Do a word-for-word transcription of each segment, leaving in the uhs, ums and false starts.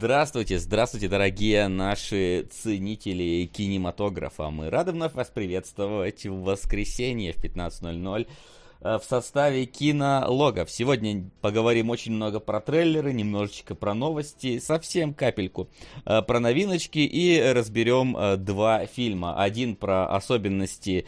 Здравствуйте, здравствуйте, дорогие наши ценители кинематографа. Мы рады вновь вас приветствовать в воскресенье в пятнадцать ноль ноль в составе Кинологов. Сегодня поговорим очень много про трейлеры, немножечко про новости, совсем капельку про новиночки и разберем два фильма. Один про особенности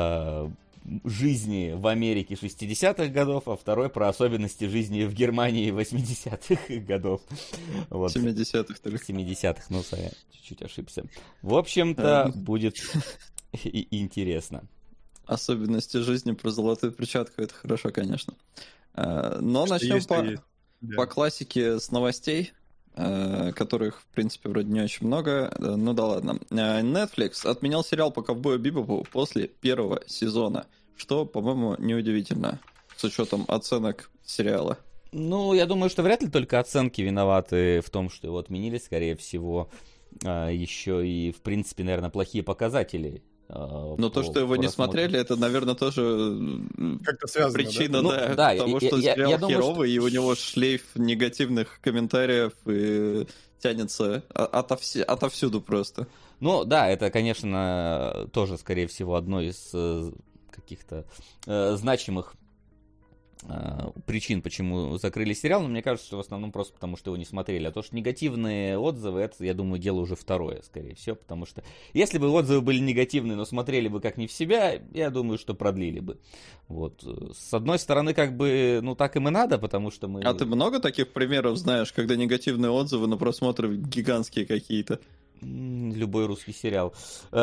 жизни в Америке шестидесятых годов, а второй про особенности жизни в Германии восьмидесятых годов. Вот. семидесятых только. семидесятых, ну, я чуть-чуть ошибся. В общем-то, а, будет и интересно. Особенности жизни про золотую перчатку, это хорошо, конечно. Но что начнем есть, по, есть. Да. по классике с новостей, которых, в принципе, вроде не очень много. Ну да ладно. Netflix отменял сериал по Ковбою Бибопу после первого сезона, что, по-моему, неудивительно, с учетом оценок сериала. Ну, я думаю, что вряд ли только оценки виноваты в том, что его отменили, скорее всего, еще и, в принципе, наверное, плохие показатели. Но по, то, что его не смотрели, это, наверное, тоже как-то связано, причина, да, да, ну, да потому я, что я, сериал я думаю, херовый, что... и у него шлейф негативных комментариев и тянется отовс... отовсюду просто. Ну, да, это, конечно, тоже, скорее всего, одно из каких-то э, значимых причин, почему закрыли сериал, но мне кажется, что в основном просто потому, что его не смотрели. А то, что негативные отзывы, это, я думаю, дело уже второе, скорее всего, потому что если бы отзывы были негативные, но смотрели бы как не в себя, я думаю, что продлили бы. Вот. С одной стороны, как бы, ну, так им и надо, потому что мы... А ты много таких примеров знаешь, когда негативные отзывы на просмотры гигантские какие-то? Любой русский сериал.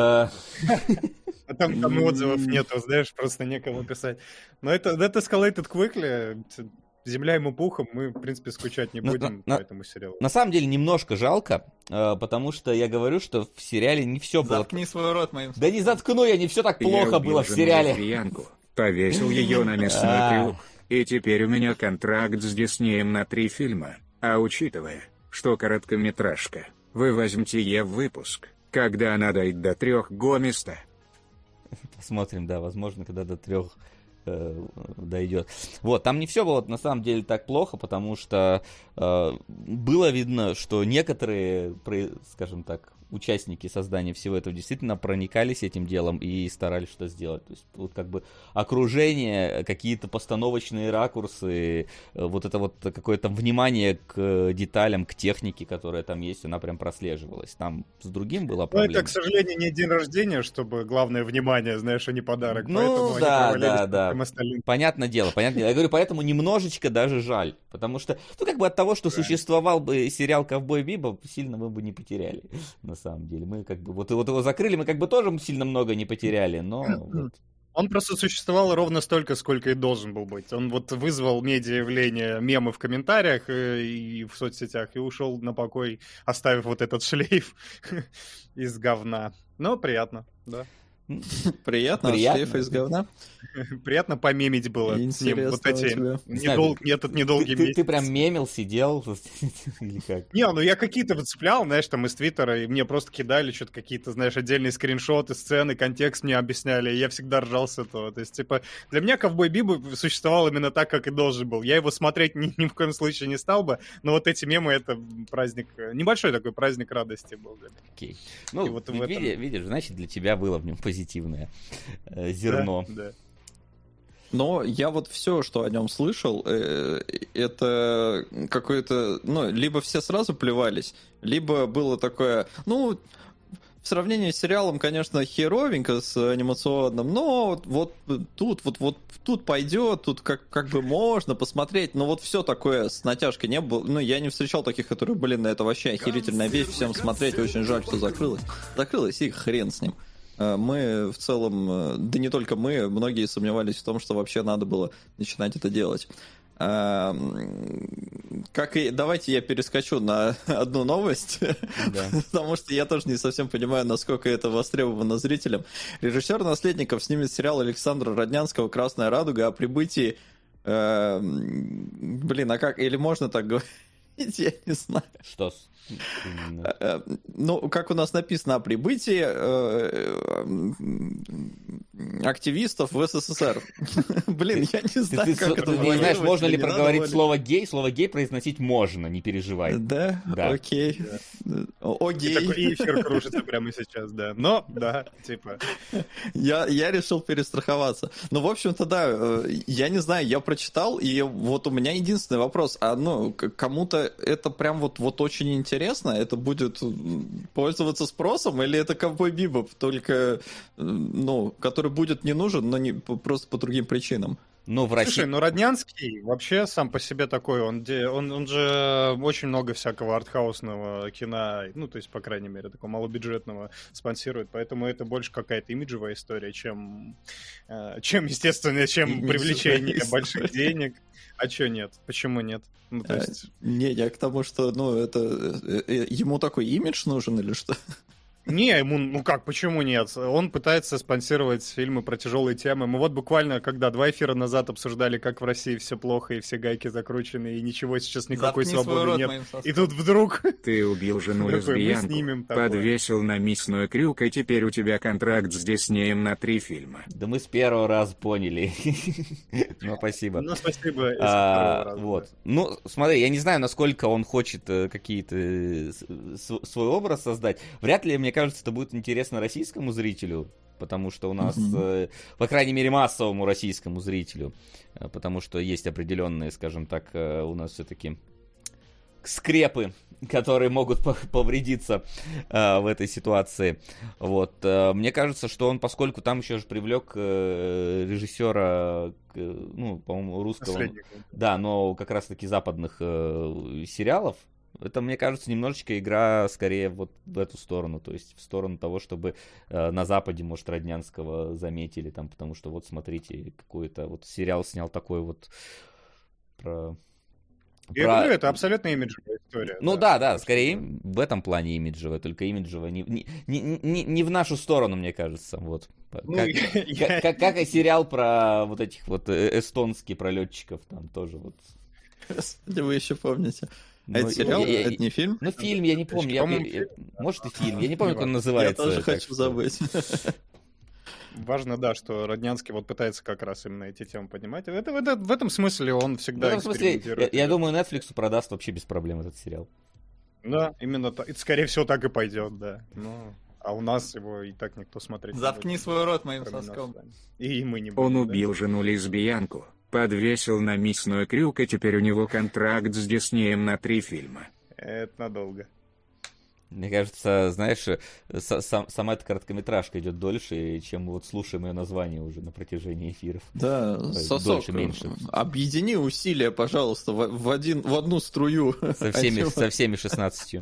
А там, там отзывов нету, знаешь, просто некому писать. Но это That Escalated Quickly, земля ему пухом, мы, в принципе, скучать не будем на, по этому сериалу. На самом деле, немножко жалко, потому что я говорю, что в сериале не все было... Заткни свой рот моим... Да не заткну я, не все так плохо я было в сериале. Лесбиянку, повесил ее на мясной крюк, и теперь у меня контракт с Диснеем на три фильма. А учитывая, что короткометражка, вы возьмите ее в выпуск, когда она дойдет до трех го-места. Посмотрим, да, возможно, когда до трех э, дойдет. Вот, там не все было на самом деле так плохо, потому что э, было видно, что некоторые, скажем так, участники создания всего этого действительно проникались этим делом и старались что сделать. То есть вот как бы окружение, какие-то постановочные ракурсы, вот это вот какое-то внимание к деталям, к технике, которая там есть, она прям прослеживалась. Там с другим была проблема. Ну это, к сожалению, не день рождения, чтобы главное внимание, знаешь, а не подарок. Ну поэтому да, они да, да. Понятное дело, понятное дело. Я говорю, поэтому немножечко даже жаль. Потому что, ну как бы от того, что Правильно. Существовал бы сериал «Ковбой Бибоп», сильно мы бы не потеряли. На самом деле. Мы как бы вот, вот его закрыли, мы как бы тоже сильно много не потеряли, но... Вот. Он просто существовал ровно столько, сколько и должен был быть. Он вот вызвал медиа-явление, мемы в комментариях и в соцсетях, и ушел на покой, оставив вот этот шлейф из говна. Но приятно, да. Приятно, Приятно. Шлейф из говна. Приятно помемить было с ним вот эти недол... этот недолгий ты, месяц. Ты, ты прям мемил, сидел или как? Не, ну я какие-то выцеплял, знаешь, там из Твиттера, и мне просто кидали что-то какие-то, знаешь, отдельные скриншоты, сцены, контекст мне объясняли, и я всегда ржал с этого. То есть, типа, для меня «Ковбой Бибоп» существовал именно так, как и должен был. Я его смотреть ни, ни в коем случае не стал бы, но вот эти мемы — это праздник, небольшой такой праздник радости был. Окей. Ну, и вот видишь, этом... видишь, значит, для тебя было в нем позитивное э, зерно. Да, да. Но я вот все, что о нем слышал, э, это какое-то, ну, либо все сразу плевались, либо было такое, ну, в сравнении с сериалом, конечно, херовенько с анимационным, но вот, вот тут, вот, вот тут пойдет, тут как, как бы можно посмотреть, но вот все такое с натяжкой не было. Ну, я не встречал таких, которые, блин, это вообще охерительная вещь, всем смотреть, очень жаль, что закрылось. Закрылось, и хрен с ним. Мы в целом, да не только мы, многие сомневались в том, что вообще надо было начинать это делать. Как и давайте я перескочу на одну новость, да. Потому что я тоже не совсем понимаю, насколько это востребовано зрителям. Режиссер «Наследников» снимет сериал Александра Роднянского «Красная радуга» о прибытии... Э, блин, а как? Или можно так говорить? Я не знаю. Что с- именно? Э, Ну, как у нас написано о прибытии э, э, активистов в СССР. Блин, я не Ты, знаю, ты, как ты это не знаешь, формулировать, можно ли или не надо, проговорить Валя? слово гей? Слово гей произносить можно, не переживай. Да? Да. Окей. О, И Окей. такой и эфир кружится прямо сейчас, да. Но, да, типа... Я, я решил перестраховаться. Ну, в общем-то, да, э, я не знаю, я прочитал, и вот у меня единственный вопрос. А ну, к- кому-то это прям вот, вот очень интересно? Это будет м, пользоваться спросом? Или это ковбой Бибоп, только, э, ну, который будет не нужен, но не, п- просто по другим причинам? Ну, в России... Слушай, ну Роднянский вообще сам по себе такой, он, де- он, он же очень много всякого артхаусного кино, ну, то есть, по крайней мере, такого малобюджетного спонсирует, поэтому это больше какая-то имиджевая история, чем, э, чем естественно, чем Имиджевая привлечение история. больших денег. А чё нет? Почему нет? Ну, то Э, есть... Не, я к тому, что, ну, это э, э, ему такой имидж нужен или что? Не, ему, ну как, почему нет? Он пытается спонсировать фильмы про тяжелые темы. Мы вот буквально, когда два эфира назад обсуждали, как в России все плохо, и все гайки закручены, и ничего сейчас никакой Заткни свой свободы рот нет. моим соском. И тут вдруг... Ты убил жену Такой, мы лесбиянку, снимем такое. подвесил на мясной крюк, и теперь у тебя контракт с Диснеем на три фильма. Да мы с первого раза поняли. Ну, спасибо. Ну, спасибо. из А, второго раза, вот. да. Ну, смотри, я не знаю, насколько он хочет э, какие-то э, с- с- свой образ создать. Вряд ли, мне кажется, это будет интересно российскому зрителю, потому что у нас, Мгм. э, по крайней мере, массовому российскому зрителю, э, потому что есть определенные, скажем так, э, у нас все-таки скрепы, которые могут по- повредиться э, в этой ситуации. Вот. э, мне кажется, что он, поскольку там еще же привлек э, режиссера, к, ну, по-моему, русского, Наследник. да, но как раз-таки западных э, сериалов, это, мне кажется, немножечко игра скорее вот в эту сторону, то есть в сторону того, чтобы э, на Западе, может, Роднянского заметили там, потому что вот смотрите, какой-то вот сериал снял такой вот про... Я про- говорю, это абсолютно имиджевая история. Ну да, да, скорее в этом плане имиджевая, только имиджевая не, не, не, не, не в нашу сторону, мне кажется, вот. Ну, как, я- я- как, как- как и сериал про вот этих вот э, эстонских пролетчиков, там тоже вот. Господи, вы еще помните. А Ну, это сериал? я- я- Это не фильм? Ну, фильм, я не помню, я- По-моему, я- я- может и фильм, я не помню, как он Я называется. тоже так хочу что- забыть. Важно, да, что Роднянский вот пытается как раз именно эти темы поднимать. Это, это- в этом смысле он В всегда этом смысле, я, экспериментирует. я думаю, Netflix продаст вообще без проблем этот сериал. Да, именно так. Это, скорее всего, так и пойдет, да. Ну, а у нас его и так никто смотреть не Заткни будет, свой рот моим кроме нас соском. с вами. И мы не будем. Он да. убил жену лесбиянку, подвесил на мясной крюк, и теперь у него контракт с Диснеем на три фильма. Это надолго. Мне кажется, знаешь, э, са- сам- сама эта короткометражка идет дольше, чем мы вот слушаем ее название уже на протяжении эфиров. Да, Ой, сосок. дольше, меньше. Объедини усилия, пожалуйста, в, в один, в одну струю. Со всеми, со всеми шестнадцатью.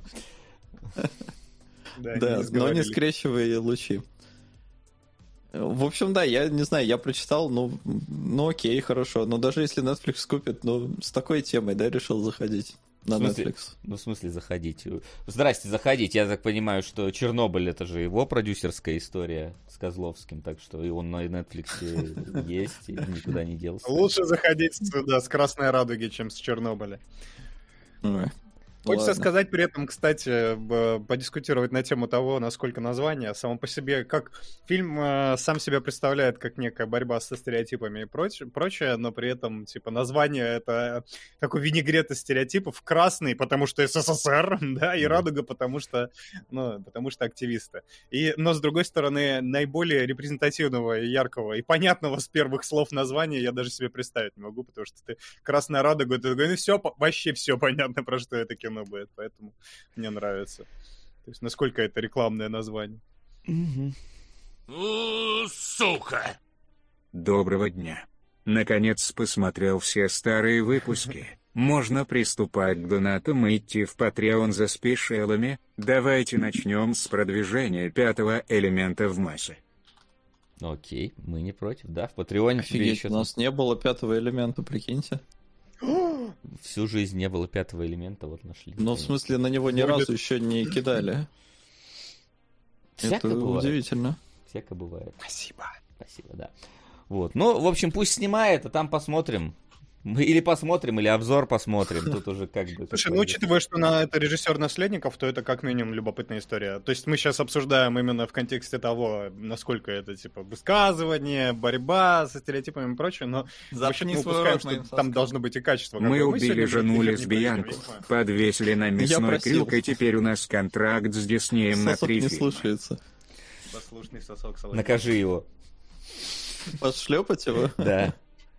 Да, Да, но не сговорились. скрещивай лучи. В общем, да, я не знаю, я прочитал, ну, ну окей, хорошо. Но даже если Netflix купит, ну, с такой темой, да, решил заходить на В смысле? Netflix. Ну, в смысле заходить? Здрасте, заходите. Я так понимаю, что Чернобыль — это же его продюсерская история с Козловским, так что и он на Netflix есть, и никуда не делся. Лучше заходить сюда с Красной Радуги, чем с Чернобыля. Ой, Хочется ладно. сказать при этом, кстати, б- подискутировать на тему того, насколько название само по себе, как фильм э, сам себя представляет как некая борьба со стереотипами и проч- прочее, но при этом, типа, название — это такой винегрет из стереотипов. Красный, потому что СССР, да, и Да. радуга, потому что, ну, потому что активисты. И, но, с другой стороны, наиболее репрезентативного и яркого и понятного с первых слов названия я даже себе представить не могу, потому что ты Красная Радуга, ты такой, ну все, вообще все понятно, про что это кино будет, поэтому мне нравится. То есть насколько это рекламное название. Мгм. Сука! Доброго дня. Наконец посмотрел все старые выпуски. Можно приступать к донатам и идти в Patreon за спешелами. Давайте начнем с продвижения пятого элемента в массы. Окей, мы не против, да? В Патреоне тебе Офигеть, еще у нас не было пятого элемента, прикиньте. всю жизнь не было пятого элемента, вот нашли. Ну, в смысле, на него ни Будет. разу еще не кидали. Всяко Это бывает. удивительно. Всяко бывает. Спасибо. Спасибо, да. Вот. Ну, в общем, пусть снимает, а там посмотрим. Мы или посмотрим, или обзор посмотрим. Тут уже как бы... Слушай, ну учитывая, что на это режиссер «Наследников», то это как минимум любопытная история. То есть мы сейчас обсуждаем именно в контексте того, насколько это типа высказывание, борьба со стереотипами и прочее, но вообще мы упускаем, что там должно быть и качество. Мы убили жену лесбиянку, подвесили на мясной крюк, и теперь у нас контракт с Диснеем на три фильма. Не слушается. Послушный сосок. Накажи его. Подшлепать его? Да.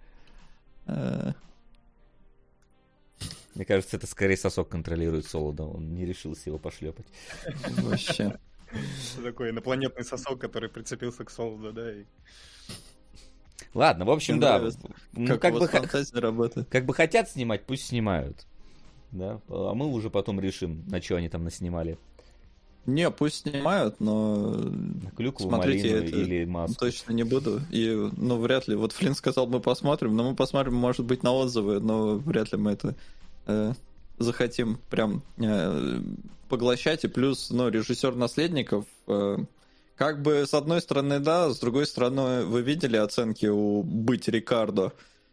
Мне кажется, это скорее сосок контролирует Солода. Он не решился его пошлепать. Вообще. Такой инопланетный сосок, который прицепился к Солоду, да. И... Ладно, в общем, да. Ну, как, как, бы, фантазия работает. Как бы хотят снимать, пусть снимают. Да? А мы уже потом решим, на что они там наснимали. Не, пусть снимают, но... На клюкву, смотрите, малину это или маску. Точно не буду. И, ну, вряд ли. Вот Флинн сказал, мы посмотрим, но мы посмотрим, может быть, на отзывы, но вряд ли мы это э, захотим прям э, поглощать. И плюс, ну, режиссер «Наследников», э, как бы, с одной стороны, да, с другой стороны, вы видели оценки у «Быть Рикардо»,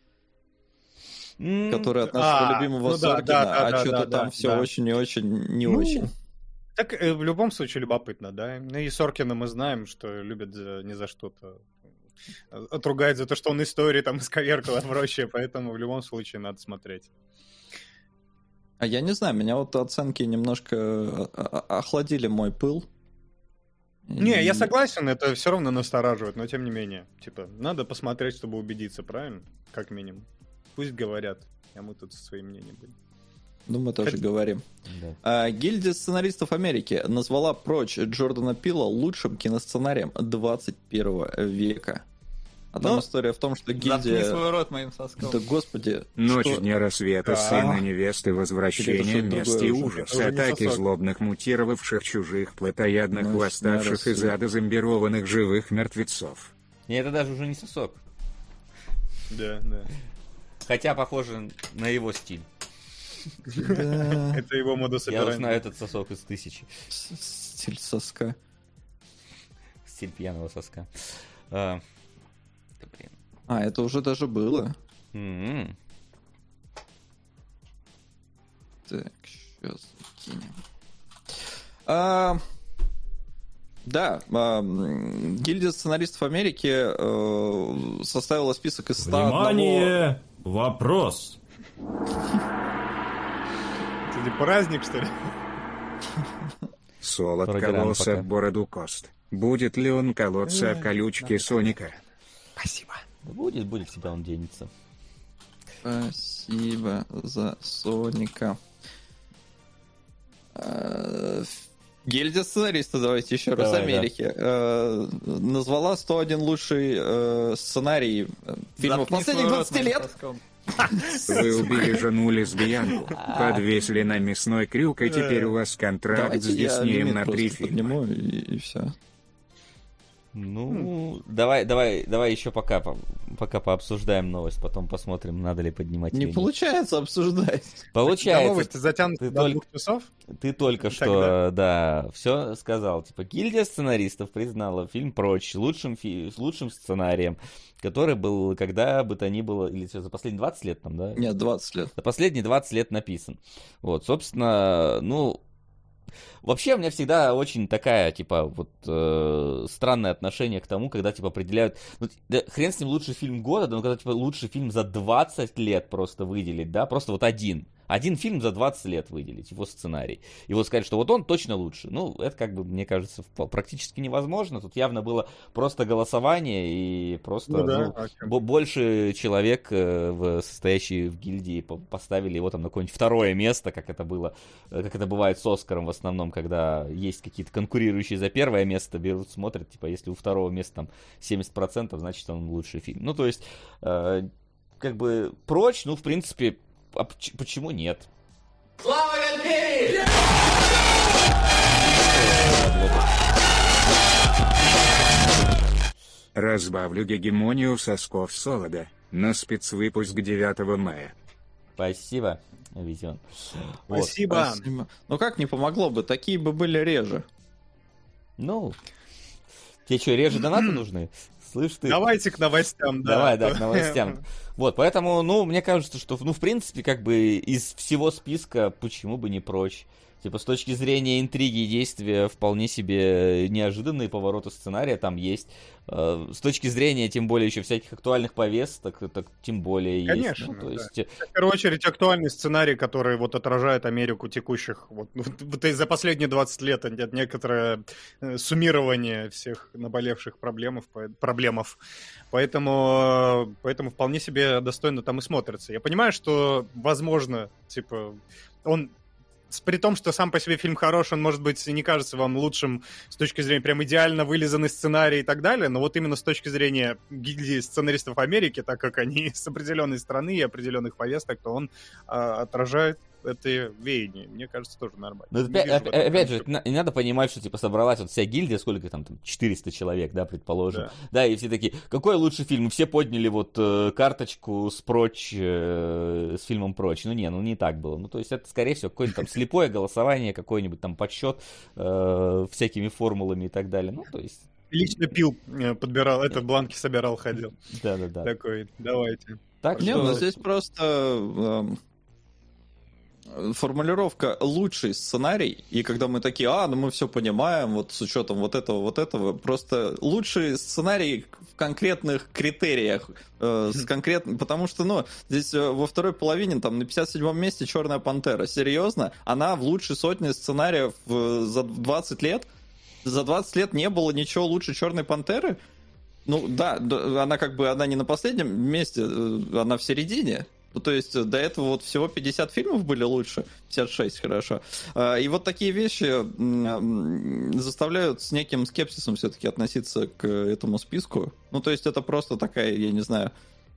mm, который от нашего а, любимого ну Соркина, да, да, а да, что-то да, там да, все да. очень и очень не ну... очень. Так в любом случае любопытно, да. Ну и Соркина мы знаем, что любят за, не за что-то. Отругает за то, что он истории там исковеркал и прочее, поэтому в любом случае надо смотреть. А я не знаю, меня вот оценки немножко охладили мой пыл. Не, я согласен, это все равно настораживает, но тем не менее. Типа, надо посмотреть, чтобы убедиться, правильно? Как минимум. Пусть говорят, а мы тут со своим мнением будем. Ну, мы тоже Хоть... говорим. Да. А, гильдия сценаристов Америки назвала «Прочь» Джордана Пила лучшим киносценарием двадцать первого века. А там ну, история в том, что гильдия... Заткни свой рот моим соском. Да господи. Ночь что... дня рассвета, а-а-а. Сына невесты, возвращение, месть и ужас, атаки злобных мутировавших чужих, плотоядных, Ночь восставших из ада зомбированных живых мертвецов. Не, это даже уже не сосок. Да, да. Хотя похоже на его стиль. Да. Это его модус операнди. Я узнаю этот сосок из тысячи. Стиль соска. Стиль пьяного соска. А, да, блин. а это уже даже было. Mm-hmm. Так, сейчас кинем. А, да, а, гильдия сценаристов Америки а, составила список из ста Внимание! Одного... Вопрос! Это праздник, что ли? Солод кололся об бороду Кост. Будет ли он колоться о колючки Соника? Спасибо. Да будет, будет, всегда он денется. Спасибо за Соника. Гильдия сценаристов, давайте еще раз, Давай, Америки, да. назвала сто один лучший сценарий фильмов последних двадцати лет. Вы убили жену лесбиянку, подвесили на мясной крюк, и теперь у вас контракт Давайте с Диснеем на три фильма. И, и все. Ну, давай, давай, давай еще пока, пока пообсуждаем новость, потом посмотрим, надо ли поднимать. Не получается обсуждать. Получается. Новость затянута до двух часов? Ты только что, да, все сказал. Типа, гильдия сценаристов признала фильм «Прочь» лучшим, фи- лучшим сценарием, который был, когда бы то ни было, или что, за последние двадцать лет там, да? Нет, двадцать лет. За последние двадцать лет написан. Вот, собственно, ну... Вообще, у меня всегда очень такая, типа, вот, э, странное отношение к тому, когда, типа, определяют... Ну, да, хрен с ним лучший фильм года, да, ну, когда, типа, лучший фильм за двадцать лет просто выделить, да, просто вот один. Один фильм за двадцать лет выделить, его сценарий. И вот сказать, что вот он точно лучше. Ну, это, как бы, мне кажется, практически невозможно. Тут явно было просто голосование, и просто ну, да, ну, б- больше человек, э, в, состоящие в гильдии, поставили его там на какое-нибудь второе место, как это было, как это бывает с Оскаром в основном, когда есть какие-то конкурирующие за первое место, берут, смотрят, типа, если у второго места там семьдесят процентов, значит, он лучший фильм. Ну, то есть, э, как бы, «Прочь», ну, в принципе... А почему нет? Слава империи! Разбавлю гегемонию сосков Солода на спецвыпуск девятого мая. Спасибо, Визион. Спасибо. Вот. Спасибо. Ну как не помогло бы? Такие бы были реже. Ну, тебе что, реже донаты нужны? Слышь ты. Давайте к новостям, да. Давай, да, к новостям. Вот, поэтому, ну, мне кажется, что, ну, в принципе, как бы из всего списка, почему бы не прочь. Типа, с точки зрения интриги и действия, вполне себе неожиданные повороты сценария там есть. С точки зрения, тем более, еще всяких актуальных повесток, так тем более есть. Конечно, Ну, то да. есть... В первую очередь, актуальный сценарий, который вот отражает Америку текущих, вот, вот за последние двадцать лет, некоторое суммирование всех наболевших проблемов, проблемов. Поэтому, поэтому вполне себе достойно там и смотрится. Я понимаю, что, возможно, типа, он... При том, что сам по себе фильм хорош, он, может быть, не кажется вам лучшим с точки зрения прям идеально вылизанный сценарий и так далее, но вот именно с точки зрения гильдии сценаристов Америки, так как они с определенной страны и определенных повесток, то он а, отражает это веяние. Мне кажется, тоже нормально. Но опять, опять, опять же, не надо понимать, что типа собралась вот вся гильдия, сколько там, там четыреста человек, да, предположим. Да. да, и все такие, какой лучший фильм? И все подняли вот э, карточку с прочь, э, с фильмом прочь. Ну не, ну не так было. Ну то есть это, скорее всего, какое-нибудь там слепое голосование, какой-нибудь там подсчет э, всякими формулами и так далее. Ну то есть... Лично пил, подбирал, это бланки собирал, ходил. Да-да-да. Такой, давайте. Так Нет, что... ну здесь просто... формулировка «лучший сценарий», и когда мы такие, а, ну мы все понимаем, вот с учетом вот этого, вот этого, просто лучший сценарий в конкретных критериях, э, с конкрет... потому что, ну, здесь э, во второй половине, там, на пятьдесят седьмом месте «Черная пантера», серьезно, она в лучшей сотне сценариев э, за двадцать лет, за двадцать лет не было ничего лучше «Черной пантеры», ну, да, она как бы, она не на последнем месте, она в середине. Ну, то есть до этого вот всего пятьдесят фильмов были лучше, пятьдесят шесть, хорошо. И вот такие вещи заставляют с неким скепсисом все-таки относиться к этому списку. Ну, то есть это просто такая, я не знаю,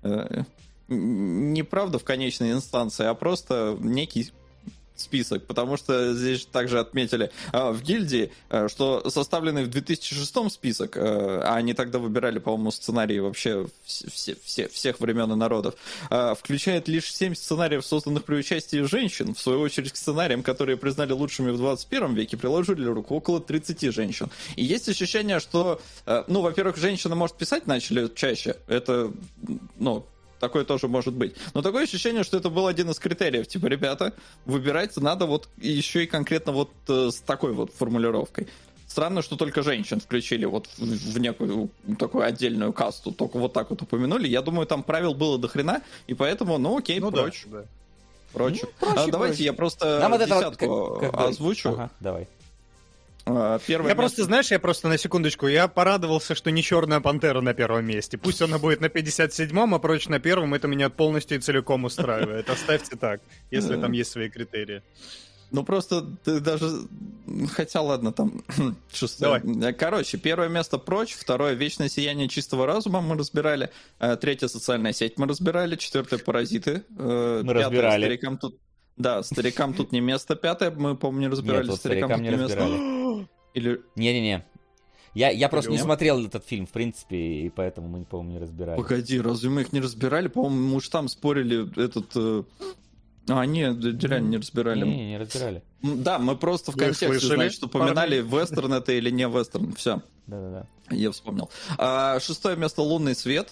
неправда в конечной инстанции, а просто некий список, потому что здесь также отметили а, в гильдии, а, что составленный в две тысячи шестом список, а, они тогда выбирали, по-моему, сценарии вообще все, все, всех времен и народов, а, включает лишь семь сценариев, созданных при участии женщин. В свою очередь к сценариям, которые признали лучшими в двадцать первом веке, приложили руку около тридцати женщин. И есть ощущение, что, а, ну, во-первых, женщины, может, писать начали чаще, это, ну, такое тоже может быть. Но такое ощущение, что это был один из критериев. Типа, ребята, выбирать надо вот еще и конкретно вот э, с такой вот формулировкой. Странно, что только женщин включили вот в, в некую такую отдельную касту. Только вот так вот упомянули. Я думаю, там правил было до хрена, и поэтому, ну окей, ну, прочь. Да, да. Прочь. Ну, проще, а, давайте проще. Я просто Нам десятку вот это, как, как озвучу. Ага, давай. Первое я место... просто, знаешь, я просто на секундочку, я порадовался, что не «Черная пантера» на первом месте. Пусть она будет на пятьдесят седьмом, а прочь на первом, это меня полностью и целиком устраивает. Оставьте так, если там есть свои критерии. Ну просто ты даже... Хотя, ладно, там... Шестое. Давай. Короче, первое место «Прочь», второе «Вечное сияние чистого разума» мы разбирали, третье «Социальная сеть» мы разбирали, четвертое «Паразиты». Мы разбирали. Старикам тут... Да, старикам тут не место. Пятое мы, по-моему, не разбирали. Нет, вот старикам, старикам тут не место. Или... Не-не-не. Я, я просто не смотрел этот фильм, в принципе, и поэтому мы, по-моему, не разбирали. Погоди, разве мы их не разбирали? По-моему, мы уж там спорили этот... Э... А, нет, реально не разбирали. Не, не, не разбирали. Да, мы просто в контексте, значит, упоминали, вестерн это или не вестерн. Все. Да-да-да. Я вспомнил. А, шестое место «Лунный свет».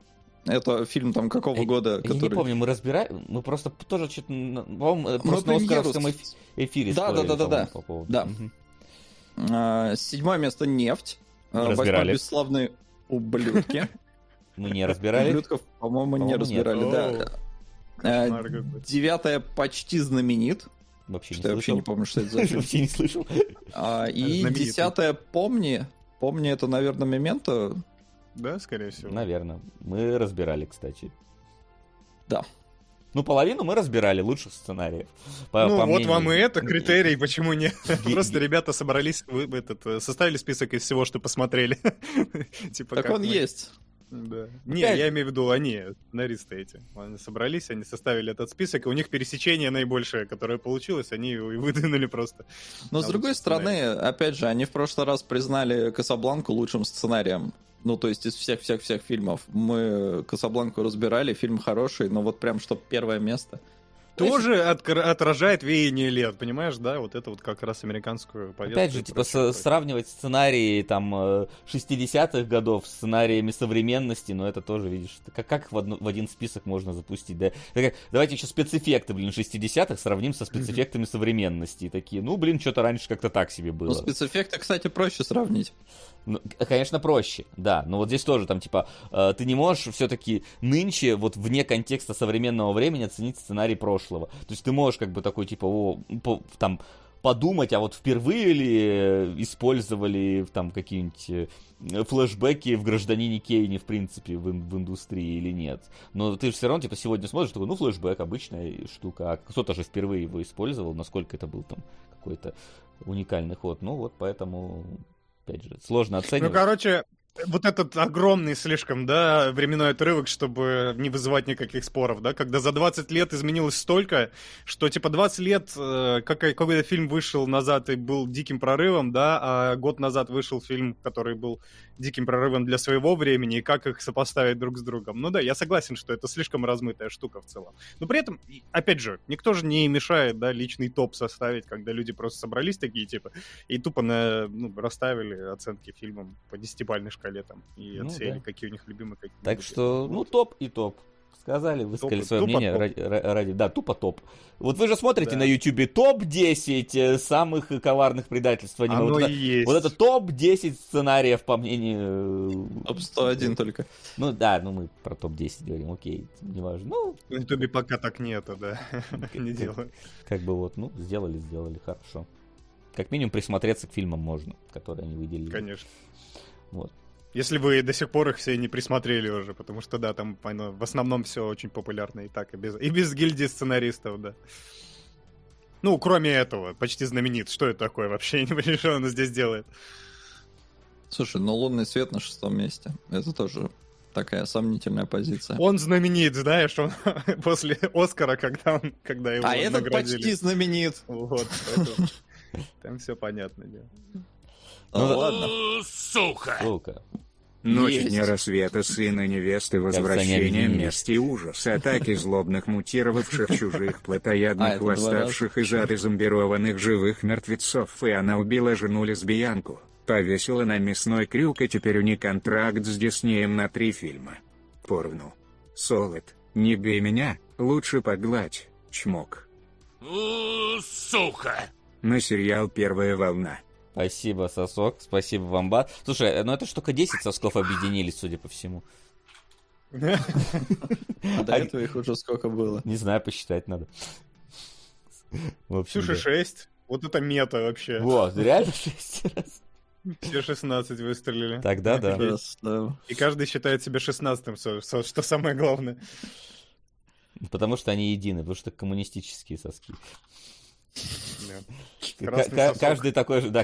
Это фильм там какого я, года? Я который... не помню, мы разбирали, мы просто тоже что-то, по-моему, просто на Оскаровском эфире да, да, да, да, да. по поводу. Да. Угу. А, седьмое место «Нефть». Мы разбирали. «Бесславные ублюдки». Мы не разбирали. Ублюдков, по-моему, не разбирали, да. Девятое «Почти знаменит». Вообще не слышал. Я вообще не помню, что это за фильм. Вообще не слышал. И десятое «Помни». «Помни» — это, наверное, «Мементо». Да, скорее всего. Наверное. Мы разбирали, кстати. Да. Ну, половину мы разбирали лучших сценариев. По, ну, по вот мнению... вам и это критерий, почему нет. Просто ребята собрались, этот, составили список из всего, что посмотрели. типа, так он мы... есть. Да. Не, я имею в виду, они, сценаристы эти. Они собрались, они составили этот список, и у них пересечение наибольшее, которое получилось, они его и выдвинули просто. Но с другой стороны, опять же, они в прошлый раз признали «Касабланку» лучшим сценарием. Ну, то есть из всех-всех-всех фильмов. Мы «Касабланку» разбирали, фильм хороший, но вот прям, чтоб первое место. тоже от- отражает веяние лет, понимаешь, да? Вот это вот как раз американскую повестку. Опять же, типа, с- сравнивать сценарии там э, шестидесятых годов с сценариями современности, но это тоже, видишь, как, как их в, одну- в один список можно запустить, да? Это как, давайте еще спецэффекты, блин, шестидесятых сравним со спецэффектами современности. И такие, ну, блин, что-то раньше как-то так себе было. Ну, спецэффекты, кстати, проще сравнить. Ну, конечно, проще, да, но вот здесь тоже там, типа, э, ты не можешь все-таки нынче, вот вне контекста современного времени оценить сценарий прошлого. То есть ты можешь как бы такой, типа, о, по, там, подумать, а вот впервые ли использовали там какие-нибудь э, флешбеки в «Гражданине Кейне», в принципе, в, ин- в индустрии или нет. Но ты же все равно, типа, сегодня смотришь, такой, ну, флешбэк, обычная штука, а кто-то же впервые его использовал, насколько это был там какой-то уникальный ход. Ну, вот поэтому... Опять же, сложно оценивать. Ну, короче, вот этот огромный слишком, да, временной отрывок, чтобы не вызывать никаких споров, да, когда за двадцать лет изменилось столько, что, типа, двадцать лет, э, как, какой-то фильм вышел назад и был диким прорывом, да, а год назад вышел фильм, который был диким прорывом для своего времени, и как их сопоставить друг с другом. Ну да, я согласен, что это слишком размытая штука в целом. Но при этом, опять же, никто же не мешает, да, личный топ составить, когда люди просто собрались такие, типа, и тупо на, ну, расставили оценки фильмам по десятибалльной шкале там, и Ну, отсеяли, да. какие у них любимые, какие Так нет. что, ну, топ и топ. Сказали, высказали Топ- свое тупо мнение топ. ради, ра- ради- да, тупо топ. Вот вы же смотрите Да. на ютубе топ десять э, самых коварных предательств аниме. Оно Вот, и это, есть. вот это топ десять сценариев, по мнению... э, Топ сто один только. Ну да, ну мы про топ десять говорим, окей, неважно. Ну, На ютубе пока так нету, да, не как- делают. как бы вот, ну, сделали, сделали, хорошо. Как минимум присмотреться к фильмам можно, которые они выделили. Конечно. Вот. Если вы до сих пор их все не присмотрели уже, потому что, да, там оно, в основном все очень популярно и так, и без, и без гильдии сценаристов, да. Ну, кроме этого, почти знаменит. Что это такое вообще? Я не понимаю, что он здесь делает. Слушай, ну «Лунный свет» на шестом месте. Это тоже такая сомнительная позиция. Он знаменит, знаешь, он после Оскара, когда, он, когда его А этот наградили. почти знаменит. Вот, поэтому там все понятно. Да. Ну ладно. Сука. Ночь Есть. дня рассвета, сына невесты, они возвращение, объединились. месть и ужас, атаки злобных мутировавших чужих, А, плотоядных, это два восставших из ада зомбированных живых мертвецов, и она убила жену-лесбиянку, повесила на мясной крюк, и теперь у нее контракт с Диснеем на три фильма. Поровну. Солод, не бей меня, лучше погладь, чмок. Сука! На сериал «Первая волна». Спасибо, сосок, спасибо вам, Бат. Слушай, ну это ж только десять сосков объединились, судя по всему. А до этого их уже сколько было? Не знаю, посчитать надо. В общем, Ксюша да. шесть. Вот это мета вообще. Вот, реально шесть раз. Все шестнадцать выстрелили. Тогда да. Раз, да. И каждый считает себя шестнадцатым, со- со- что самое главное. Потому что они едины, потому что коммунистические соски. Да. К- Красный к- сосок. Каждый такой же, да.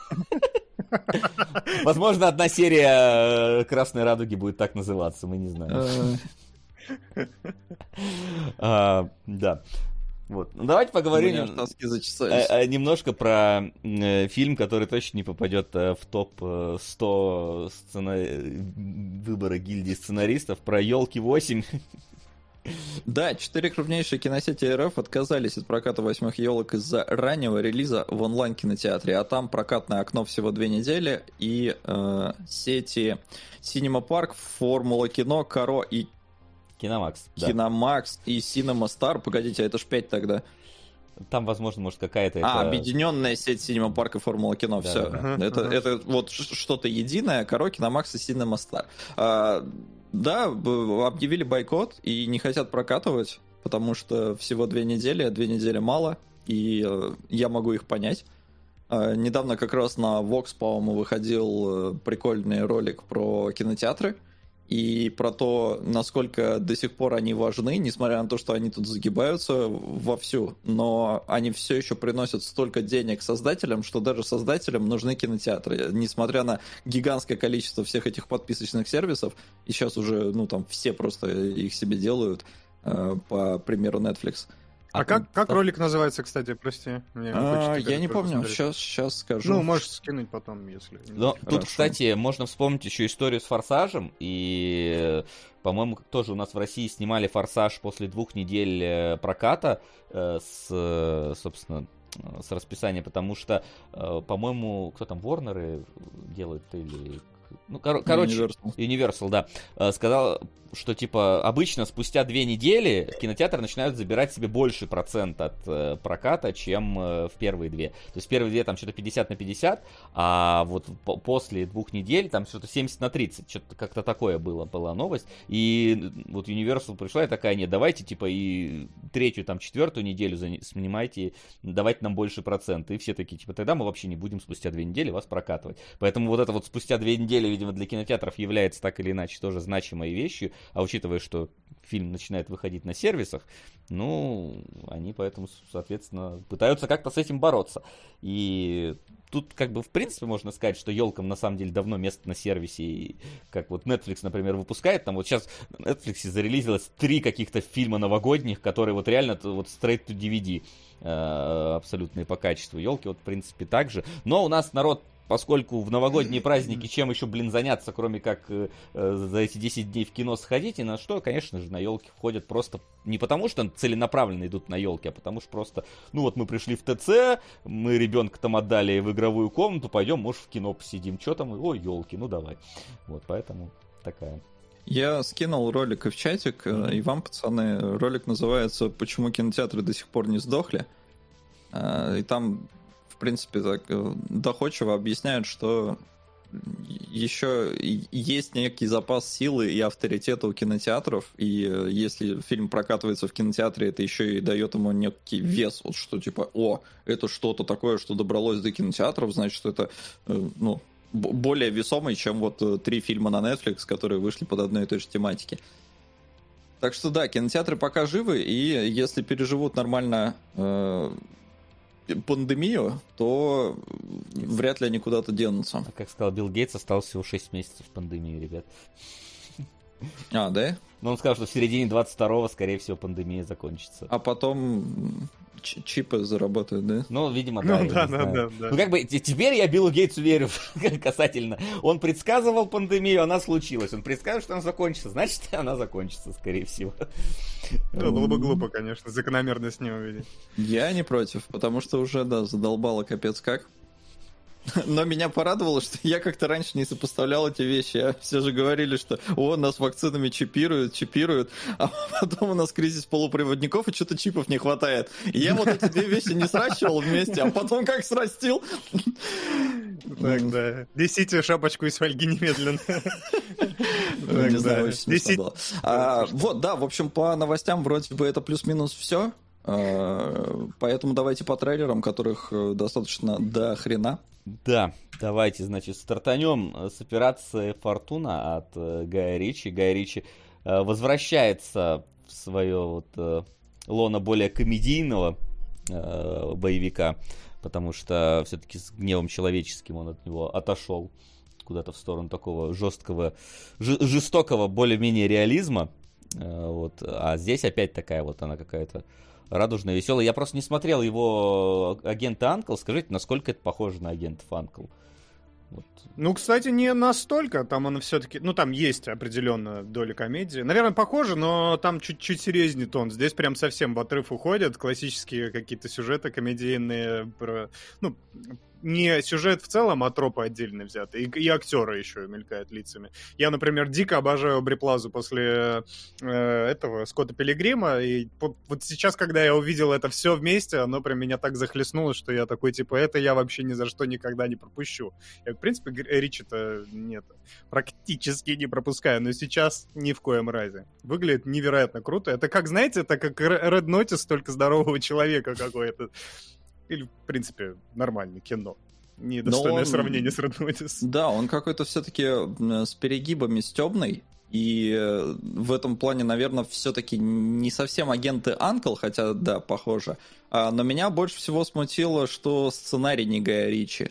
Возможно, одна серия э, Красной Радуги будет так называться, мы не знаем. Э, А, Да. Вот. Ну, давайте У меня поговорим аж тоски э, зачесались. э, немножко про э, фильм, который точно не попадет э, в топ э, сто сцена... выбора гильдии сценаристов, про «Елки восемь». Да, четыре крупнейшие киносети РФ отказались от проката «Восьмых елок» из-за раннего релиза в онлайн-кинотеатре, а там прокатное окно всего две недели, и э, сети Cinema Park, Формула Кино, Каро и Киномакс. Да. Киномакс и Cinema Star. Погодите, а это ж пять тогда. Там, возможно, может какая-то... А, это- объединенная сеть Cinema Park и Формула Кино, Да, все. да, да. Это, Ага. это вот ш- что-то единое, Каро, Киномакс и Cinema Star. А, да, б- объявили бойкот и не хотят прокатывать, потому что всего две недели, а две недели мало, и э, я могу их понять. А, недавно как раз на Vox, по-моему, выходил э, прикольный ролик про кинотеатры и про то, насколько до сих пор они важны, несмотря на то, что они тут загибаются вовсю, но они все еще приносят столько денег создателям, что даже создателям нужны кинотеатры. Несмотря на гигантское количество всех этих подписочных сервисов, и сейчас уже, ну, там, все просто их себе делают, э, по примеру Netflix. А, а как, как ролик называется, кстати, прости? Мне а, я не помню, сейчас, сейчас скажу. Ну, можешь скинуть потом, если... Но тут, кстати, можно вспомнить еще историю с «Форсажем», и, по-моему, тоже у нас в России снимали «Форсаж» после двух недель проката с, собственно, с расписания, потому что, по-моему, кто там, Ворнеры делают или... Ну, кор- короче, Universal. Universal, да, сказал, что, типа, обычно спустя две недели кинотеатры начинают забирать себе больше процент от э, проката, чем э, в первые две. То есть в первые две там что-то пятьдесят на пятьдесят, а вот по- после двух недель там что-то семьдесят на тридцать, что-то как-то такое было, была новость. И вот Universal пришла и такая, нет, давайте, типа, и третью, там, четвертую неделю снимайте, давайте нам больше процент. И все такие, типа, тогда мы вообще не будем спустя две недели вас прокатывать. Поэтому вот это вот спустя две недели, видимо, для кинотеатров является так или иначе тоже значимой вещью, а учитывая, что фильм начинает выходить на сервисах, ну, они поэтому, соответственно, пытаются как-то с этим бороться. И тут, как бы, в принципе, можно сказать, что «Елкам» на самом деле давно место на сервисе, и как вот Netflix, например, выпускает, там вот сейчас в Netflix зарелизилось три каких-то фильма новогодних, которые вот реально вот straight to ди ви ди э, абсолютные по качеству. «Елки» вот, в принципе, так же. Но у нас народ, поскольку в новогодние праздники чем еще, блин, заняться, кроме как э, за эти десять дней в кино сходить, и на что, конечно же, на елки ходят просто не потому, что целенаправленно идут на елки, а потому что просто, ну вот мы пришли в ТЦ, мы ребенка там отдали в игровую комнату, пойдем, может, в кино посидим, что там, ой, елки, ну давай. Вот, поэтому такая. Я скинул ролик и в чатик, mm-hmm. и вам, пацаны, ролик называется «Почему кинотеатры до сих пор не сдохли?». И там... в принципе, так доходчиво объясняют, что еще есть некий запас силы и авторитета у кинотеатров, и если фильм прокатывается в кинотеатре, это еще и дает ему некий вес, вот что типа, о, это что-то такое, что добралось до кинотеатров, значит, это, ну, более весомый, чем вот три фильма на Netflix, которые вышли под одной и той же тематике. Так что да, кинотеатры пока живы, и если переживут нормально пандемию, то вряд ли они куда-то денутся. А как сказал Билл Гейтс, осталось всего шесть месяцев пандемии, ребят. А, да? Но он сказал, что в середине двадцать второго, скорее всего, пандемия закончится. А потом чипы заработают, да? Ну, видимо, да. Ну, да, да, да, да. Ну, как бы, теперь я Биллу Гейтсу верю касательно. Он предсказывал пандемию, она случилась. Он предсказывал, что она закончится, значит, она закончится, скорее всего. Ну, было бы глупо, конечно, закономерность не увидеть. Я не против, потому что уже, да, задолбало капец как. Но меня порадовало, что я как-то раньше не сопоставлял эти вещи. А все же говорили, что о, нас вакцинами чипируют, чипируют, а потом у нас кризис полупроводников, и что-то чипов не хватает. И я вот эти две вещи не сращивал вместе, а потом как срастил. Так, да. Несите шапочку из фольги немедленно. Не знаю, очень смешно было. Вот, да, в общем, по новостям вроде бы это плюс-минус все. Поэтому давайте по трейлерам, которых достаточно до хрена. Да, давайте, значит, стартанем с операции «Фортуна» от э, Гая Ричи. Гай Ричи э, возвращается в свое вот, э, лоно более комедийного э, боевика, потому что все-таки с «Гневом человеческим» он от него отошел куда-то в сторону такого жесткого, ж- жестокого, более-менее реализма. Э, вот. А здесь опять такая вот она какая-то радужная, веселая. Я просто не смотрел его «Агента Анкл». Скажите, насколько это похоже на «Агентов Анкл»? Вот. Ну, кстати, не настолько. Там он все-таки... Ну, там есть определенная доля комедии. Наверное, похоже, но там чуть-чуть серьезнее тон. Здесь прям совсем в отрыв уходят. Классические какие-то сюжеты комедийные. Про... Ну, не сюжет в целом, а тропы отдельно взяты. И, и актеры еще мелькают лицами. Я, например, дико обожаю Обри Плазу после э, этого Скотта Пилигрима. И по, вот сейчас, когда я увидел это все вместе, оно прям меня так захлестнуло, что я такой, типа, это я вообще ни за что никогда не пропущу. Я, в принципе, Ричи-то нет, практически не пропускаю, но сейчас ни в коем разе. Выглядит невероятно круто. Это как, знаете, это как Red Notice, только здорового человека какой-то. Или, в принципе, нормальное кино. Недостойное он... сравнение с Red Notice. Да, он какой-то все-таки с перегибами стебный. И в этом плане, наверное, все-таки не совсем агенты Анкл, хотя, да, похоже. Но меня больше всего смутило, что сценарий не Гая Ричи.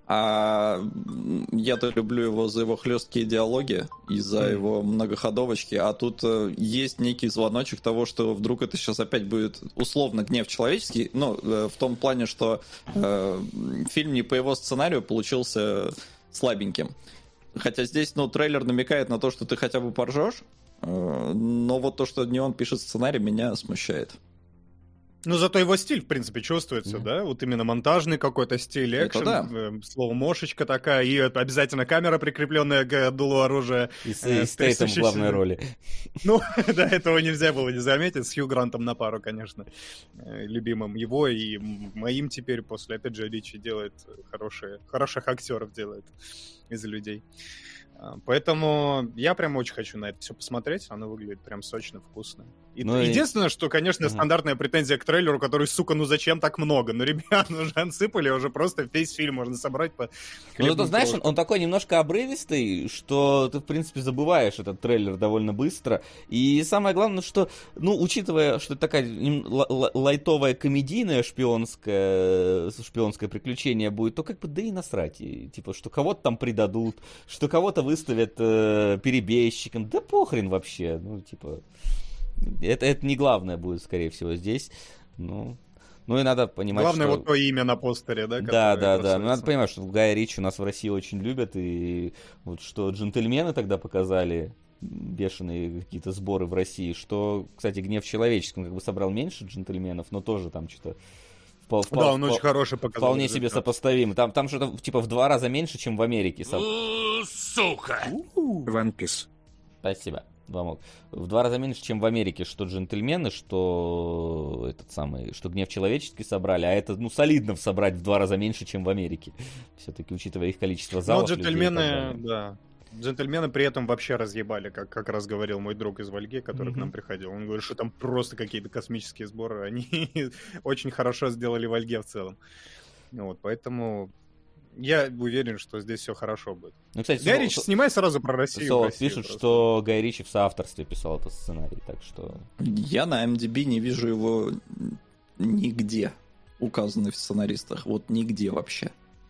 А я-то люблю его за его хлесткие диалоги и за mm. его многоходовочки, а тут э, есть некий звоночек того, что вдруг это сейчас опять будет условно гнев человеческий, ну, э, в том плане, что э, фильм не по его сценарию получился слабеньким. Хотя здесь, ну, трейлер намекает на то, что ты хотя бы поржешь, э, но вот то, что не он пишет сценарий, меня смущает. Ну, зато его стиль, в принципе, чувствуется, mm. да? Вот именно монтажный какой-то стиль, экшен, да. э, слоу-мошечка такая, и обязательно камера, прикрепленная к дулу оружия. И с э, Стейтом в главной роли. Ну, да, этого нельзя было не заметить. С Хью Грантом на пару, конечно, любимым его и моим теперь после, опять же, Ричи делает хорошие, хороших актеров делает из людей. Поэтому я прям очень хочу на это все посмотреть. Оно выглядит прям сочно, вкусно. И ну единственное, и... что, конечно, uh-huh. стандартная претензия к трейлеру, который, сука, ну зачем так много? Ну, ребят, ну уже отсыпали, уже просто весь фильм можно собрать по... Ну, ты знаешь, он, он такой немножко обрывистый, что ты, в принципе, забываешь этот трейлер довольно быстро. И самое главное, что, ну, учитывая, что это такая л- лайтовая комедийная шпионская, шпионское приключение будет, то как бы да и насрать. И, типа, что кого-то там предадут, что кого-то выставят э, перебежчиком. Да похрен вообще. Ну, типа... Это, это не главное будет, скорее всего, здесь. Ну, ну и надо понимать, главное что... вот то имя на постере, да? Да, да, да. Ну, надо понимать, что Гая Ричи у нас в России очень любят. И вот что «Джентльмены» тогда показали, бешеные какие-то сборы в России, что, кстати, «Гнев человеческий» он как бы собрал меньше «Джентльменов», но тоже там что-то... Впол, впол, да, он впол, очень хороший показал. Вполне себе сопоставим. Там, там что-то типа в два раза меньше, чем в Америке. Сука! One Piece. Спасибо. Два в два раза меньше, чем в Америке, что «Джентльмены», что этот самый, что «Гнев человеческий» собрали, а это, ну, солидно собрать в два раза меньше, чем в Америке. Все-таки, учитывая их количество залов. Ну, «Джентльмены», да. «Джентльмены» при этом вообще разъебали, как, как раз говорил мой друг из Вольге, который mm-hmm. к нам приходил. Он говорит, что там просто какие-то космические сборы. Они очень хорошо сделали Вольге в целом. Вот, поэтому... Я уверен, что здесь все хорошо будет. Ну, кстати, Гай Ричи, снимай сразу про Россию. Со, Россию пишут, просто. Что Гай Ричи в соавторстве писал этот сценарий, так что... Я на эм ди би не вижу его нигде указанный в сценаристах. Вот нигде вообще.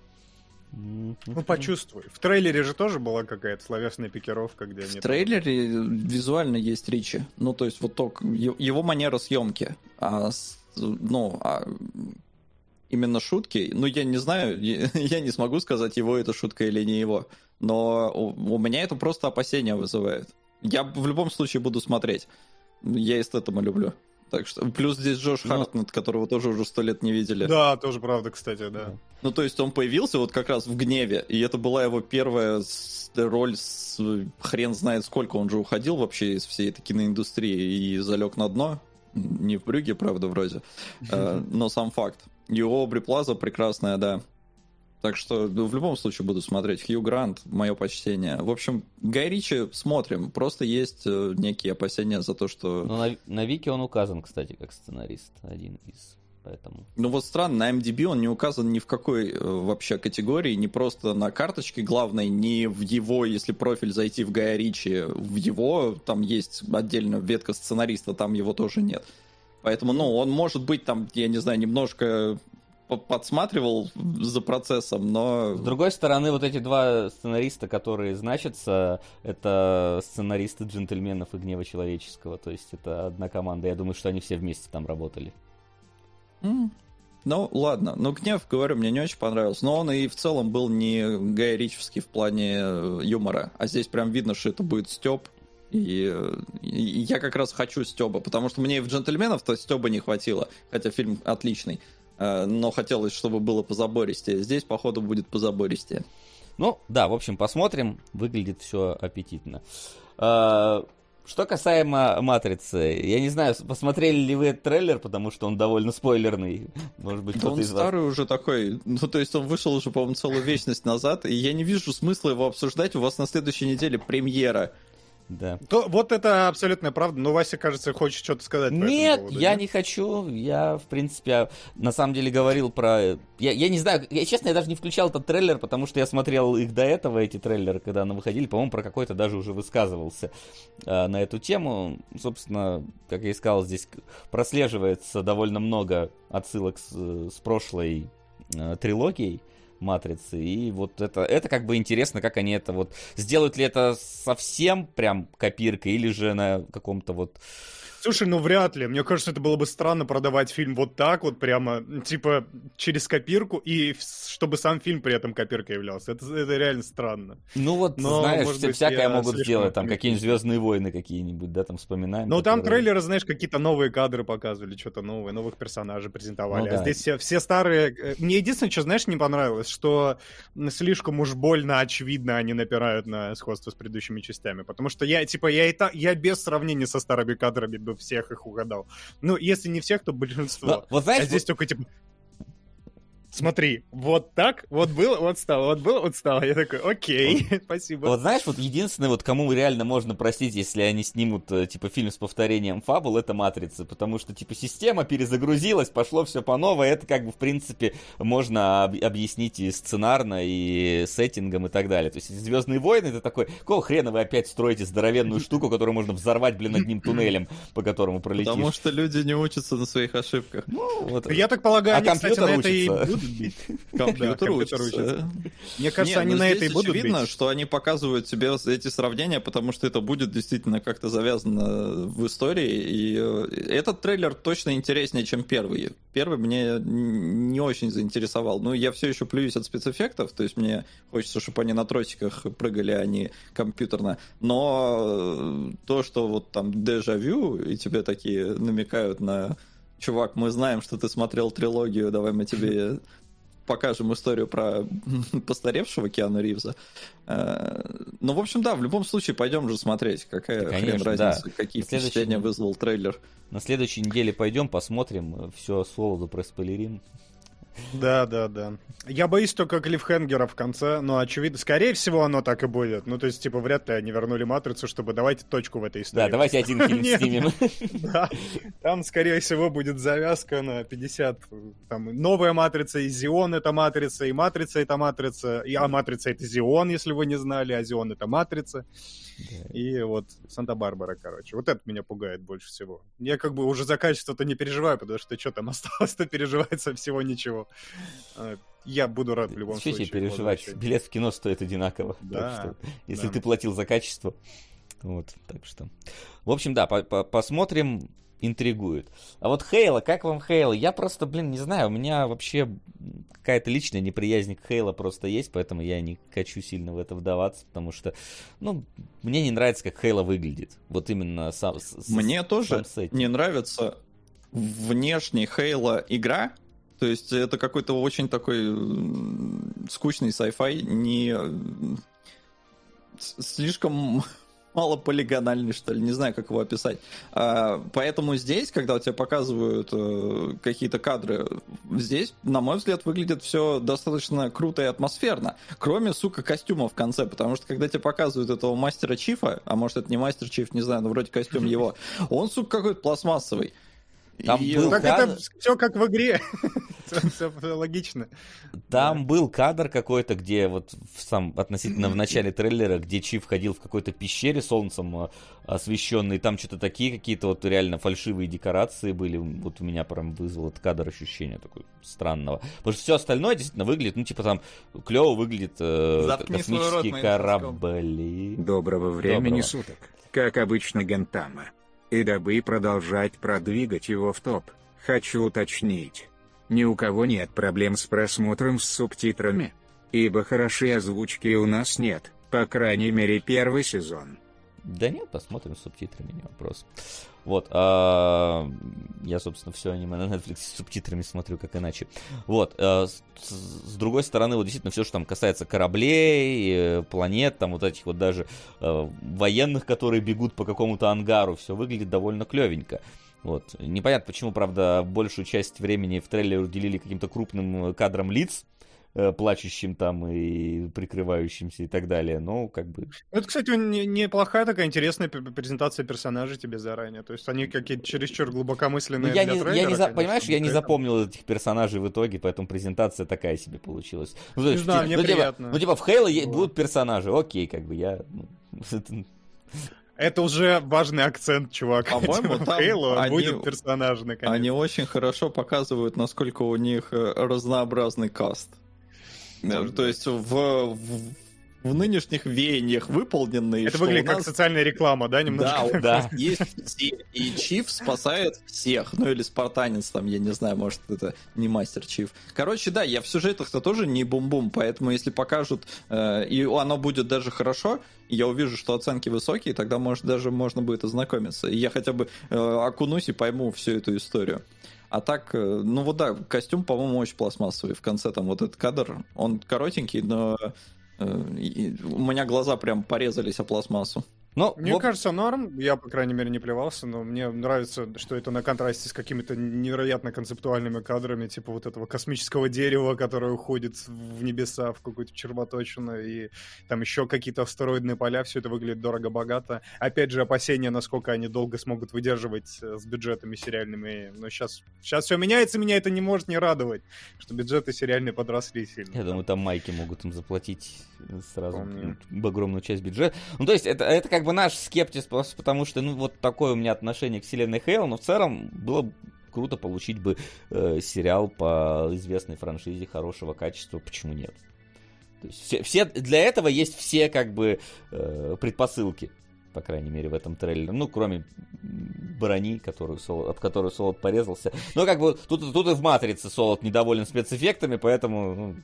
Ну, почувствуй. В трейлере же тоже была какая-то словесная пикировка, где... В они трейлере там... визуально есть Ричи. Ну, то есть вот то, его манера съемки. А, ну, а... именно шутки, ну, я не знаю, я не смогу сказать, его это шутка или не его, но у, у меня это просто опасения вызывает. Я в любом случае буду смотреть. Я эстетома люблю. Так что, плюс здесь Джош ну, Хартнетт, которого тоже уже сто лет не видели. Да, тоже правда, кстати, да. Ну, то есть он появился вот как раз в «Гневе», и это была его первая роль с... Хрен знает сколько, он же уходил вообще из всей этой киноиндустрии и залег на дно. Не в Брюгге, правда, вроде. Но сам факт. И Обри Плаза прекрасная, да. Так что ну, в любом случае буду смотреть. Хью Грант, мое почтение. В общем, Гай Ричи смотрим. Просто есть э, некие опасения за то, что... Ну, на, на Вики он указан, кстати, как сценарист. Один из... Поэтому... Ну вот странно, на эм ди би он не указан ни в какой э, вообще категории, не просто на карточке главной, ни в его, если профиль зайти в Гая Ричи, в его, там есть отдельно ветка сценариста, там его тоже нет. Поэтому, ну, он может быть там, я не знаю, немножко подсматривал за процессом, но... С другой стороны, вот эти два сценариста, которые значатся, это сценаристы «Джентльменов» и «Гнева человеческого». То есть это одна команда. Я думаю, что они все вместе там работали. Mm. Ну, ладно. Ну, «Гнев», говорю, мне не очень понравился. Но он и в целом был не Гай Ричевский в плане юмора. А здесь прям видно, что это будет стёб. И, и я как раз хочу стёба, потому что мне и в «Джентльменов»-то стёба не хватило. Хотя фильм отличный. Но хотелось, чтобы было позабористее. Здесь, походу, будет позабористее. Ну, да, в общем, посмотрим. Выглядит все аппетитно. Что касаемо «Матрицы», я не знаю, посмотрели ли вы этот трейлер, потому что он довольно спойлерный. Может быть, да кто-то он из вас... старый уже такой. Ну, то есть он вышел уже, по-моему, целую вечность назад, и я не вижу смысла его обсуждать. У вас на следующей неделе премьера. Да. То, вот это абсолютная правда, но Вася, кажется, хочет что-то сказать по Нет, этому поводу, я нет? не хочу. Я, в принципе, на самом деле говорил про... Я, я не знаю, я, честно, я даже не включал этот трейлер, потому что я смотрел их до этого, эти трейлеры, когда они выходили. По-моему, про какой-то даже уже высказывался э, на эту тему. Собственно, как я и сказал, здесь прослеживается довольно много отсылок с, с прошлой э, трилогией Матрицы. И вот это, это как бы интересно, как они это вот... Сделают ли это совсем прям копиркой, или же на каком-то вот... Слушай, ну вряд ли. Мне кажется, это было бы странно продавать фильм вот так вот прямо, типа, через копирку, и чтобы сам фильм при этом копиркой являлся. Это, это реально странно. Ну вот, Но, знаешь, может все быть, всякое я могут слишком сделать, там оптимистичен. какие-нибудь «Звездные войны» какие-нибудь, да, там вспоминаем. Ну, там которые- трейлеры, знаешь, какие-то новые кадры показывали, что-то новое, новых персонажей презентовали. Ну а да. здесь все, все старые... э, Мне единственное, что, знаешь, не понравилось, что м, слишком уж больно очевидно они напирают на сходство с предыдущими частями. Потому что я, типа, я и так, я без сравнения со старыми кадрами бы всех их угадал. Ну, если не всех, то большинство. Ну, вот знаешь, А здесь только, типа... Смотри, вот так, вот было, вот стало, вот было, вот стало. Я такой, окей, спасибо. Вот знаешь, вот единственное, вот кому реально можно простить, если они снимут, э, типа, фильм с повторением фабул, это «Матрица», потому что, типа, система перезагрузилась, пошло все по новой, это, как бы, в принципе, можно об- объяснить и сценарно, и сеттингом, и так далее. То есть «Звездные войны» — это такой, какого хрена вы опять строите здоровенную штуку, которую можно взорвать, блин, одним туннелем, по которому пролетишь? Потому что люди не учатся на своих ошибках. Ну, вот. Я так полагаю, А они, кстати, на компьютер это и учится. будут бить. Компьютер компьютер учится. учится. Мне кажется, Не, они ну на здесь это и будут очевидно, бить. что они показывают тебе эти сравнения, потому что это будет действительно как-то завязано в истории. И э, этот трейлер точно интереснее, чем первый. Первый мне не очень заинтересовал. Ну, я все еще плююсь от спецэффектов, то есть мне хочется, чтобы они на тросиках прыгали, а не компьютерно. Но э, то, что вот там дежавю, и тебе такие намекают на... Чувак, мы знаем, что ты смотрел трилогию, давай мы тебе покажем историю про постаревшего Киану Ривза. Ну, в общем, да, в любом случае пойдем же смотреть, какая Да, хрен конечно, разница, да. какие На следующий впечатления день. вызвал трейлер. На следующей неделе пойдем, посмотрим, все Солоду проспойлерим. Да, да, да. Я боюсь только клиффхенгера в конце, но очевидно, скорее всего, оно так и будет. Ну, то есть, типа, вряд ли они вернули «Матрицу», чтобы давайте точку в этой истории. Да, давайте один фильм Нет. снимем. Да, там, скорее всего, будет завязка на пятьдесят. Там новая «Матрица», и «Зион» — это «Матрица», и «Матрица» — это «Матрица», и а «Матрица» — это «Зион», если вы не знали, а «Зион» — это «Матрица». И вот Санта-Барбара, короче. Вот это меня пугает больше всего. Я как бы уже за качество-то не переживаю, потому что что там осталось-то переживается всего ничего. А, Я буду рад в любом Что случае. тебе переживать? возвращению. Билет в кино стоит одинаково. Да, Так что, если да. ты платил за качество. Вот, так что. В общем, да, по- по- посмотрим. Интригует. А вот Хейла, как вам Хейла? Я просто, блин, не знаю, у меня вообще какая-то личная неприязнь к Хейла просто есть, поэтому я не хочу сильно в это вдаваться, потому что, ну, мне не нравится, как Хейла выглядит. Вот именно сам... с- Мне сам тоже сеттинг. не нравится внешне Хейла игра. То есть это какой-то очень такой м, скучный sci-fi, не м, с- слишком мало полигональный, что ли, не знаю, как его описать. А, поэтому здесь, когда у тебя показывают э, какие-то кадры, здесь, на мой взгляд, выглядит все достаточно круто и атмосферно. Кроме, сука, костюма в конце, потому что когда тебе показывают этого мастера Чифа, а может это не мастер Чиф, не знаю, но вроде костюм его, он, сука, какой-то пластмассовый. Там И- был Так кадр- это все как в игре. Все логично. Там был кадр какой-то, где вот в сам, относительно в начале трейлера, где Чиф ходил в какой-то пещере солнцем э, освещенной, там что-то такие какие-то вот реально фальшивые декорации были. Вот у меня прям вызвал этот кадр ощущения такой странного. Потому что все остальное действительно выглядит, ну типа там клево выглядит э, Заткни свой рот космические моим корабли. Доброго времени Доброго. суток. Как обычно, Гентама. И дабы продолжать продвигать его в топ, хочу уточнить. Ни у кого нет проблем с просмотром с субтитрами. Ибо хорошей озвучки у нас нет, по крайней мере первый сезон. Да нет, посмотрим с субтитрами, не вопрос. Вот, а, я, собственно, все аниме на Netflix с субтитрами смотрю, как иначе. Вот, а, с, с другой стороны, вот действительно, все, что там касается кораблей, э, планет, там вот этих вот даже э, военных, которые бегут по какому-то ангару, все выглядит довольно клевенько. Вот. Непонятно, почему, правда, большую часть времени в трейлере уделили каким-то крупным кадрам лиц, э, плачущим там и прикрывающимся и так далее. Но как бы... Это, кстати, не- неплохая такая интересная п- презентация персонажей тебе заранее. То есть они какие-то чересчур Ну, глубокомысленные я для не, я трейлера, не за- конечно, понимаешь, я не при этом. запомнил этих персонажей в итоге, поэтому презентация такая себе получилась. Ну, то Не есть, знаю, ти- мне ну, типа, приятно. ну, типа, в Хейло е- Вот. будут персонажи, окей, как бы я... ну, это- Это уже важный акцент, чувак. По-моему, В там Halo они- будет персонаж, наконец. Они очень хорошо показывают, насколько у них э, разнообразный каст. То есть в, в, в нынешних веяниях выполненные. Это выглядит как социальная реклама, да, немножко? Да, да. Есть все, и Чиф спасает всех. Ну или спартанец там, я не знаю, может это не мастер Чиф. Короче, да, я в сюжетах-то тоже не бум-бум, поэтому если покажут, э, и оно будет даже хорошо, и я увижу, что оценки высокие, тогда может даже можно будет ознакомиться. И я хотя бы э, окунусь и пойму всю эту историю. А так, ну вот да, костюм, по-моему, очень пластмассовый. В конце там вот этот кадр, он коротенький, но э, и, у меня глаза прям порезались о пластмассу. Но, мне вот... кажется, норм. Я, по крайней мере, не плевался, но мне нравится, что это на контрасте с какими-то невероятно концептуальными кадрами, типа вот этого космического дерева, которое уходит в небеса, в какую-то червоточину, и там еще какие-то астероидные поля, все это выглядит дорого-богато. Опять же, опасения, насколько они долго смогут выдерживать с бюджетами сериальными. Но сейчас, сейчас все меняется, меня это не может не радовать, что бюджеты сериальные подросли сильно. Я думаю, там майки могут им заплатить сразу Помню. огромную часть бюджета. Ну, то есть, это, это как бы наш скептиз, потому что, ну, вот такое у меня отношение к вселенной Хейла, но в целом было бы круто получить бы э, сериал по известной франшизе хорошего качества, почему нет? То есть все, все, для этого есть все, как бы, э, предпосылки, по крайней мере, в этом трейлере. Ну, кроме брони, которую Солод, об которую Солод порезался. Но, как бы, тут, тут и в «Матрице» Солод недоволен спецэффектами, поэтому, ну,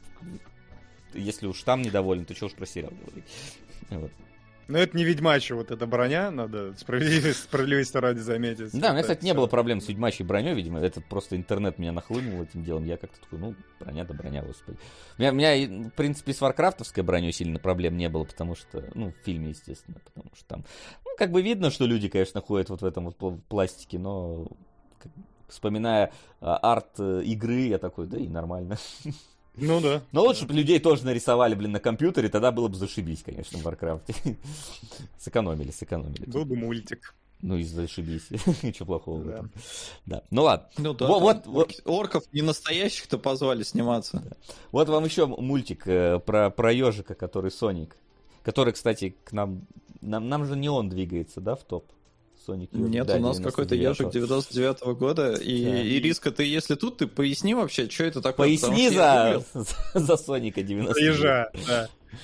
если уж там недоволен, то что уж про сериал говорить. Вот. Но это не Ведьмачья, вот эта броня, надо справедливости, справедливости ради заметить. Да, у меня, кстати, не было проблем с Ведьмачьей броней, видимо, это просто интернет меня нахлынул этим делом, я как-то такой, ну, броня да броня, господи. У меня, у меня, в принципе, с варкрафтовской броней сильно проблем не было, потому что, ну, в фильме, естественно, потому что там, ну, как бы видно, что люди, конечно, ходят вот в этом вот пластике, но, как, вспоминая а, арт игры, я такой, да и нормально. Ну да. Но лучше бы людей тоже нарисовали, блин, на компьютере, тогда было бы зашибись, конечно, в Варкрафте. Сэкономили, сэкономили. Был бы мультик. Ну и зашибись. Ничего плохого в этом. Да. Ну ладно. Ну да, вот, вот, орков не настоящих-то позвали сниматься. Да. Вот вам еще мультик э, про, про ежика, который Соник. Который, кстати, к нам, нам... Нам же не он двигается, да, в топ? Соник, Нет, да, у нас какой-то ежик девяносто девятого года. И, да. Ириска, ты если тут, ты поясни вообще, что это такое. Поясни за, за Соника девяносто девятого. Ежа, да.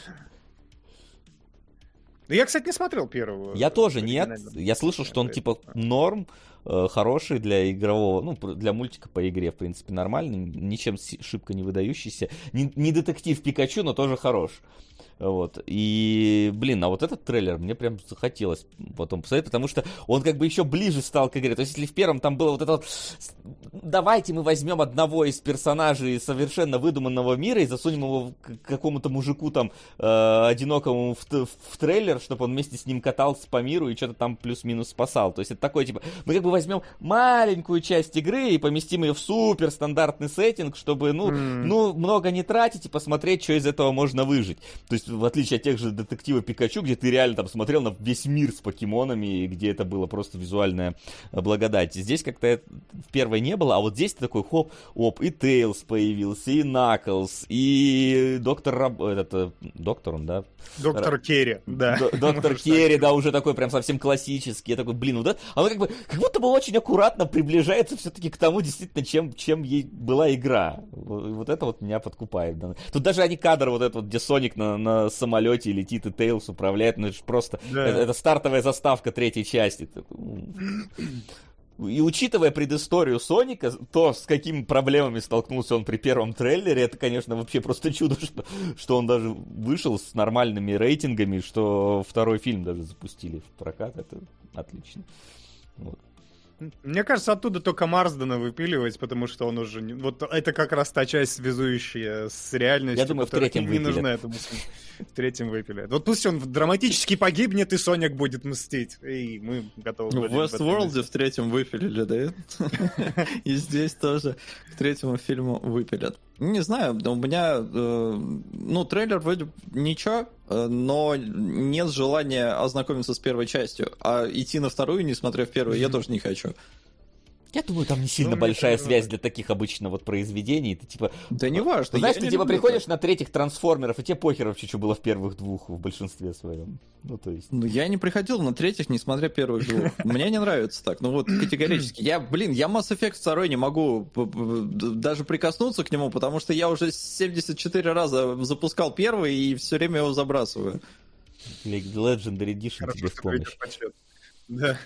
Да я, кстати, не смотрел первого. Я тоже нет. Я слышал, что он типа норм, э, хороший для игрового, ну, для мультика по игре, в принципе, нормальный, ничем шибко не выдающийся. Не, не детектив Пикачу, но тоже хорош. Вот. И, блин, а вот этот трейлер мне прям захотелось потом посмотреть, потому что он как бы еще ближе стал к игре. То есть, если в первом там было вот это вот, давайте мы возьмем одного из персонажей совершенно выдуманного мира и засунем его к какому-то мужику там э, одинокому в, в трейлер, чтобы он вместе с ним катался по миру и что-то там плюс-минус спасал. То есть, это такой, типа, мы как бы возьмем маленькую часть игры и поместим ее в супер стандартный сеттинг, чтобы, ну, mm. ну много не тратить и посмотреть, что из этого можно выжить. То есть, в отличие от тех же детектива Пикачу, где ты реально там смотрел на весь мир с покемонами, и где это было просто визуальная благодать. Здесь как-то в первой не было, а вот здесь такой хоп, оп, и Тейлз появился, и Наклз, и доктор Раб... Этот, доктор он, да? Доктор Р... Керри, да. Д- доктор Керри, да, уже такой прям совсем классический. Я такой, блин, вот это... Оно как бы, как будто бы очень аккуратно приближается все-таки к тому, действительно, чем, чем ей была игра. Вот это вот меня подкупает. Да. Тут даже они кадр вот этот вот, где Соник на, на самолете летит и Тейлз управляет, ну это же просто, да. это, это стартовая заставка третьей части. И учитывая предысторию Соника, то, с какими проблемами столкнулся он при первом трейлере, это, конечно, вообще просто чудо, что, что он даже вышел с нормальными рейтингами, что второй фильм даже запустили в прокат, это отлично. Вот. Мне кажется, оттуда только Марсдена выпиливать, потому что он уже... Вот это как раз та часть, связующая с реальностью. Я думаю, в третьем не выпилят. Нужна эта мысль. В третьем выпилят. Вот пусть он драматически погибнет, и Соник будет мстить. И мы готовы... В Westworld в третьем выпилили, да? И здесь тоже к третьему фильму выпилят. Не знаю, у меня... Ну, трейлер вроде ничего, но нет желания ознакомиться с первой частью. А идти на вторую, не смотря в первую, я тоже не хочу. Я думаю, там не сильно Ну, большая это- связь для таких обычно вот произведений. Ты типа... Да не важно. Ну, знаешь, я ты не типа люблю приходишь так. на третьих трансформеров, и тебе похер вообще, что было в первых двух в большинстве своем. Ну, то есть... Ну, я не приходил на третьих, несмотря первых двух. Мне не нравится так. Ну вот категорически. Я, блин, я Mass Effect два не могу п- п- даже прикоснуться к нему, потому что я уже семьдесят четыре раза запускал первый и все время его забрасываю. Legendary Edition Хорошо, тебе в что помощь. придёт почет. Да.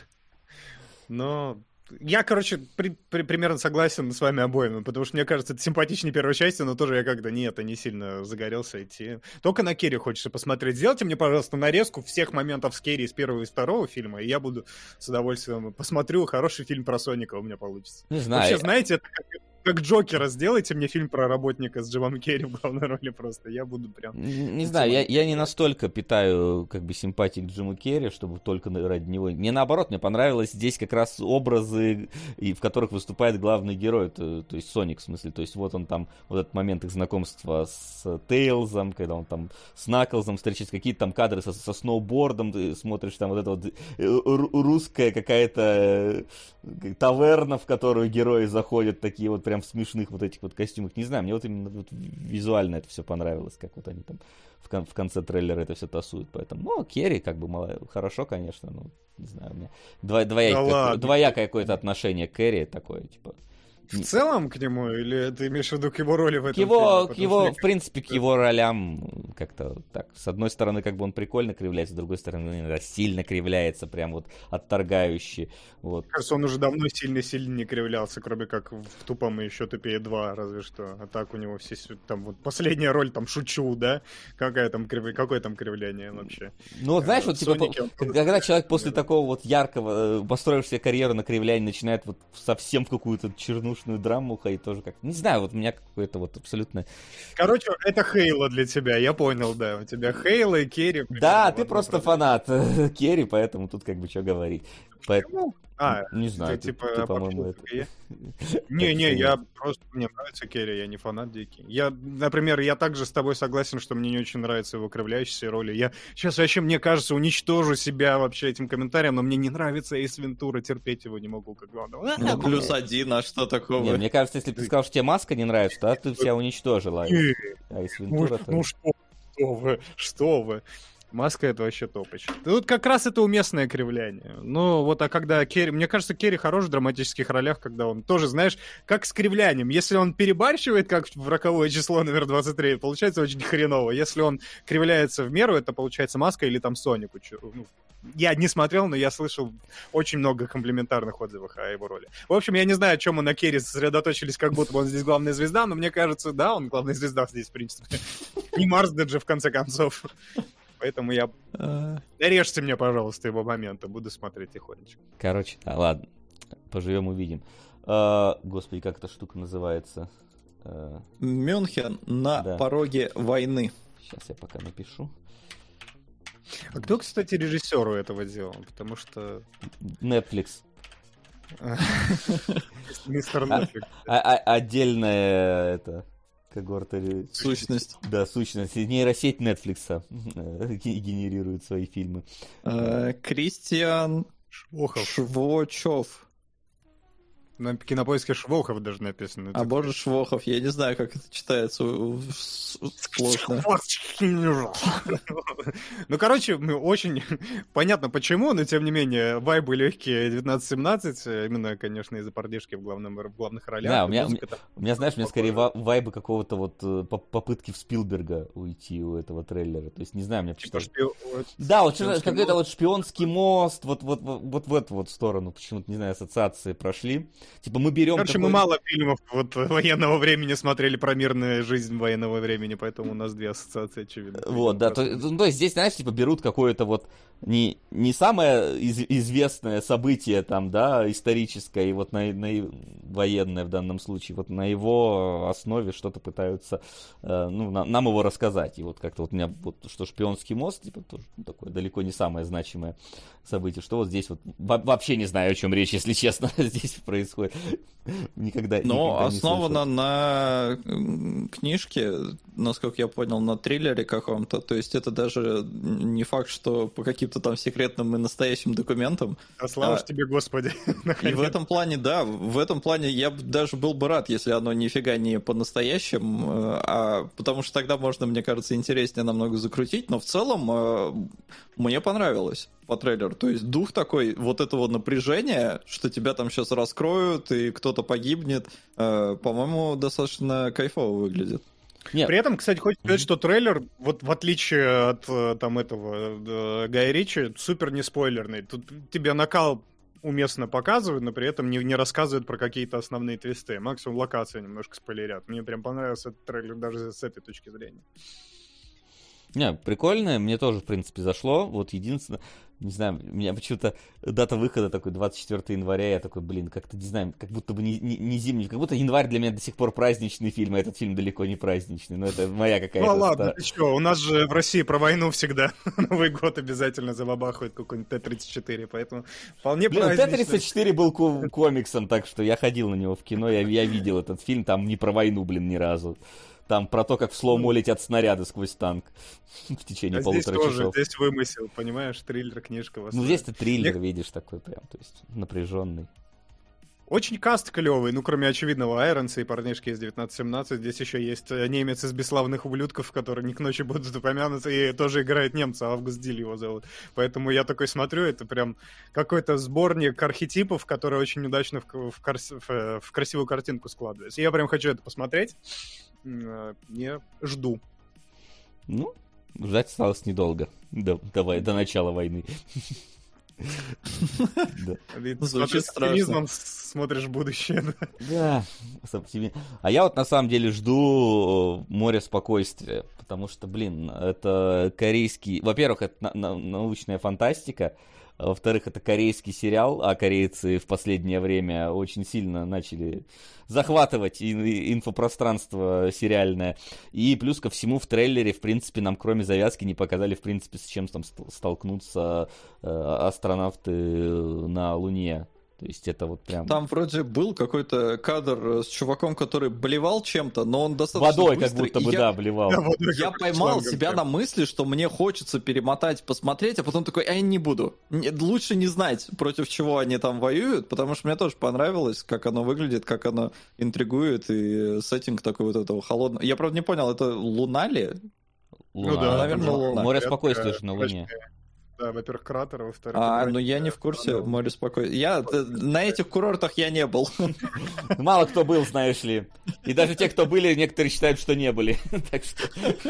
Но я, короче, при- при- примерно согласен с вами обоими, потому что мне кажется, это симпатичнее первой части, но тоже я как-то нет, я не сильно загорелся идти. Только на Керри хочется посмотреть. Сделайте мне, пожалуйста, нарезку всех моментов с Керри из первого и второго фильма, и я буду с удовольствием посмотрю. Хороший фильм про Соника у меня получится. Не знаю. Вообще, знаете, это как, как Джокера. Сделайте мне фильм про работника с Джимом Керри в главной роли просто. Я буду прям... Не, не знаю, я, я не настолько питаю как бы симпатии к Джиму Керри, чтобы только на- ради него. Мне наоборот, мне понравилось здесь как раз образы, и, в которых выступает главный герой, то, то есть Соник в смысле. То есть вот он там, вот этот момент их знакомства с Тейлзом, когда он там с Наклзом встречается, какие-то там кадры со, со сноубордом, ты смотришь там вот это вот э, ру- русская какая-то э, таверна, в которую герои заходят, такие вот прям в смешных вот этих вот костюмах. Не знаю, мне вот именно вот визуально это все понравилось, как вот они там в, кон- в конце трейлера это все тасуют. Поэтому, ну, Керри как бы мало, хорошо, конечно, ну, не знаю, у меня дво, двоя- Да как- ладно. двоякое какое-то отношение к Керри такое, типа. В целом к нему, или ты имеешь в виду к его роли в К этом его, фильме? к Потому его, что в принципе, к его ролям как-то так. С одной стороны, как бы он прикольно кривляется, с другой стороны, иногда сильно кривляется, прям вот отторгающе. Вот. Мне кажется, он уже давно сильно-сильно не кривлялся, кроме как в «Тупом и еще тупее два», разве что. А так у него все... с- Там вот последняя роль, там, «Шучу», да? Какая там крив... Какое там кривляние вообще? Ну, вот знаешь, в вот типа, Сонике по- он как- тоже когда человек да. после такого вот яркого, э, построив себе карьеру на кривлянии, начинает вот совсем в какую-то чернушную драму ходить, тоже как... Не знаю, вот у меня какое-то вот абсолютно... Короче, это Хейла для тебя, я понял, да. У тебя Хейла и Керри. Да, примерно в ты одном просто продукте. фанат Керри, поэтому тут как бы что говорить. Поэтому... А, Не знаю, ты, ты, типа, ты, по-моему, обобщил, это... я- Не-не, это я нет. просто... Мне нравится Керри, я не фанат дикий. Я, например, я также с тобой согласен, что мне не очень нравятся его кривляющиеся роли. Я сейчас вообще, мне кажется, уничтожу себя вообще этим комментарием, но мне не нравится Эйс Вентура, терпеть его не могу, как главного. Ну, плюс один, а что такого? Не, мне кажется, если бы ты сказал, что тебе маска не нравится, то ты себя уничтожила. Не, А из Ну, Вентура, то... ну что, что вы, что вы. Маска — это вообще топыч. Тут как раз это уместное кривляние. Ну, вот, а когда Керри... Мне кажется, Керри хорош в драматических ролях, когда он тоже, знаешь, как с кривлянием. Если он перебарщивает, как в «Роковое число» номер двадцать три, получается очень хреново. Если он кривляется в меру, это получается Маска или там Сонику. Ну, я не смотрел, но я слышал очень много комплиментарных отзывов о его роли. В общем, я не знаю, о чем мы на Керри сосредоточились, как будто бы он здесь главная звезда, но мне кажется, да, он главная звезда здесь, в принципе. Не Марсден же, в конце концов. Поэтому я... А, Режьте мне, пожалуйста, его моменты. Буду смотреть тихонечко. Короче, да, ладно. Поживем, увидим. А, господи, как эта штука называется? А, Мюнхен на Да. пороге войны. сейчас я пока напишу. А кто, кстати, режиссеру этого делал? Потому что... Netflix. Мистер А- Netflix. А- а- отдельная это когорта. ре- Сущность. Да, сущность. Нейросеть Netflix э, ге- генерирует свои фильмы. А, Кристиан Швохов. Швочев. На кинопоиске Швохов даже написано. А боже, Швохов, я не знаю, как это читается у- у- с- сложно. Ну, короче, мы очень понятно почему, но тем не менее, вайбы легкие девятнадцать семнадцать, именно, конечно, из-за пардишки в, главном, в главных ролях. Да, у и меня- музыка там. У меня, знаешь, у меня скорее Похоже. ва- вайбы какого-то вот э, по- попытки в Спилберга уйти у этого трейлера. То есть, не знаю, мне Типа почему-то... шпион- вот Да, вот что-то шпионский какой-то мост. вот шпионский мост, вот, вот, вот, вот в эту вот сторону, почему-то, не знаю, ассоциации прошли. Типа мы берем... Короче, такой- мы мало фильмов вот военного времени смотрели про мирную жизнь военного времени, поэтому у нас две ассоциации, очевидно. Вот, да, то, ну, то есть здесь, знаешь, типа берут какое-то вот не, не самое из- известное событие там, да, историческое, и вот на, на- военное в данном случае, вот на его основе что-то пытаются, э, ну, на- нам его рассказать. И вот как-то вот у меня вот, что шпионский мост, типа, тоже ну, такое далеко не самое значимое событие, что вот здесь вот во- вообще не знаю, о чем речь, если честно, здесь происходит. Никогда, Но никогда не основано слышал. на м, книжке, насколько я понял, на триллере каком-то. То есть это даже не факт, что по каким-то каким-то там секретным и настоящим документам. А слава А, ж тебе, Господи. И в этом плане, да, в этом плане я бы даже был бы рад, если оно нифига не по-настоящему, а потому что тогда можно, мне кажется, интереснее намного закрутить, но в целом э, мне понравилось по трейлеру. То есть дух такой, вот этого напряжения, что тебя там сейчас раскроют и кто-то погибнет, э, по-моему, достаточно кайфово выглядит. Нет. При этом, кстати, хочется сказать, что трейлер, вот в отличие от э, там этого э, Гая Ричи, супер не спойлерный. Тут тебе накал уместно показывают, но при этом не, не рассказывают про какие-то основные твисты. Максимум локации немножко спойлерят. Мне прям понравился этот трейлер даже с этой точки зрения. Не, прикольно, мне тоже, в принципе, зашло. Вот единственное, не знаю, у меня почему-то дата выхода такой двадцать четвёртого января, я такой, блин, как-то, не знаю, как будто бы не, не, не зимний, как будто январь для меня до сих пор праздничный фильм, а этот фильм далеко не праздничный, но это моя какая-то... Ну ладно, ста... ты что, у нас же в России про войну всегда Новый год обязательно забабахивает какой-нибудь Т тридцать четыре, поэтому вполне Блин, празднично. Т тридцать четыре был ко- комиксом, так что я ходил на него в кино, я, я видел этот фильм, там не про войну, блин, ни разу. Там про то, как в слоумо летят снаряды сквозь танк в течение А полутора здесь тоже, часов. здесь вымысел, понимаешь, триллер, книжка. Ну, здесь-то триллер, Мне... видишь, такой прям, то есть напряженный. Очень каст клевый, ну, кроме очевидного Айронса и парнишки из девятнадцать семнадцать, здесь еще есть немец из «Бесславных ублюдков», который не к ночи будут упомянуться, и тоже играет немца, Август Диль его зовут. Поэтому я такой смотрю, это прям какой-то сборник архетипов, который очень удачно в, в, карс... в, в красивую картинку складывается. Я прям хочу это посмотреть. Не жду. Ну, ждать осталось недолго. До, давай, до начала войны. Звучит с оптимизмом смотришь будущее. Да, с оптимизмом. А я вот на самом деле жду «Море спокойствия», потому что, блин, это корейский... Во-первых, это научная фантастика, во-вторых, это корейский сериал, а корейцы в последнее время очень сильно начали захватывать инфопространство сериальное. И плюс ко всему в трейлере, в принципе, нам кроме завязки не показали, в принципе, с чем там столкнутся астронавты на Луне. То есть это вот прям... Там вроде был какой-то кадр с чуваком, который блевал чем-то, но он достаточно водой быстрый. как будто бы, я... да, блевал. Да, Я поймал себя на мысли, что мне хочется перемотать, посмотреть, а потом такой, а я не буду. Лучше не знать, против чего они там воюют, потому что мне тоже понравилось, как оно выглядит, как оно интригует, и сеттинг такой вот этого холодного. Я, правда, не понял, это Луна ли? Луна. Ну да, наверное, Луна. Море спокойствия же на Луне. Да, во-первых, кратер, а во-вторых... А, ну я не в курсе, море спокойствия. Я на этих курортах я не был. Мало кто был, знаешь ли. И даже те, кто были, некоторые считают, что не были. Так что...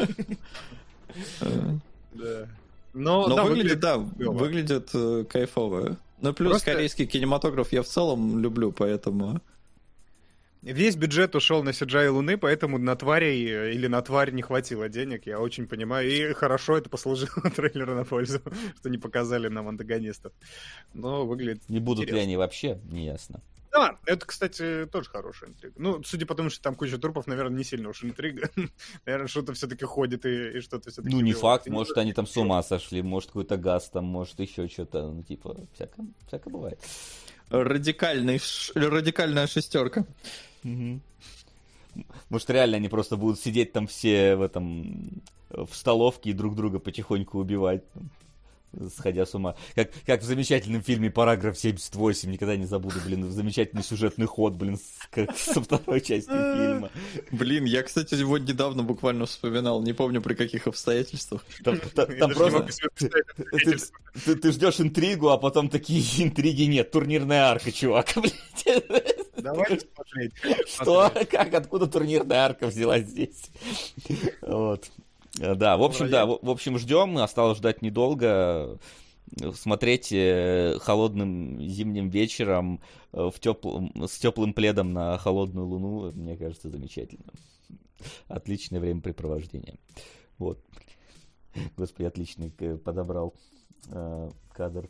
Да. Но, Но да, выглядит, да, клево. выглядит э, кайфово. Ну, плюс Просто- корейский кинематограф я в целом люблю, поэтому... Весь бюджет ушел на си джи ай Луны, поэтому на тварей или на тварь не хватило денег, я очень понимаю. И хорошо это послужило трейлеру на пользу, что не показали нам антагонистов. Но выглядит Не будут ли интересно. они вообще, не ясно. Да, это, кстати, тоже хорошая интрига. Ну, судя по тому, что там куча трупов, наверное, не сильно уж интрига. Наверное, что-то все-таки ходит и, и что-то все-таки... Ну, не делает. факт, И может, они там с ума сошли, может, какой-то газ там, может, еще что-то, ну, типа, всякое, всякое бывает. Радикальный, ш- радикальная шестерка. Мгм. Может, реально они просто будут сидеть там все в этом, в столовке и друг друга потихоньку убивать, там, сходя с ума. Как, как в замечательном фильме «Параграф семьдесят восемь», никогда не забуду, блин, замечательный сюжетный ход, блин, с- как со второй части фильма. Блин, я, кстати, его недавно буквально вспоминал, не помню при каких обстоятельствах. Там, та- Я там даже не просто... могу себе представить это Ты, свидетельство. ты- ты ждешь интригу, а потом такие интриги нет. Турнирная арка, чувак, блядь. Давайте смотреть. Что? Как? Откуда турнирная арка взялась здесь? Вот. Да, в общем, да, в в общем, ждем, осталось ждать недолго. Смотреть э, холодным зимним вечером э, в теплом, с теплым пледом на холодную луну, мне кажется, замечательно. Отличное времяпрепровождение. Вот. Господи, отличный э, подобрал э, кадр.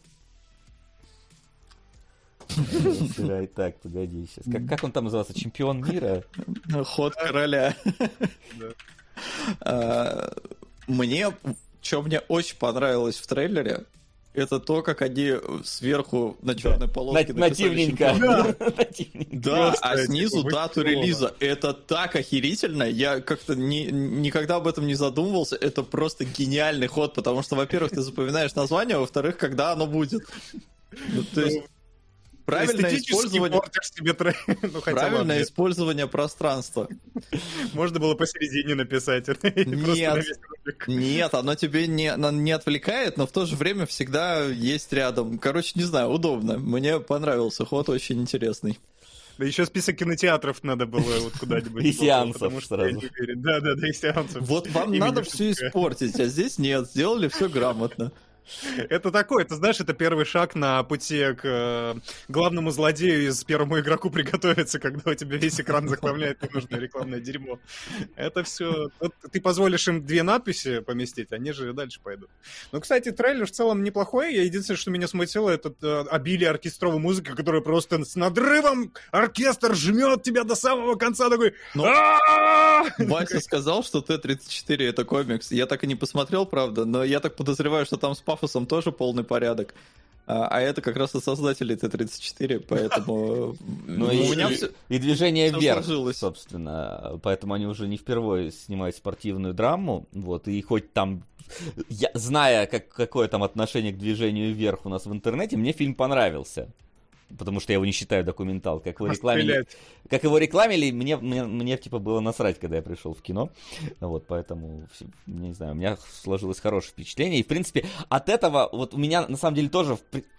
Сырай. Так, погоди сейчас. Как, как он там назывался? Чемпион мира? Ход короля. Да. А, Мне, что мне очень понравилось в трейлере, Это то, как они сверху на черной полоске На- Нативненько. Нативненько. Да, Просто, а снизу типа, дату выстрелово. релиза. Это так охерительно. Я как-то ни- никогда об этом не задумывался. Это просто гениальный ход, потому что, во-первых, ты запоминаешь название, а во-вторых, когда оно будет. Ну, то есть правильное Эстетически использование, портишь себе трек. Ну, хотя правильное ладно, использование пространства. можно было посередине написать. это, и просто Нет. на весь ролик. Нет, оно тебе не, оно не отвлекает, но в то же время всегда есть рядом. Короче, не знаю, удобно. Мне понравился ход, очень интересный. Да еще список кинотеатров надо было вот куда-нибудь. И сеансов потому что сразу. я не уверен. Да, да, да, и сеансов. Вот вам Имени надо все Шевчука. испортить, а здесь нет, сделали все грамотно. Это такое, ты знаешь, это первый шаг на пути к э, главному злодею из первому игроку приготовиться, когда у тебя весь экран заглавляет ненужное рекламное дерьмо. Это все. Вот ты позволишь им две надписи поместить, они же дальше пойдут. Ну, кстати, трейлер в целом неплохой. Я единственное, что меня смутило, это э, обилие оркестровой музыки, которая просто с надрывом оркестр жмет тебя до самого конца, такой. Ну, «А-а-а!» Вася сказал, что Т тридцать четыре это комикс. Я так и не посмотрел, правда, но я так подозреваю, что там с пафосом тоже полный порядок. А, а это как раз от создателей Т тридцать четыре, поэтому Ну у и, меня и- всё- и движение всё вверх, сложилось. собственно. Поэтому они уже не впервые снимают спортивную драму. Вот, и хоть там, я, зная, как, какое там отношение к движению вверх у нас в интернете, мне фильм понравился. Потому что я его не считаю документал. Как его рекламили, Пострелять. как его рекламили, мне, мне, мне типа было насрать, когда я пришел в кино. Вот, поэтому, все- не знаю, у меня сложилось хорошее впечатление. И, в принципе, от этого, вот у меня, на самом деле, тоже в при-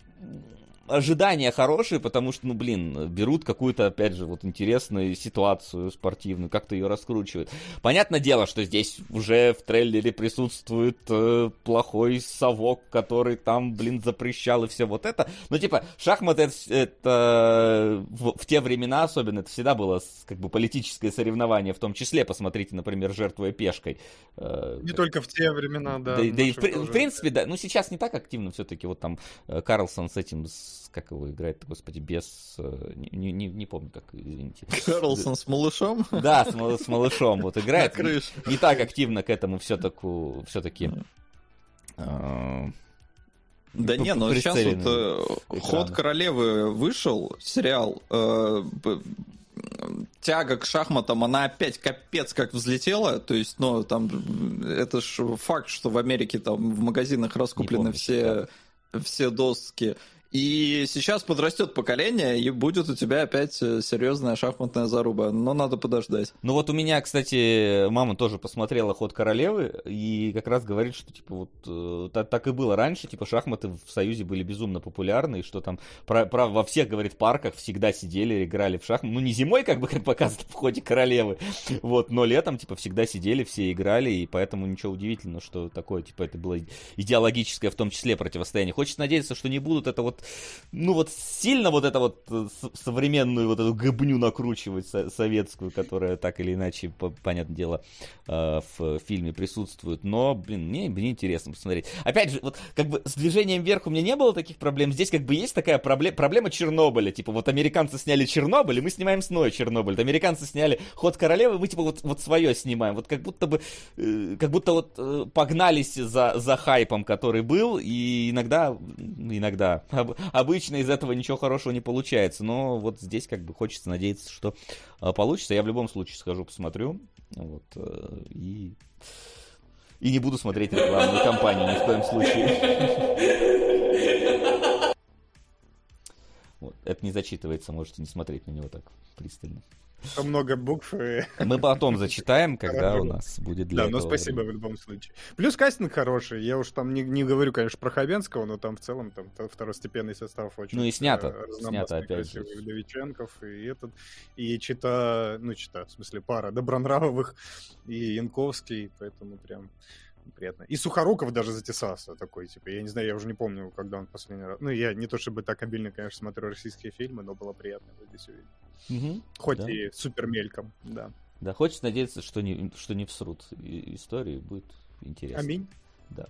ожидания хорошие, потому что, ну, блин, берут какую-то, опять же, вот интересную ситуацию спортивную, как-то ее раскручивают. Понятное дело, что здесь уже в трейлере присутствует э, плохой совок, который там, блин, запрещал и все вот это. Ну, типа, шахматы это, это в, в те времена особенно, это всегда было с- как бы политическое соревнование, в том числе, посмотрите, например, «Жертвуя пешкой». Э, Не только в те времена, да. да, да и в, наши при- тоже. в принципе, да, ну сейчас не так активно все-таки, вот там э, Карлсон с этим, с- как его играет, господи, без, э, не, не, не помню как, извините. Карлсон с малышом Да, с, мал- с малышом вот на играет, не, крыше. не так активно к этому все-таки, все-таки Да не, но сейчас вот э, «Ход королевы» вышел, сериал, э, б- тяга к шахматам, она опять капец как взлетела, то есть, ну, там, это ж факт, что в Америке там в магазинах раскуплены помню, все, все доски. И сейчас подрастет поколение, и будет у тебя опять серьезная шахматная заруба. Но надо подождать. Ну вот у меня, кстати, мама тоже посмотрела «Ход королевы» и как раз говорит, что типа вот э, так, так и было раньше, типа шахматы в Союзе были безумно популярны, и что там про, про- во всех, говорит, парках всегда сидели, играли в шахматы. Ну не зимой, как бы, как показано в «Ходе королевы», вот, но летом, типа, всегда сидели, все играли, и поэтому ничего удивительного, что такое, типа, это было идеологическое в том числе противостояние. Хочется надеяться, что не будут это вот, ну вот сильно вот это вот э, с- современную вот эту гыбню накручивать со- советскую, которая так или иначе, по- понятное дело, э, в фильме присутствует. Но, блин, мне, мне интересно посмотреть. Опять же, вот как бы с движением вверх у меня не было таких проблем. Здесь как бы есть такая проблема, проблема Чернобыля. Типа вот американцы сняли Чернобыль, и мы снимаем снова Чернобыль. Вот американцы сняли «Ход королевы», мы типа вот, вот свое снимаем. Вот как будто бы, э, как будто вот э, погнались за, за хайпом, который был, и иногда, иногда, об- обычно из этого ничего хорошего не получается. Но вот здесь как бы хочется надеяться, что э, получится. Я в любом случае схожу, посмотрю. Вот, э, и... И не буду смотреть рекламную кампанию ни в коем случае. Вот, это не зачитывается, можете не смотреть на него так пристально. Там много букв. И... Мы потом зачитаем, когда Хорошо. у нас будет для Да, ну этого спасибо время. в любом случае. Плюс кастинг хороший. Я уж там не, не говорю, конечно, про Хабенского, но там в целом там т- второстепенный состав очень. Ну и снято, э, разномастный, снято опять же. красивый. Вдовиченков и этот, и чита, ну чита, в смысле пара Добронравовых и Янковский, поэтому прям приятно. И Сухоруков даже затесался такой, типа, я не знаю, я уже не помню, когда он последний раз. Ну, я не то чтобы так обильно, конечно, смотрю российские фильмы, но было приятно его здесь увидеть. Мгм, Хоть да. и супер мельком, да. Да, хочется надеяться, что не, что не всрут и- истории, будет интересно. Аминь. Да.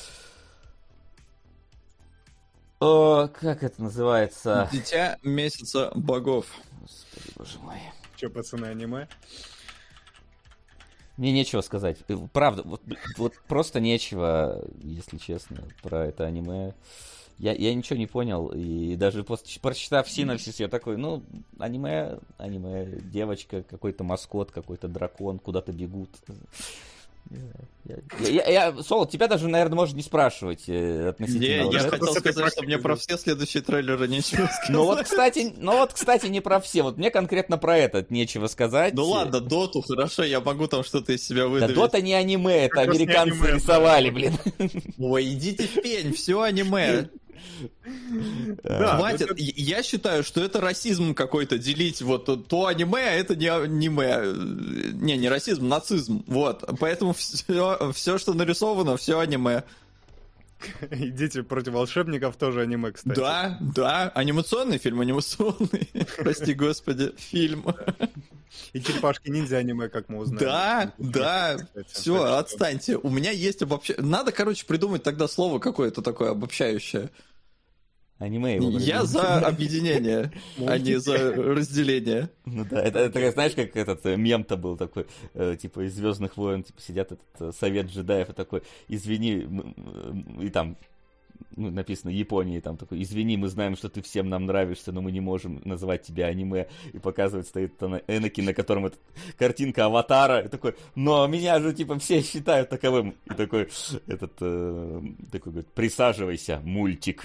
О, как это называется? Дитя месяца богов. Господи, боже мой. Че, пацаны, аниме? Мне нечего сказать. Правда, вот, вот просто нечего, если честно, про это аниме. Я, я ничего не понял, и даже после, прочитав синопсис, я такой, ну, аниме, аниме, девочка, какой-то маскот, какой-то дракон, куда-то бегут. Я, я, я, Сол, тебя даже, наверное, можно не спрашивать э, относительно... Не, я вот хотел сказать, что мне про все следующие трейлеры нечего сказать. Ну вот, кстати, ну вот, кстати, не про все. Вот мне конкретно про этот нечего сказать. Ну ладно, Доту, хорошо, я могу там что-то из себя выдавить. Да Дота не аниме, это Как раз не американцы аниме, рисовали, блин. Ой, идите в пень, все аниме. Да, Хватит. это- Я считаю, что это расизм какой-то делить вот то аниме, а это не аниме. Не, не расизм, нацизм. Вот. Поэтому все, все что нарисовано, все аниме. Идите против волшебников, тоже аниме, кстати. Да, да. Анимационный фильм, анимационный. Прости господи, фильм. И черепашки-ниндзя аниме, как мы узнали. Да, да. Кстати, Все, так что- отстаньте. У меня есть обобщ... Надо, короче, придумать тогда слово какое-то такое обобщающее. Аниме его Я придумали. за объединение, а не за разделение. Ну да, это, это знаешь, как этот э, мем-то был такой, э, типа из Звездных войн, типа сидят этот э, совет джедаев и такой, извини, м- м- и там ну, написано Японии, там такой, извини, мы знаем, что ты всем нам нравишься, но мы не можем называть тебя аниме, и показывает, стоит там Энакин, на котором эта картинка аватара, и такой, но меня же, типа, все считают таковым, и такой, этот, э, такой, говорит, присаживайся, мультик.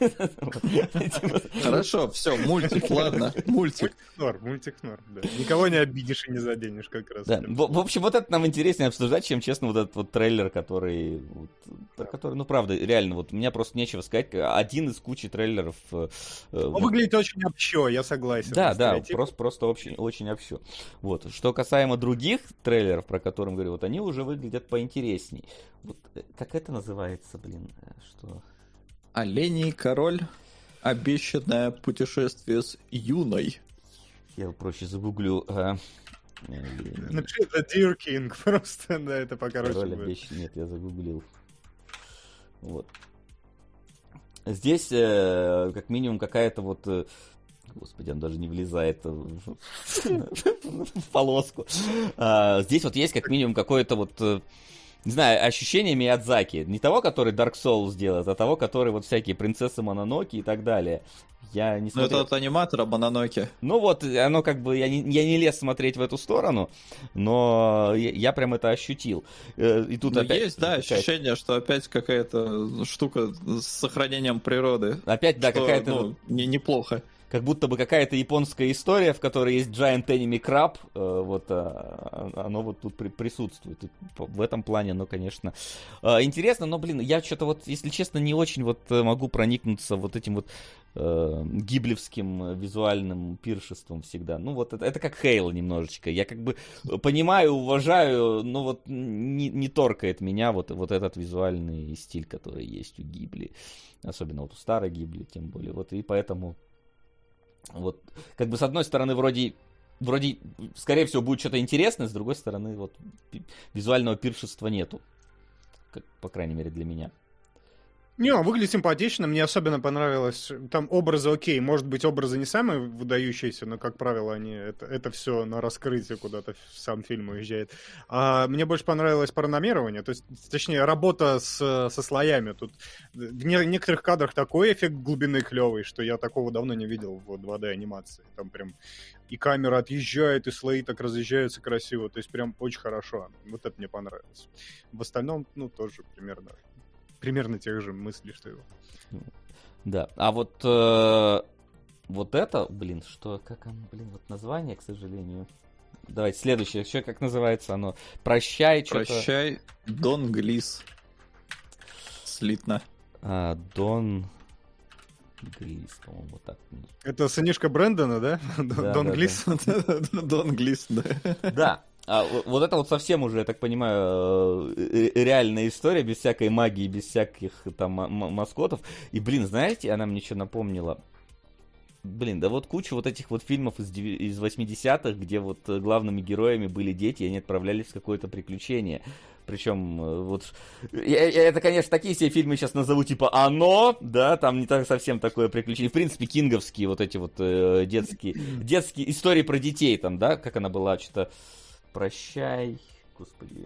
Хорошо, все, мультик, ладно, мультик. Норм, мультик норм, да. Никого не обидишь и не заденешь как раз. Да. В, в общем, вот это нам интереснее обсуждать, чем, честно, вот этот вот трейлер, который, вот, про который, ну, правда, реально, вот у меня просто нечего сказать. Один из кучи трейлеров. э, Он вот. выглядит очень общо, я согласен. Да, да, Стереотип. просто, просто очень, очень общо. Вот. Что касаемо других трейлеров, про которые говорю, вот они уже выглядят поинтересней. Вот, э, как это называется, блин, э, что... Оленей король. Обещанное путешествие с Юной. Я его проще загуглю. э, э, Напиши The Deer King, просто, да, это покороче Король будет. обещан- Нет, я загуглил. Вот. Здесь, э, как минимум, какая-то вот... э, Господи, он даже не влезает в, в полоску. А, здесь вот есть как минимум какое-то вот... э, не знаю, ощущение Миядзаки. Не того, который Dark Souls делает, а того, который вот всякие принцессы Мононоки и так далее. Я не Ну, смотрел. это от аниматора Мононоке. Ну вот, оно как бы, я не, я не лез смотреть в эту сторону, но я, я прям это ощутил. Э, И тут Ну, опять... есть, да, какая-то- ощущение, что опять какая-то штука с сохранением природы. Опять, да, Что, какая-то... ну, вот- не, неплохо. как будто бы какая-то японская история, в которой есть Giant Enemy Crab, э, вот, а, оно вот тут при- присутствует. И по- в этом плане оно, конечно, э, интересно, но, блин, я что-то вот, если честно, не очень вот э, могу проникнуться вот этим вот э, гиблевским визуальным пиршеством всегда. Ну, вот это, это как Хейл немножечко. Я как бы понимаю, уважаю, но вот не, не торкает меня вот, вот этот визуальный стиль, который есть у Гибли. Особенно вот у старой Гибли, тем более. Вот, и поэтому... Вот, как бы с одной стороны, вроде, вроде, скорее всего, будет что-то интересное, с другой стороны, вот, пи- визуального пиршества нету. Как, по крайней мере, для меня. Не, он выглядит симпатично, мне особенно понравилось. Там образы окей, может быть, образы не самые выдающиеся, но, как правило, они это, это все на раскрытие куда-то в сам фильм уезжает. А мне больше понравилось параномирование, то есть, точнее, работа с, со слоями. Тут в не- некоторых кадрах такой эффект глубины клевый, что я такого давно не видел в два дэ-анимации. Там прям и камера отъезжает, и слои так разъезжаются красиво, то есть прям очень хорошо. Вот это мне понравилось. В остальном, ну, тоже примерно... Примерно тех же мыслей, что его. Да, а вот, э, вот это, блин, что, как оно, блин, вот название, к сожалению. Давайте, следующее, еще как называется оно? Прощай, что-то... Прощай, Дон Глис. Слитно. А, Дон Глис, по-моему, вот так. Это сынишка Брэндона, да? Да, Дон да, Глис? Дон Глис, да. Да, а, вот- вот это вот совсем уже, я так понимаю, э, э, реальная история, без всякой магии, без всяких там м- м- маскотов. И, блин, знаете, она мне что напомнила? Блин, да вот куча вот этих вот фильмов из, деви- из восьмидесятых, где вот э, главными героями были дети, и они отправлялись в какое-то приключение. Причем, э, вот, я- я- это, конечно, такие все фильмы сейчас назову, типа «Оно», да, там не так совсем такое приключение. В принципе, кинговские вот эти вот э, детские, детские истории про детей там, да, как она была, что-то «Прощай», господи.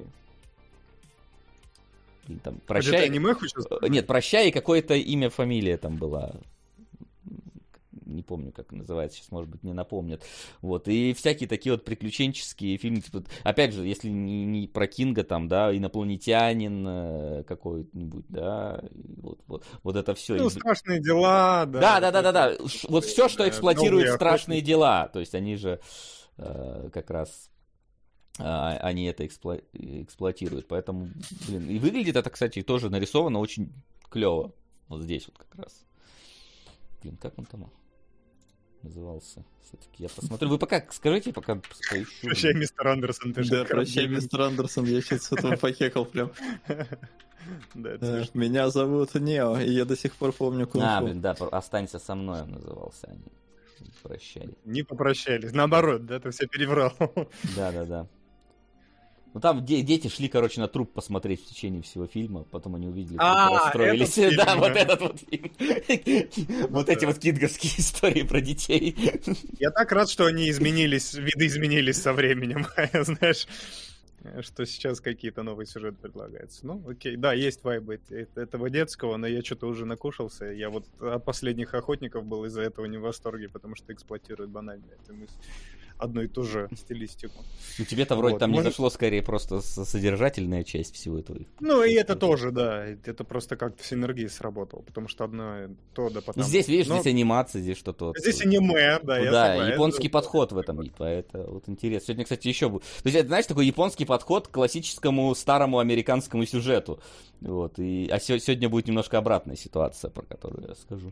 Блин, там, Это прощай... аниме хочешь? Нет, прощай, и какое-то имя, фамилия там была. Не помню, как называется, сейчас, может быть, не напомнят. Вот, и всякие такие вот приключенческие фильмы, типа, опять же, если не, не про Кинга, там, да, инопланетянин э, какой-нибудь, да, вот, вот, вот это все. Ну, страшные дела, да. Да, да, да, да, да. Вот все, что да, эксплуатирует новые страшные охотники. дела. То есть они же э, как раз э, они это экспло- эксплуатируют. Поэтому, блин, и выглядит это, кстати, тоже нарисовано очень клево. Вот здесь вот как раз. Блин, как он там назывался? Все-таки я посмотрю. Вы пока скажите, пока поищу. Прощай, мистер Андерсон, ты же Да, как прощай, раз мистер Андерсон, я сейчас с этого похекал прям. Да, это Э, смешно. Меня зовут Нео, и я до сих пор помню кунг-фу. А, блин, да, про- останься со мной он назывался. Они. Прощай. Не попрощались. Наоборот, да, ты все переврал. Да, да, да. Ну там де- дети шли, короче, на труп посмотреть в течение всего фильма, потом они увидели, А, как расстроились. этот фильм, Да, вот да. этот вот фильм. Вот эти вот кинговские истории про детей. Я так рад, что они изменились, виды изменились со временем. Знаешь, что сейчас какие-то новые сюжеты предлагаются. Ну, окей, да, есть вайбы эти- этого детского, но я что-то уже накушался. Я вот от последних охотников был из-за этого не в восторге, потому что эксплуатируют банально эту мысль. Одну и ту же стилистику. Ну тебе-то вроде Вот, там не может- зашло скорее просто с- содержательная часть всего этого. Ну, и это тоже, да. Это просто как-то в синергии сработало, потому что одно и то, да Ну потому. здесь, видишь, Но здесь анимация, здесь что-то. вот- здесь аниме, да, Ну я да, согласен. японский подход в этом, типа, это вот интересно. Сегодня, кстати, еще был. То есть, это, знаешь, такой японский подход к классическому старому американскому сюжету. Вот, и... А се- сегодня будет немножко обратная ситуация, про которую я скажу.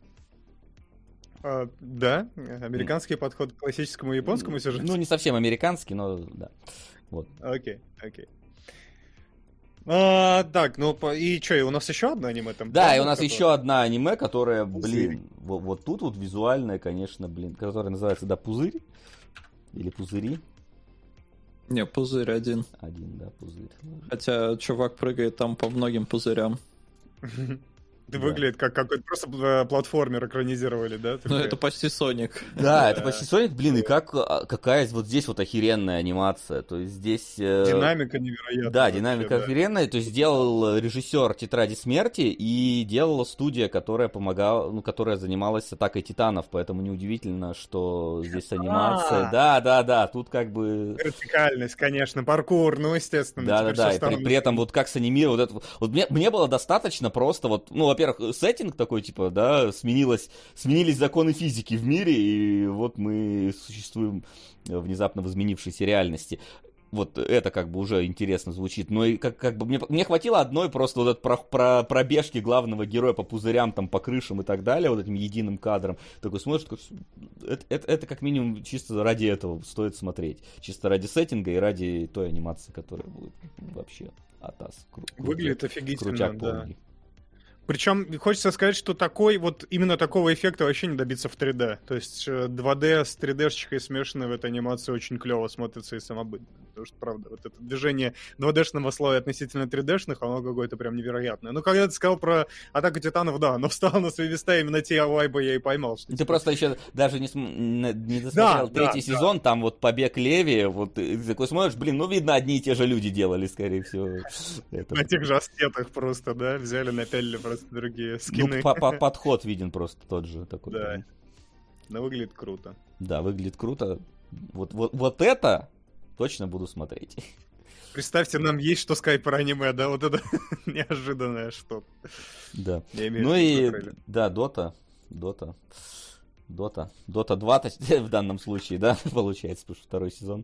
А, да, американский подход к классическому японскому сюжету. Ну, не совсем американский, но да. Вот. Окей, окей. А, так, ну по- и что, и у нас еще одно аниме там? Да, и у по-моему, нас которое- еще одна аниме, которая, Пузырь. блин, вот, вот тут вот визуальная, конечно, блин, которая называется, да, Пузырь. Или Пузыри. Не, пузырь один. Один, да, Пузырь. Хотя чувак прыгает там по многим пузырям. Ты Да. выглядит как какой-то просто э, платформер экранизировали, да? Ну, Такой. это почти Соник. Да, это почти Соник, блин, и как, а, какая вот здесь вот охеренная анимация. То есть здесь... э, Динамика невероятная. Да, вообще, динамика да. охеренная. То есть сделал режиссер «Тетради смерти» и делала студия, которая помогала, ну, которая занималась «Атакой титанов», поэтому неудивительно, что здесь анимация. А. Да, да, да, тут как бы... Вертикальность, конечно, паркур, ну, естественно. Да, да, теперь да, всё и при, станут- при этом вот как санимировать, вот, это, вот вот мне, мне было достаточно просто вот, ну, во-первых, сеттинг такой, типа, да, сменилось, сменились законы физики в мире, и вот мы существуем в внезапно в изменившейся реальности. Вот это как бы уже интересно звучит. Но и как, как бы мне, мне хватило одной просто вот этой про, про, пробежки главного героя по пузырям, там, по крышам и так далее, вот этим единым кадром. Такой смотришь, такой, это, это, это как минимум чисто ради этого стоит смотреть. Чисто ради сеттинга и ради той анимации, которая будет вообще атас. Кру- Выглядит крутяк- офигительно, крутяк да. полный. Причем хочется сказать, что такой вот именно такого эффекта вообще не добиться в три дэ. То есть э, два дэ с три дэ-шечкой смешанной в этой анимации очень клево смотрится и самобытно. Потому что, правда, вот это движение два дэ-шного слоя относительно три дэ-шных, оно какое-то прям невероятное. Ну, когда ты сказал про Атаку Титанов, да, но встал на свои места, именно те вайбы я и поймал. Что Ты типа, просто еще даже не, см- не не досмотрел Да, третий да, сезон, там вот побег Леви, вот и ты такой смотришь, блин, ну видно, одни и те же люди делали, скорее всего. это. на тех же аскетах просто, да, взяли, напялили просто другие Ну, скины. по- по- подход виден просто тот же такой. Да. прям. Но выглядит круто. Да, выглядит круто. Вот, вот, вот это точно буду смотреть. Представьте, нам есть что сказать про аниме, да, вот это неожиданное что-то. Да. Я имею Ну в виду и, трейлер. да, Дота, Дота, Дота, Дота два точ- в данном случае, да, получается, потому что второй сезон.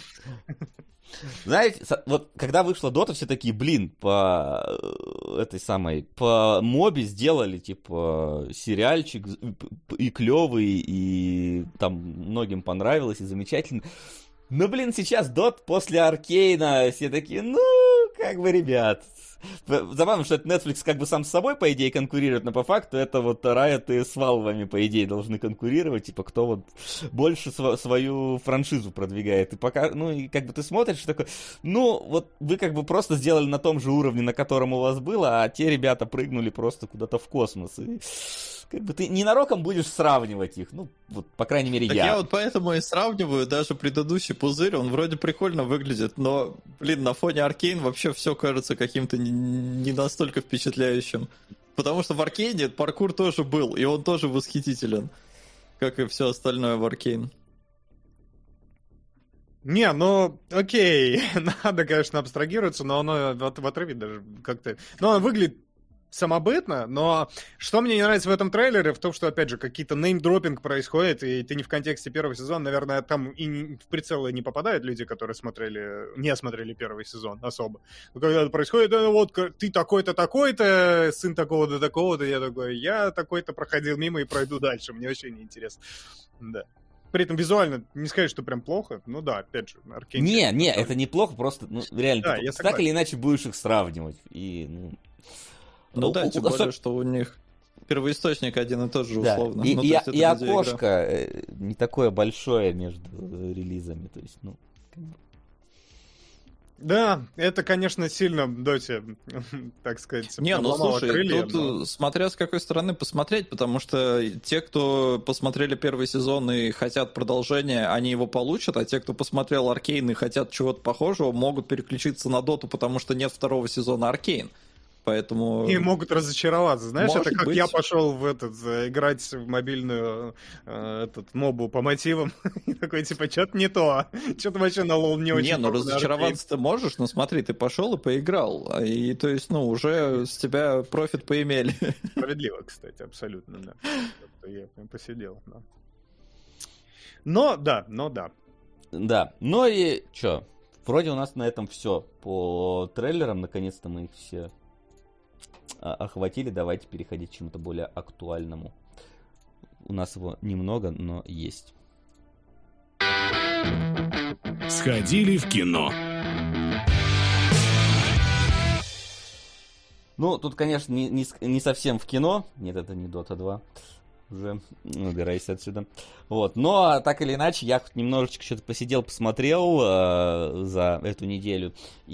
Знаете, со- вот когда вышла Дота, все такие, блин, по э, этой самой, по мобе сделали, типа, сериальчик и п- и клевый, и там многим понравилось, и замечательно. Но, блин, сейчас Дот после Аркейна, все такие, ну, как бы, ребят, Забавно, что это Netflix как бы сам с собой, по идее, конкурирует, но по факту это вот Riot и с Valve, по идее, должны конкурировать, типа, кто вот больше св- свою франшизу продвигает. И пока, ну, и как бы ты смотришь, такой, ну, вот вы как бы просто сделали на том же уровне, на котором у вас было, а те ребята прыгнули просто куда-то в космос. И как бы ты ненароком будешь сравнивать их, ну, вот, по крайней мере, Так я. я вот поэтому и сравниваю даже предыдущий пузырь, он вроде прикольно выглядит, но, блин, на фоне Аркейн вообще все кажется каким-то не, не настолько впечатляющим. Потому что в Аркейне паркур тоже был, и он тоже восхитителен, как и все остальное в Аркейн. Не, ну, окей, надо, конечно, абстрагироваться, но оно в, в отрыве даже как-то... Ну, оно выглядит самобытно, но что мне не нравится в этом трейлере, в том, что, опять же, какие-то неймдропинг происходит, и ты не в контексте первого сезона, наверное, там и не, в прицелы не попадают люди, которые смотрели, не смотрели первый сезон особо. Но когда это происходит, ну, вот ты такой-то, такой-то, сын такого-то, такого-то, я такой, я такой-то проходил мимо и пройду дальше, мне вообще не интересно. Да. При этом визуально не сказать, что прям плохо, ну да, опять же, Аркейн... Не, не, это неплохо, просто, ну, реально, да, ты я так согласен. или иначе будешь их сравнивать, и, ну... Ну да, У- тем у- более, особ- что у них первоисточник один и тот же, Да, условно. и, Ну, и, то есть это и видеоигра. окошко э, не такое большое между э, релизами, то есть, ну... как бы. Да, это, конечно, сильно Доте, так сказать, Не, ну обломало слушай, крылья, тут но- э, смотря с какой стороны посмотреть, потому что те, кто посмотрели первый сезон и хотят продолжения, они его получат, а те, кто посмотрел Аркейн и хотят чего-то похожего, могут переключиться на Доту, потому что нет второго сезона Аркейн. Поэтому... И могут разочароваться. Знаешь, Может это как быть. я пошел в этот э, играть в мобильную э, этот мобу по мотивам. И такой, типа, что-то не то. Что-то вообще на лол не очень. Не, ну похоже на разочароваться ты можешь, но смотри, ты пошел и поиграл. а, И то есть, ну, уже с тебя профит поимели. аркейд. Справедливо, кстати, абсолютно, да. Как-то я прям посидел, да. Но, да, но да. Да, ну и чё, вроде у нас на этом все по трейлерам, наконец-то мы их все а, охватили, давайте переходить к чему-то более актуальному. У нас его немного, но есть. Сходили в кино. Ну, тут, конечно, не, не, с- не совсем в кино. Нет, это не Дота два. Уже убирайся отсюда. Вот. Но, так или иначе, я хоть немножечко что-то посидел, посмотрел э, за эту неделю.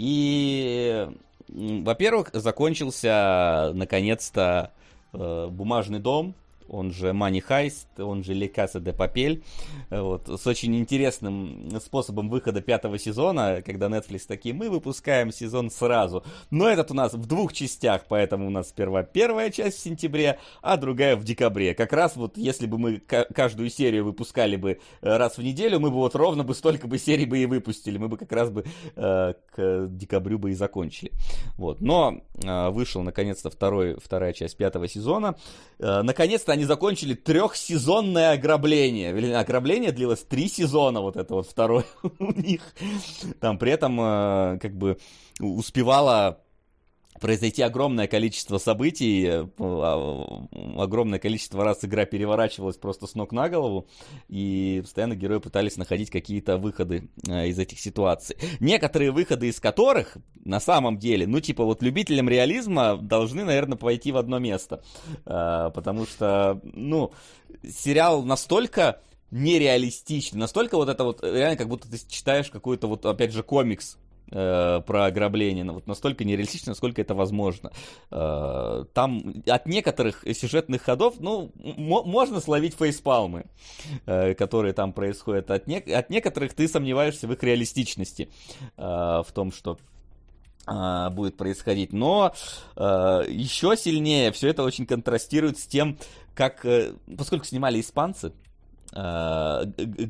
И, м, во-первых, закончился, наконец-то, э, «Бумажный дом». Он же Money Heist, он же Le Casa de Papel. Вот, с очень интересным способом выхода пятого сезона, когда Netflix такие, мы выпускаем сезон сразу. Но этот у нас в двух частях, поэтому у нас сперва первая часть в сентябре, а другая в декабре. Как раз вот если бы мы ка- каждую серию выпускали бы э, раз в неделю, мы бы вот ровно бы столько бы серий бы и выпустили. Мы бы как раз бы э, к декабрю бы и закончили. Вот. Но э, вышел наконец-то второй, вторая часть пятого сезона. Э, наконец-то они закончили трехсезонное ограбление. Вернее, ограбление длилось три сезона, вот это вот второе у них. Там при этом э, как бы успевало произойти огромное количество событий, э, а, огромное количество раз игра переворачивалась просто с ног на голову, и постоянно герои пытались находить какие-то выходы э, из этих ситуаций. Некоторые выходы из которых, на самом деле, ну, типа, вот любителям реализма должны, наверное, пойти в одно место, э, потому что, ну, сериал настолько нереалистичный, настолько вот это вот, реально, как будто ты читаешь какой-то вот, опять же, комикс, про ограбление, вот настолько нереалистично, насколько это возможно. Там от некоторых сюжетных ходов, ну, м- можно словить фейспалмы, которые там происходят. От, не- от некоторых ты сомневаешься в их реалистичности, в том, что будет происходить. Но еще сильнее все это очень контрастирует с тем, как, поскольку снимали испанцы, горя-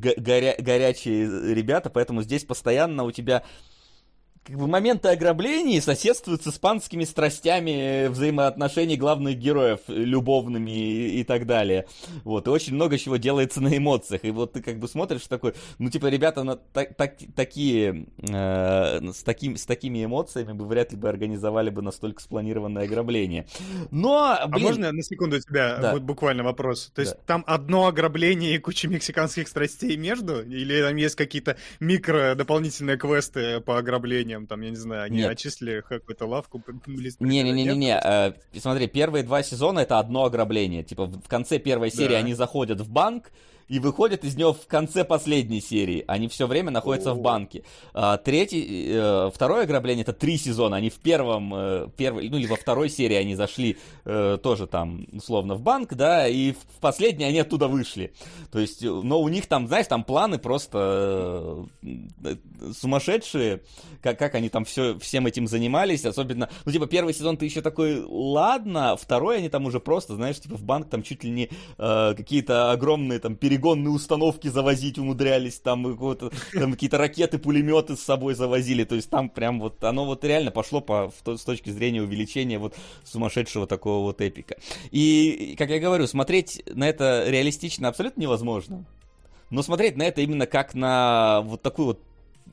горячие ребята, поэтому здесь постоянно у тебя как бы моменты ограблений соседствуют с испанскими страстями взаимоотношений главных героев, любовными и, и так далее. Вот, и очень много чего делается на эмоциях. И вот ты как бы смотришь такой, ну, типа, ребята на, так, так, такие, э, с, таким, с такими эмоциями бы вряд ли бы организовали бы настолько спланированное ограбление. Но, блин... А можно на секунду у тебя Да. будет буквально вопрос? То есть Да. там одно ограбление и куча мексиканских страстей между? Или там есть какие-то микро дополнительные квесты по ограблению? ограблением, там, я не знаю, они Нет. отчислили какую-то лавку. Не-не-не-не, э, смотри, первые два сезона это одно ограбление. Типа в конце первой серии Да. они заходят в банк и выходят из него в конце последней серии. Они все время находятся О. в банке. А, третий, э, второе ограбление это три сезона. Они в первом, э, первой, ну или во второй серии они зашли э, тоже там условно в банк, да, и в, в последней они оттуда вышли. То есть, но у них там, знаешь, там планы просто э, сумасшедшие, как, как они там все, всем этим занимались, особенно, ну типа первый сезон ты еще такой, ладно, второй они там уже просто, знаешь, типа в банк там чуть ли не э, какие-то огромные там перегонные установки завозить умудрялись, там, там какие-то ракеты, пулеметы с собой завозили, то есть там прям вот оно вот реально пошло по, в то, с точки зрения увеличения вот сумасшедшего такого вот эпика. И, как я говорю, смотреть на это реалистично абсолютно невозможно, но смотреть на это именно как на вот такую вот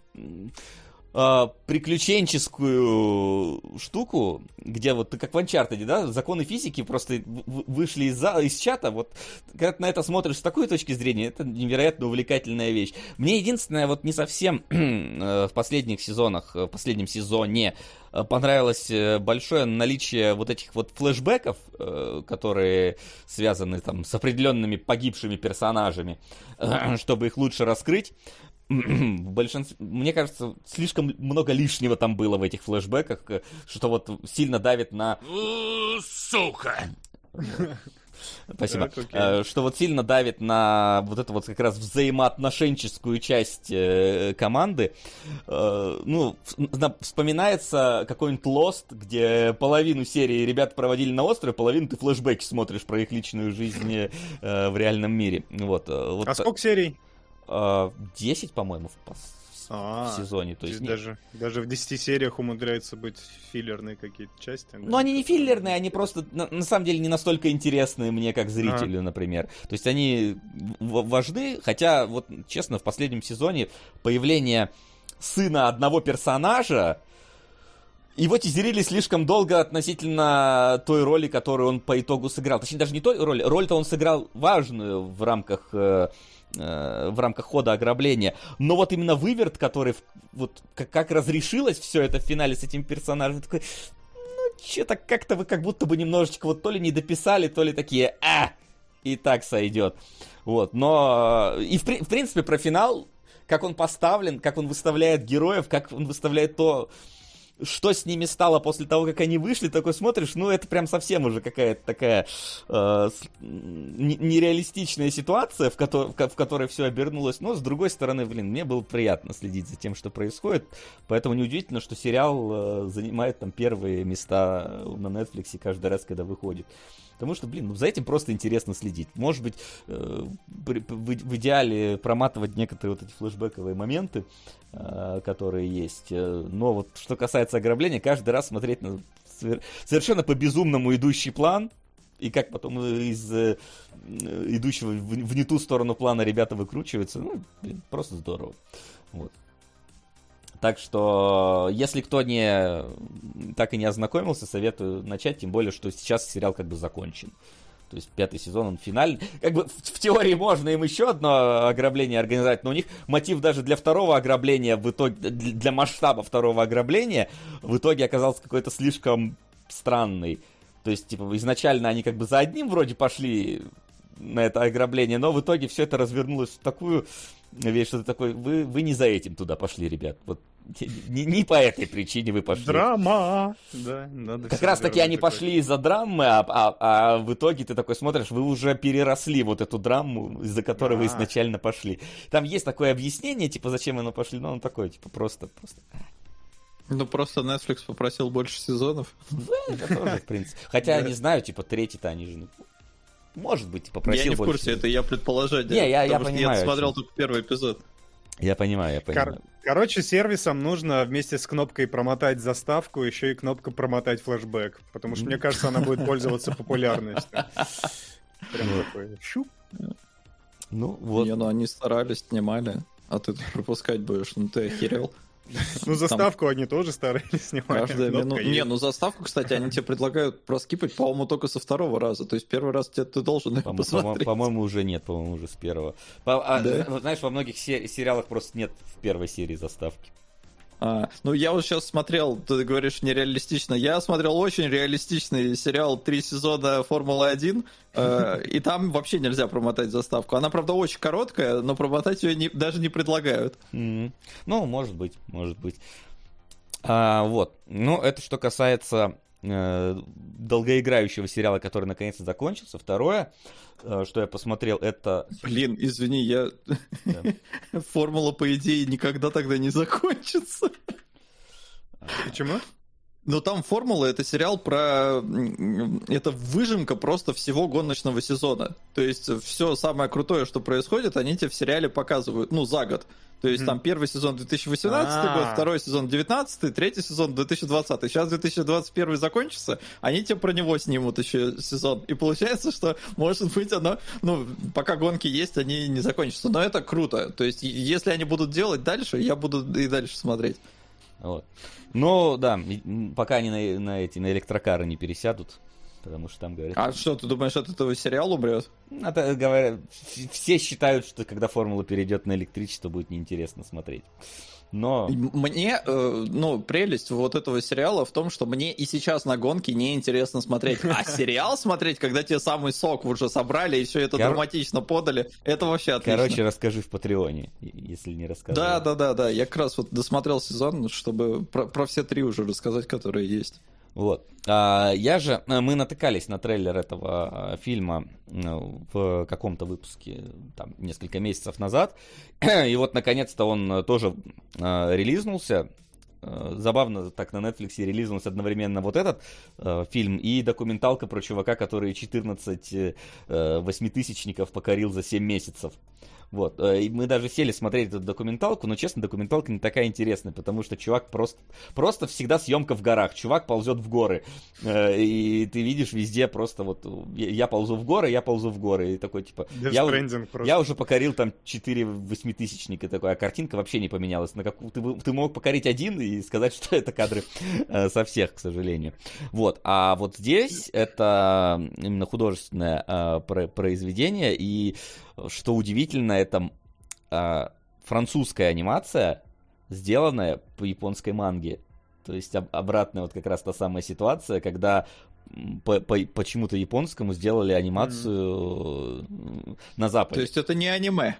приключенческую штуку, где вот как в Uncharted, да, законы физики просто вышли из, за, из чата, вот когда ты на это смотришь с такой точки зрения, это невероятно увлекательная вещь. Мне единственное, вот не совсем в последних сезонах, в последнем сезоне понравилось большое наличие вот этих вот флешбеков, которые связаны там с определенными погибшими персонажами, чтобы их лучше раскрыть. В большинстве, мне кажется, слишком много лишнего там было в этих флешбеках, что вот сильно давит на... Сука! Спасибо. Так, окей. Что вот сильно давит на вот эту вот как раз взаимоотношенческую часть э, команды. Э, ну, вспоминается какой-нибудь Lost, где половину серии ребята проводили на острове, половину ты флешбеки смотришь про их личную жизнь э, в реальном мире. Вот, вот. А сколько серий? десять, по-моему, в, А, в сезоне. То то есть есть даже, даже в десяти сериях умудряются быть филлерные какие-то части. Да? Ну, они не филлерные, они просто, на, на самом деле, не настолько интересные мне, как зрителю, а. например. То есть они в- важны, хотя, вот, честно, в последнем сезоне появление сына одного персонажа, его тизерили слишком долго относительно той роли, которую он по итогу сыграл. Точнее, даже не той роли, роль-то он сыграл важную в рамках... Э, в рамках хода ограбления, но вот именно выверт, который вот как, как разрешилось все это в финале с этим персонажем, такой, ну что-то как-то вы как будто бы немножечко вот то ли не дописали, то ли такие, а, и так сойдет, вот, но и в, в принципе про финал, как он поставлен, как он выставляет героев, как он выставляет то, что с ними стало после того, как они вышли, такой смотришь, ну, это прям совсем уже какая-то такая э, нереалистичная ситуация, в, ко- в которой все обернулось. Но, с другой стороны, блин, мне было приятно следить за тем, что происходит. Поэтому неудивительно, что сериал э, занимает там первые места на Netflix каждый раз, когда выходит. Потому что, блин, ну за этим просто интересно следить. Может быть, э, в, в идеале проматывать некоторые вот эти флешбековые моменты, э, которые есть. Но вот что касается ограбления, каждый раз смотреть на свер- совершенно по-безумному идущий план, и как потом из э, идущего в, в не ту сторону плана ребята выкручиваются, ну, блин, просто здорово. Вот. Так что, если кто не так и не ознакомился, советую начать, тем более, что сейчас сериал как бы закончен. То есть пятый сезон, он финальный. Как бы в, в теории можно им еще одно ограбление организовать, но у них мотив даже для второго ограбления, в итоге, для масштаба второго ограбления, в итоге оказался какой-то слишком странный. То есть, типа, изначально они как бы за одним вроде пошли на это ограбление, но в итоге все это развернулось в такую вещь, что ты такой, вы, вы не за этим туда пошли, ребят. Вот не, не по этой причине вы пошли. Драма! Да, надо как раз таки они такой. Пошли из-за драмы, а, а, а в итоге ты такой смотришь, вы уже переросли вот эту драму, из-за которой А-а-а. вы изначально пошли. Там есть такое объяснение, типа, зачем оно пошли, но оно такое, типа, просто... просто... Ну, просто Netflix попросил больше сезонов. Да, это тоже, в принципе. Хотя, не знаю, типа, третий-то они же... Может быть, попросил Я не в больше. курсе, это я предположение. Не, я, я потому понимаю. Что я смотрел только первый эпизод. Я понимаю, я понимаю. Кор- Короче, сервисам нужно вместе с кнопкой промотать заставку, еще и кнопка промотать флешбэк. Потому что, мне кажется, она будет пользоваться популярностью. Прям такой. Щуп. Ну, вот. Не, ну они старались, снимали. А ты пропускать будешь, ну ты охерел. Ну, заставку они тоже старались снимать. Каждая минута. Не, ну заставку, кстати, они тебе предлагают проскипать, по-моему, только со второго раза. То есть первый раз тебе ты должен их посмотреть. По-моему, уже нет, по-моему, уже с первого. Знаешь, во многих сериалах просто нет в первой серии заставки. А, ну, я вот сейчас смотрел, ты говоришь нереалистично, я смотрел очень реалистичный сериал «Три сезона Формулы-один», э, и там вообще нельзя промотать заставку. Она, правда, очень короткая, но промотать ее не, даже не предлагают. Mm-hmm. Ну, может быть, может быть. А, вот, ну, это что касается э, долгоиграющего сериала, который наконец-то закончился. Второе, э, что я посмотрел, это... Блин, извини, я... Да. Формула, по идее, никогда тогда не закончится. Почему? Ну, там «Формула» — это сериал про... Это выжимка просто всего гоночного сезона. То есть все самое крутое, что происходит, они тебе в сериале показывают, ну, за год. То есть mm. там первый сезон две тысячи восемнадцатый год, второй сезон девятнадцатый, третий сезон две тысячи двадцатый. Сейчас две тысячи двадцать первый закончится, они тебе про него снимут еще сезон. И получается, что, может быть, оно, ну, пока гонки есть, они не закончатся. Но это круто. То есть если они будут делать дальше, я буду и дальше смотреть. Вот. Ну, да, пока они на, на эти, на электрокары не пересядут, потому что там говорят... А что, ты думаешь, от этого сериал умрет? Это, говорят, все считают, что когда формула перейдет на электричество, будет неинтересно смотреть. Но... Мне, э, ну, прелесть вот этого сериала в том, что мне и сейчас на гонке неинтересно смотреть. А сериал смотреть, когда тебе самый сок уже собрали, и все это Кор... драматично подали, это вообще отлично. Короче, расскажи в Патреоне, если не рассказывал. Да, да, да, да. Я как раз вот досмотрел сезон, чтобы про, про все три уже рассказать, которые есть. Вот. А, я же, мы натыкались на трейлер этого фильма в каком-то выпуске там несколько месяцев назад, и вот наконец-то он тоже а, релизнулся. Забавно, так на Netflix релизнулся одновременно вот этот э, фильм и документалка про чувака, который четырнадцать э, восьмитысячников покорил за семь месяцев. Вот. И мы даже сели смотреть эту документалку, но, честно, документалка не такая интересная, потому что чувак просто, просто всегда съемка в горах. Чувак ползет в горы, и ты видишь везде просто вот я ползу в горы, я ползу в горы, и такой типа я, я уже покорил там четыре восьмитысячника, такой, а картинка вообще не поменялась. На какую, ты, ты мог покорить один и сказать, что это кадры со всех, к сожалению. Вот. А вот здесь это именно художественное произведение, и что удивительно, это а, французская анимация, сделанная по японской манге. То есть об, обратная вот как раз та самая ситуация, когда по, по, почему-то японскому сделали анимацию mm. на Западе. То есть это не аниме?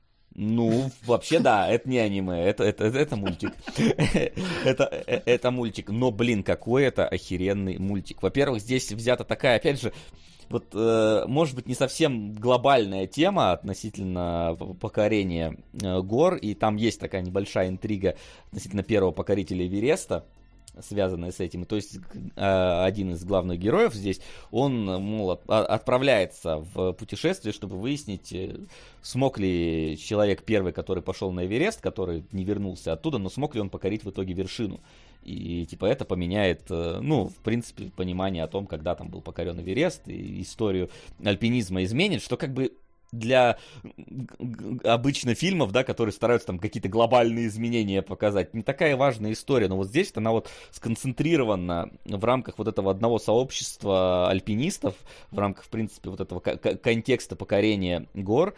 Ну, вообще да, это не аниме, это, это, это, это мультик. это, это мультик. Но, блин, какой это охеренный мультик. Во-первых, здесь взята такая, опять же, вот, э, может быть, не совсем глобальная тема относительно покорения э, гор, и там есть такая небольшая интрига относительно первого покорителя Эвереста, связанная с этим. То есть э, один из главных героев здесь, он, мол, от, отправляется в путешествие, чтобы выяснить, э, смог ли человек первый, который пошел на Эверест, который не вернулся оттуда, но смог ли он покорить в итоге вершину. И типа это поменяет, ну, в принципе, понимание о том, когда там был покорен Эверест, и историю альпинизма изменит, что как бы для обычно фильмов, да, которые стараются там какие-то глобальные изменения показать, не такая важная история, но вот здесь она вот сконцентрирована в рамках вот этого одного сообщества альпинистов, в рамках, в принципе, вот этого контекста покорения гор,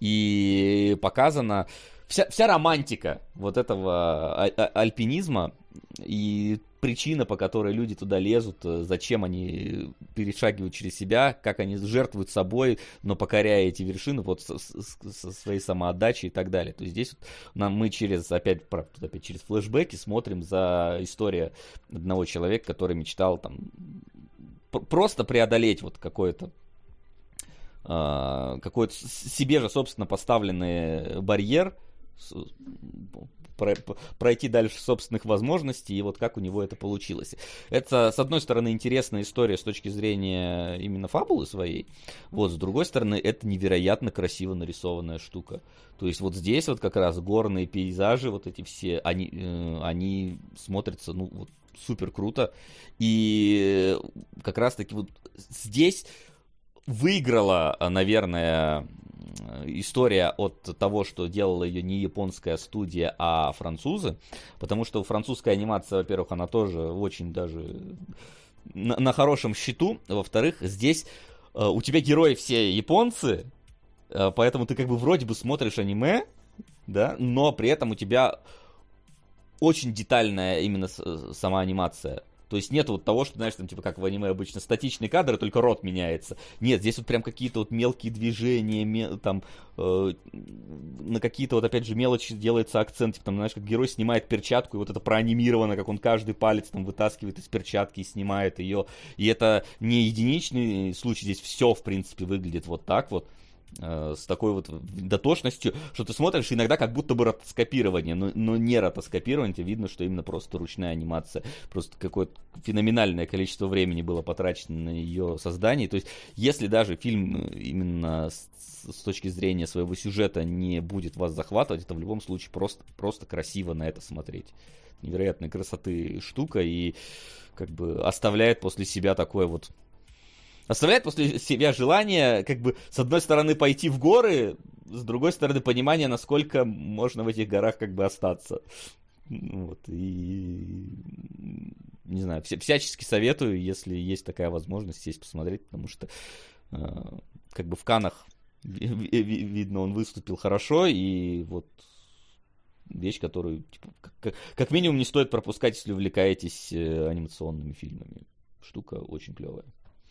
и показана Вся, вся романтика вот этого альпинизма и причина, по которой люди туда лезут, зачем они перешагивают через себя, как они жертвуют собой, но покоряя эти вершины вот со, со своей самоотдачей и так далее. То есть здесь вот нам, мы через, опять, опять через флешбеки смотрим за историю одного человека, который мечтал там просто преодолеть вот какое-то какой-то себе же, собственно, поставленный барьер, пройти дальше собственных возможностей, и вот как у него это получилось. Это, с одной стороны, интересная история с точки зрения именно фабулы своей, вот, с другой стороны, это невероятно красиво нарисованная штука. То есть вот здесь вот как раз горные пейзажи, вот эти все, они, они смотрятся, ну, вот, супер круто, и как раз-таки вот здесь выиграла, наверное, история от того, что делала ее не японская студия, а французы, потому что французская анимация, во-первых, она тоже очень даже на, на хорошем счету, во-вторых, здесь э, у тебя герои все японцы, э, поэтому ты как бы вроде бы смотришь аниме, да, но при этом у тебя очень детальная именно сама анимация. То есть нет вот того, что, знаешь, там, типа, как в аниме обычно, статичный кадр, только рот меняется. Нет, здесь вот прям какие-то вот мелкие движения, ме- там, э, на какие-то вот, опять же, мелочи делается акцент. Типа, там, знаешь, как герой снимает перчатку, и вот это проанимировано, как он каждый палец там вытаскивает из перчатки и снимает ее. И это не единичный случай, здесь все, в принципе, выглядит вот так вот. С такой вот дотошностью, что ты смотришь, иногда как будто бы ротоскопирование, но, но не ротоскопирование, тебе видно, что именно просто ручная анимация, просто какое-то феноменальное количество времени было потрачено на ее создание. То есть, если даже фильм именно с, с точки зрения своего сюжета не будет вас захватывать, это в любом случае просто, просто красиво на это смотреть. Невероятной красоты штука, и как бы оставляет после себя такое вот Оставляет после себя желание, как бы, с одной стороны, пойти в горы, с другой стороны, понимание, насколько можно в этих горах, как бы, остаться. Вот, и, не знаю, вся, всячески советую, если есть такая возможность, сесть посмотреть, потому что, э, как бы, в Каннах, видно, он выступил хорошо, и вот вещь, которую, типа, как, как минимум, не стоит пропускать, если увлекаетесь анимационными фильмами. Штука очень клевая.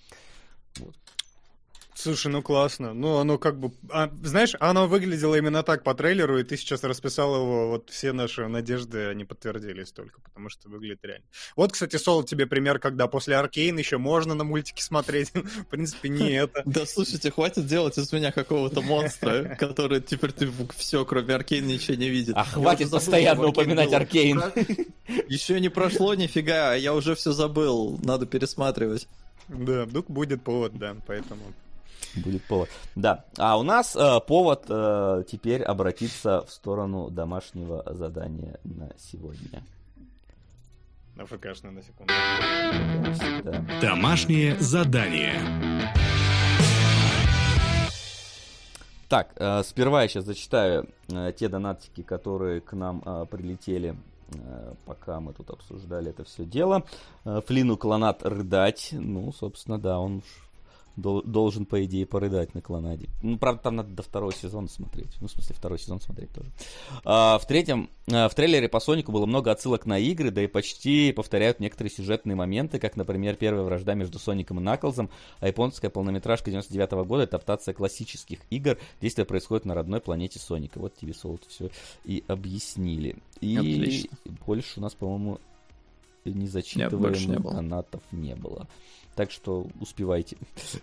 Вот. Слушай, ну классно. Ну, оно как бы... А, знаешь, оно выглядело именно так по трейлеру, и ты сейчас расписал его, вот все наши надежды, они подтвердились только, потому что выглядит реально. Вот, кстати, Соло, тебе пример, когда после Аркейн еще можно на мультики смотреть. В принципе, не это. Да, слушайте, хватит делать из меня какого-то монстра, который теперь ты все, кроме Аркейн, ничего не видит. А хватит постоянно упоминать Аркейн. Еще не прошло нифига, а я уже все забыл. Надо пересматривать. Да, вдруг будет повод, да, поэтому... Будет повод. Да. А у нас э, повод э, теперь обратиться в сторону домашнего задания на сегодня. На ФКшно, на секунду. Да. Домашнее задание. Так, э, сперва я сейчас зачитаю э, те донатики, которые к нам э, прилетели, э, пока мы тут обсуждали это все дело. Э, Флину Клонат рыдать. Ну, собственно, да, он дол- должен, по идее, порыдать на Клонаде. Ну, правда, там надо до второго сезона смотреть. Ну, в смысле, второй сезон смотреть тоже. А, в третьем, а, в трейлере по Сонику было много отсылок на игры, да и почти повторяют некоторые сюжетные моменты, как, например, первая вражда между Соником и Наклзом, а японская полнометражка девяносто девятого года — это адаптация классических игр. Действие происходит на родной планете Соника. Вот тебе, Солод, все и объяснили. И Отлично. больше у нас, по-моему, Нет, больше не незачитываемых было. донатов не было. Так что успевайте.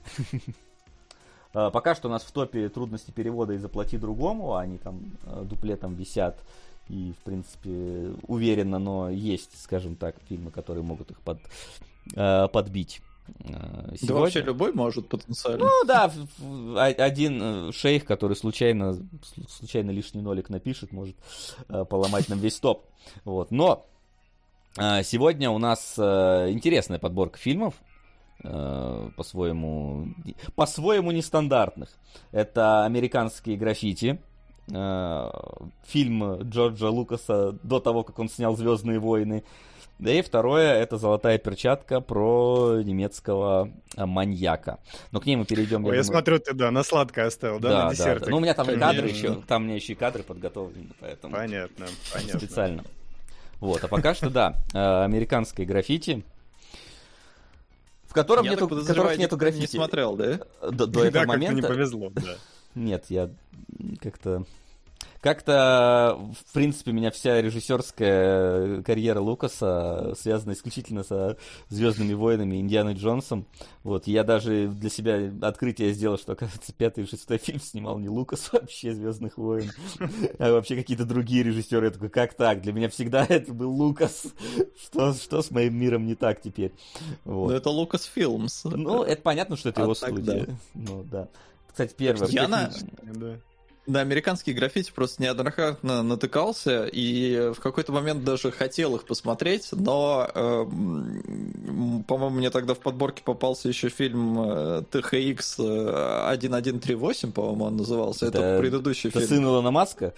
А, Пока что у нас в топе трудности перевода и «Заплати другому». Они там а, дуплетом висят. И, в принципе, уверенно, но есть, скажем так, фильмы, которые могут их под, а, подбить. а, Да сегодня. вообще любой может потенциально. Ну да, в- в- а- один э, шейх, который случайно, сл- случайно лишний нолик напишет, может э, поломать нам весь топ. Вот. Но э, сегодня у нас э, интересная подборка фильмов, э, по-своему, по-своему нестандартных. Это «Американские граффити», э, фильм Джорджа Лукаса до того, как он снял «Звездные войны». Да и второе — это «Золотая перчатка» про немецкого а, маньяка. Но к ней мы перейдем. Ой, я думаю... смотрю, ты, да, на сладкое оставил, да, Да, на да, десерт. да. Ну, у меня там Конечно. кадры еще, там у меня еще и кадры подготовлены, поэтому Понятно, понятно. специально. Вот, а пока что, да, э, «Американское граффити», в котором Я нету, так в подозреваю, которых нету никто не граффити. смотрел, да? До, до Да, этого как-то не момента. повезло, да. Нет, я как-то... Как-то, в принципе, меня вся режиссерская карьера Лукаса связана исключительно со «Звездными войнами» и «Индианой Джонсом». Вот, я даже для себя открытие сделал, что, оказывается, пятый и шестой фильм снимал не Лукас вообще «Звездных войн», а вообще какие-то другие режиссеры. Я такой, как так? Для меня всегда это был Лукас. Что, что с моим миром не так теперь? Вот. Ну, это Lucasfilms. Ну, это понятно, что это А его так, студия. да. Ну, да. Кстати, первое. Я на- Да. На американские граффити просто неоднократно натыкался, и в какой-то момент даже хотел их посмотреть, но, э, м, по-моему, мне тогда в подборке попался еще фильм э, Ти Эйч Икс тысяча сто тридцать восемь, по-моему, он назывался. Это, Это- предыдущий Это фильм. сын Илона Маска?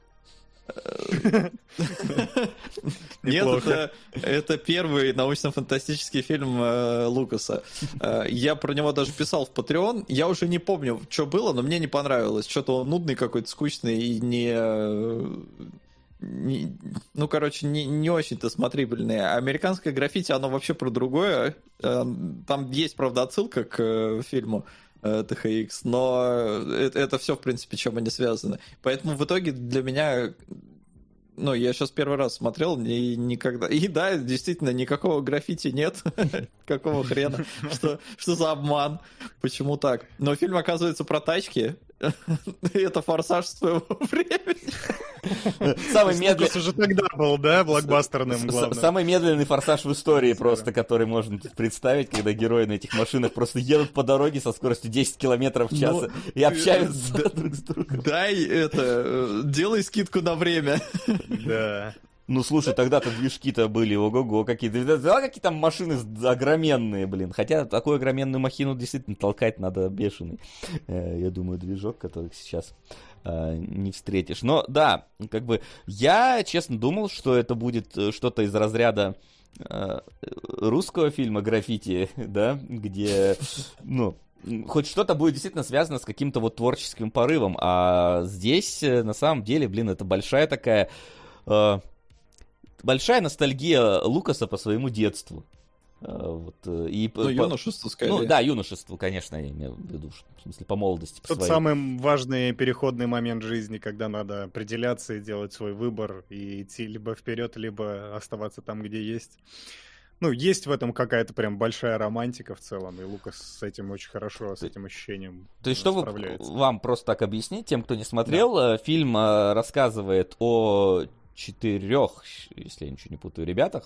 Нет, Неплохо. это, это первый научно-фантастический фильм э, Лукаса. Э, я про него даже писал в Patreon. Я уже не помню, что было, но мне не понравилось. Что-то он нудный какой-то, скучный и не, э, не, ну, короче, не, не очень-то смотрибельные. Американское граффити, оно вообще про другое. Там есть, правда, отсылка к фильму Тэ Ха Икс, но это, это все, в принципе, чем они связаны. Поэтому в итоге для меня... Ну, я сейчас первый раз смотрел, и никогда... И да, действительно, никакого граффити нет. Какого хрена? Что, что за обман? Почему так? Но фильм, оказывается, про тачки. Это «Форсаж» своего времени. Самый медленный... Лукас уже тогда был, да, блокбастерным главным. Самый медленный «Форсаж» в истории просто, который можно представить, когда герои на этих машинах просто едут по дороге со скоростью десять километров в час Ну, и общаются да, друг с другом. Дай это, делай скидку на время. Да. Ну, слушай, тогда-то движки-то были, ого-го, какие-то... Да, какие там машины огроменные, блин. Хотя такую огроменную махину действительно толкать надо бешеный. Я думаю, движок, который сейчас не встретишь. Но, да, как бы, я, честно, думал, что это будет что-то из разряда русского фильма «Граффити», да, где, ну... Хоть что-то будет действительно связано с каким-то вот творческим порывом. А здесь, на самом деле, блин, это большая такая... Большая ностальгия Лукаса по своему детству. Вот, и ну, по... юношеству, скорее. Ну, да, юношеству, конечно, я имею в виду, в смысле, по молодости. По Тот своей. самый важный переходный момент жизни, когда надо определяться и делать свой выбор, и идти либо вперед, либо оставаться там, где есть. Ну, есть в этом какая-то прям большая романтика в целом, и Лукас с этим очень хорошо, с этим ощущением То есть, что вы, вам просто так объяснить, тем, кто не смотрел, да. Фильм рассказывает о четырех, если я ничего не путаю, ребятах.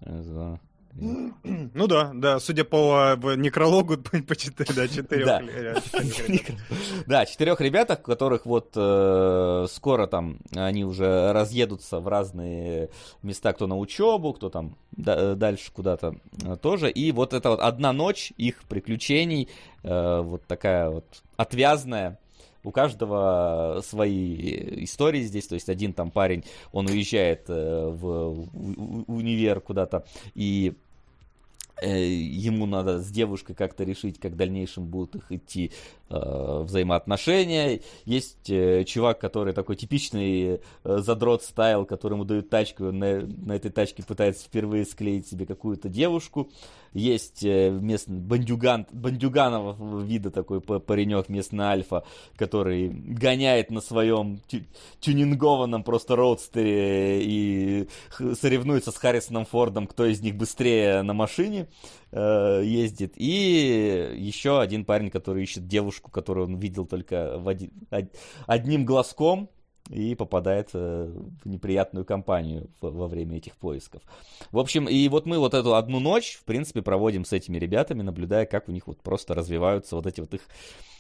Ну да, да, судя по некрологу, по четыре, да, четырех. Да, да, четырех ребятах, которых вот э, скоро там они уже разъедутся в разные места, кто на учебу, кто там да, дальше куда-то э, тоже. И вот это вот одна ночь их приключений, э, вот такая вот отвязная. У каждого свои истории здесь, то есть один там парень, он уезжает э, в, в универ куда-то, и э, ему надо с девушкой как-то решить, как в дальнейшем будут их идти э, взаимоотношения. Есть э, чувак, который такой типичный э, задрот стайл, которому дают тачку, он на, на этой тачке пытается впервые склеить себе какую-то девушку. Есть местный бандюган, бандюганова вида такой паренек, местный альфа, который гоняет на своем тю, тюнингованном просто роудстере и соревнуется с Харрисоном Фордом, кто из них быстрее на машине э, ездит. И еще один парень, который ищет девушку, которую он видел только в один, од, одним глазком, и попадает в неприятную компанию во время этих поисков. В общем, и вот мы вот эту одну ночь, в принципе, проводим с этими ребятами, наблюдая, как у них вот просто развиваются вот эти вот их,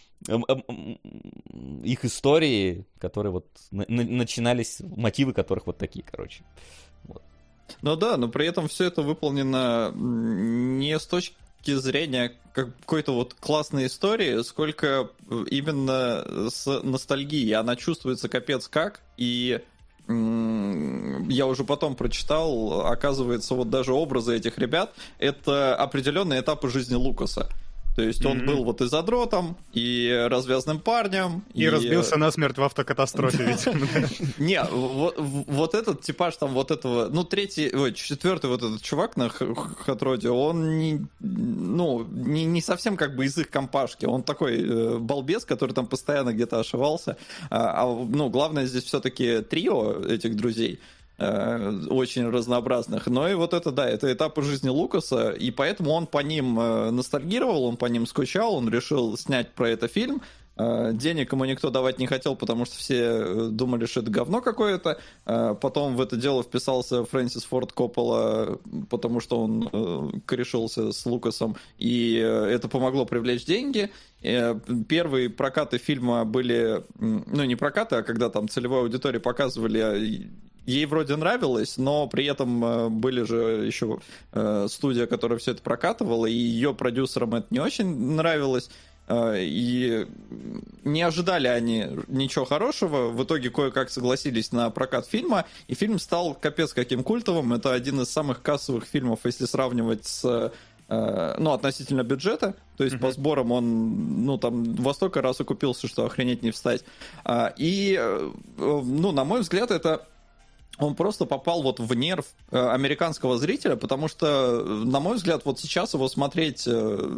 их истории, которые вот начинались, мотивы которых вот такие, короче. Вот. Ну да, но при этом все это выполнено не с точки зрения какой-то вот классной истории, сколько именно с ностальгией. Она чувствуется капец как, и я уже потом прочитал, оказывается, вот даже образы этих ребят — это определенные этапы жизни Лукаса. То есть он mm-hmm. был вот и задротом, и развязным парнем. И, и... разбился насмерть в автокатастрофе, видимо. Не, вот этот типаж там вот этого, ну, третий, ой, четвертый вот этот чувак на Хат-Роде, он не, ну, не, не совсем как бы из их компашки, он такой балбес, который там постоянно где-то ошивался. А, ну, главное здесь все-таки трио этих друзей, очень разнообразных. Но и вот это, да, это этапы жизни Лукаса, и поэтому он по ним ностальгировал, он по ним скучал, он решил снять про это фильм. Денег ему никто давать не хотел, потому что все думали, что это говно какое-то. Потом в это дело вписался Фрэнсис Форд Коппола, потому что он корешился с Лукасом, и это помогло привлечь деньги. Первые прокаты фильма были, ну не прокаты, а когда там целевой аудитории показывали, ей вроде нравилось, но при этом были же еще студия, которая все это прокатывала, и ее продюсерам это не очень нравилось. И не ожидали они ничего хорошего. В итоге кое-как согласились на прокат фильма, и фильм стал капец каким культовым. Это один из самых кассовых фильмов, если сравнивать с... ну, относительно бюджета, то есть uh-huh. по сборам он, ну, там, во столько раз окупился, что охренеть не встать. И, ну, на мой взгляд, это он просто попал вот в нерв э, американского зрителя, потому что, на мой взгляд, вот сейчас его смотреть, э,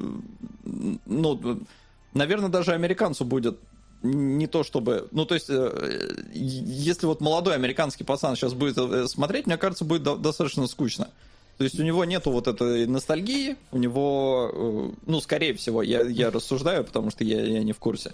ну, наверное, даже американцу будет не то чтобы... Ну, то есть, э, если вот молодой американский пацан сейчас будет смотреть, мне кажется, будет до- достаточно скучно. То есть у него нету вот этой ностальгии, у него, ну, скорее всего, я, я рассуждаю, потому что я, я не в курсе.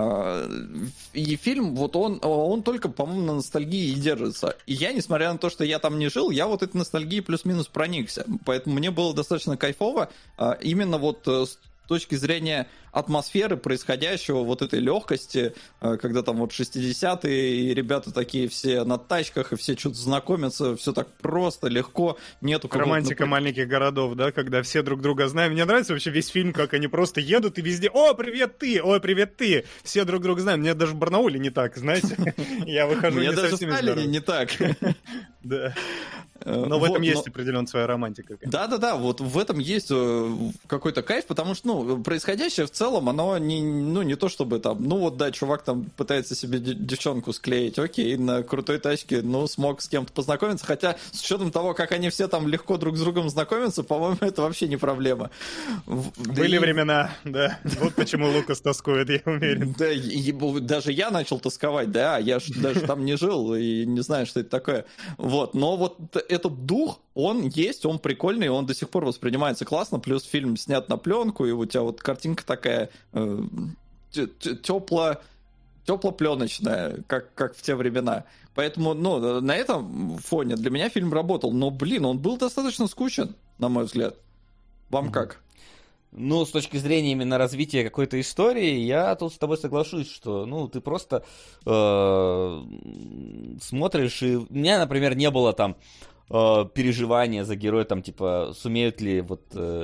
И фильм, вот он, он только, по-моему, на ностальгии и держится. И я, несмотря на то, что я там не жил, я вот этой ностальгией плюс-минус проникся. Поэтому мне было достаточно кайфово именно вот с точки зрения атмосферы происходящего, вот этой легкости, когда там вот шестидесятые, и ребята такие все на тачках, и все что-то знакомятся, все так просто, легко, нету... Романтика маленьких городов, да, когда все друг друга знаем. Мне нравится вообще весь фильм, как они просто едут и везде: «О, привет ты! О, привет ты!» Все друг друга знаем. Мне даже в Барнауле не так, знаете. Я выхожу не со всеми. Мне даже в Сталине не так. Да. Но в этом есть определенная своя романтика. Да-да-да, вот в этом есть какой-то кайф, потому что, ну, происходящее в целом, оно не, ну, не то чтобы там, ну вот да, чувак там пытается себе девчонку склеить, окей, на крутой тачке, ну, смог с кем-то познакомиться, хотя с учетом того, как они все там легко друг с другом знакомятся, по-моему, это вообще не проблема. Были да времена, и... да, вот почему Лукас тоскует, я уверен. Да, и, даже я начал тосковать, да, я ж даже там не жил и не знаю, что это такое. Вот, но вот этот дух, он есть, он прикольный, он до сих пор воспринимается классно, плюс фильм снят на пленку, и у тебя вот картинка такая э, тепло, теплопленочная, как, как в те времена. Поэтому, ну, на этом фоне для меня фильм работал, но, блин, он был достаточно скучен, на мой взгляд. Вам mm-hmm. как? Ну, с точки зрения именно развития какой-то истории, я тут с тобой соглашусь, что, ну, ты просто э, смотришь, и у меня, например, не было там э, переживания за героя, там, типа, сумеют ли вот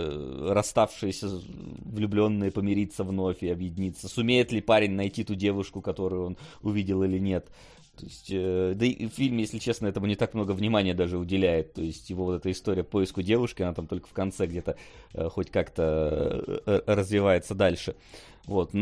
э, расставшиеся влюбленные помириться вновь и объединиться, сумеет ли парень найти ту девушку, которую он увидел или нет. То есть, э, да и фильм, если честно, этому не так много внимания даже уделяет. То есть его вот эта история по поиску девушки, она там только в конце где-то э, хоть как-то э, развивается дальше. Вот.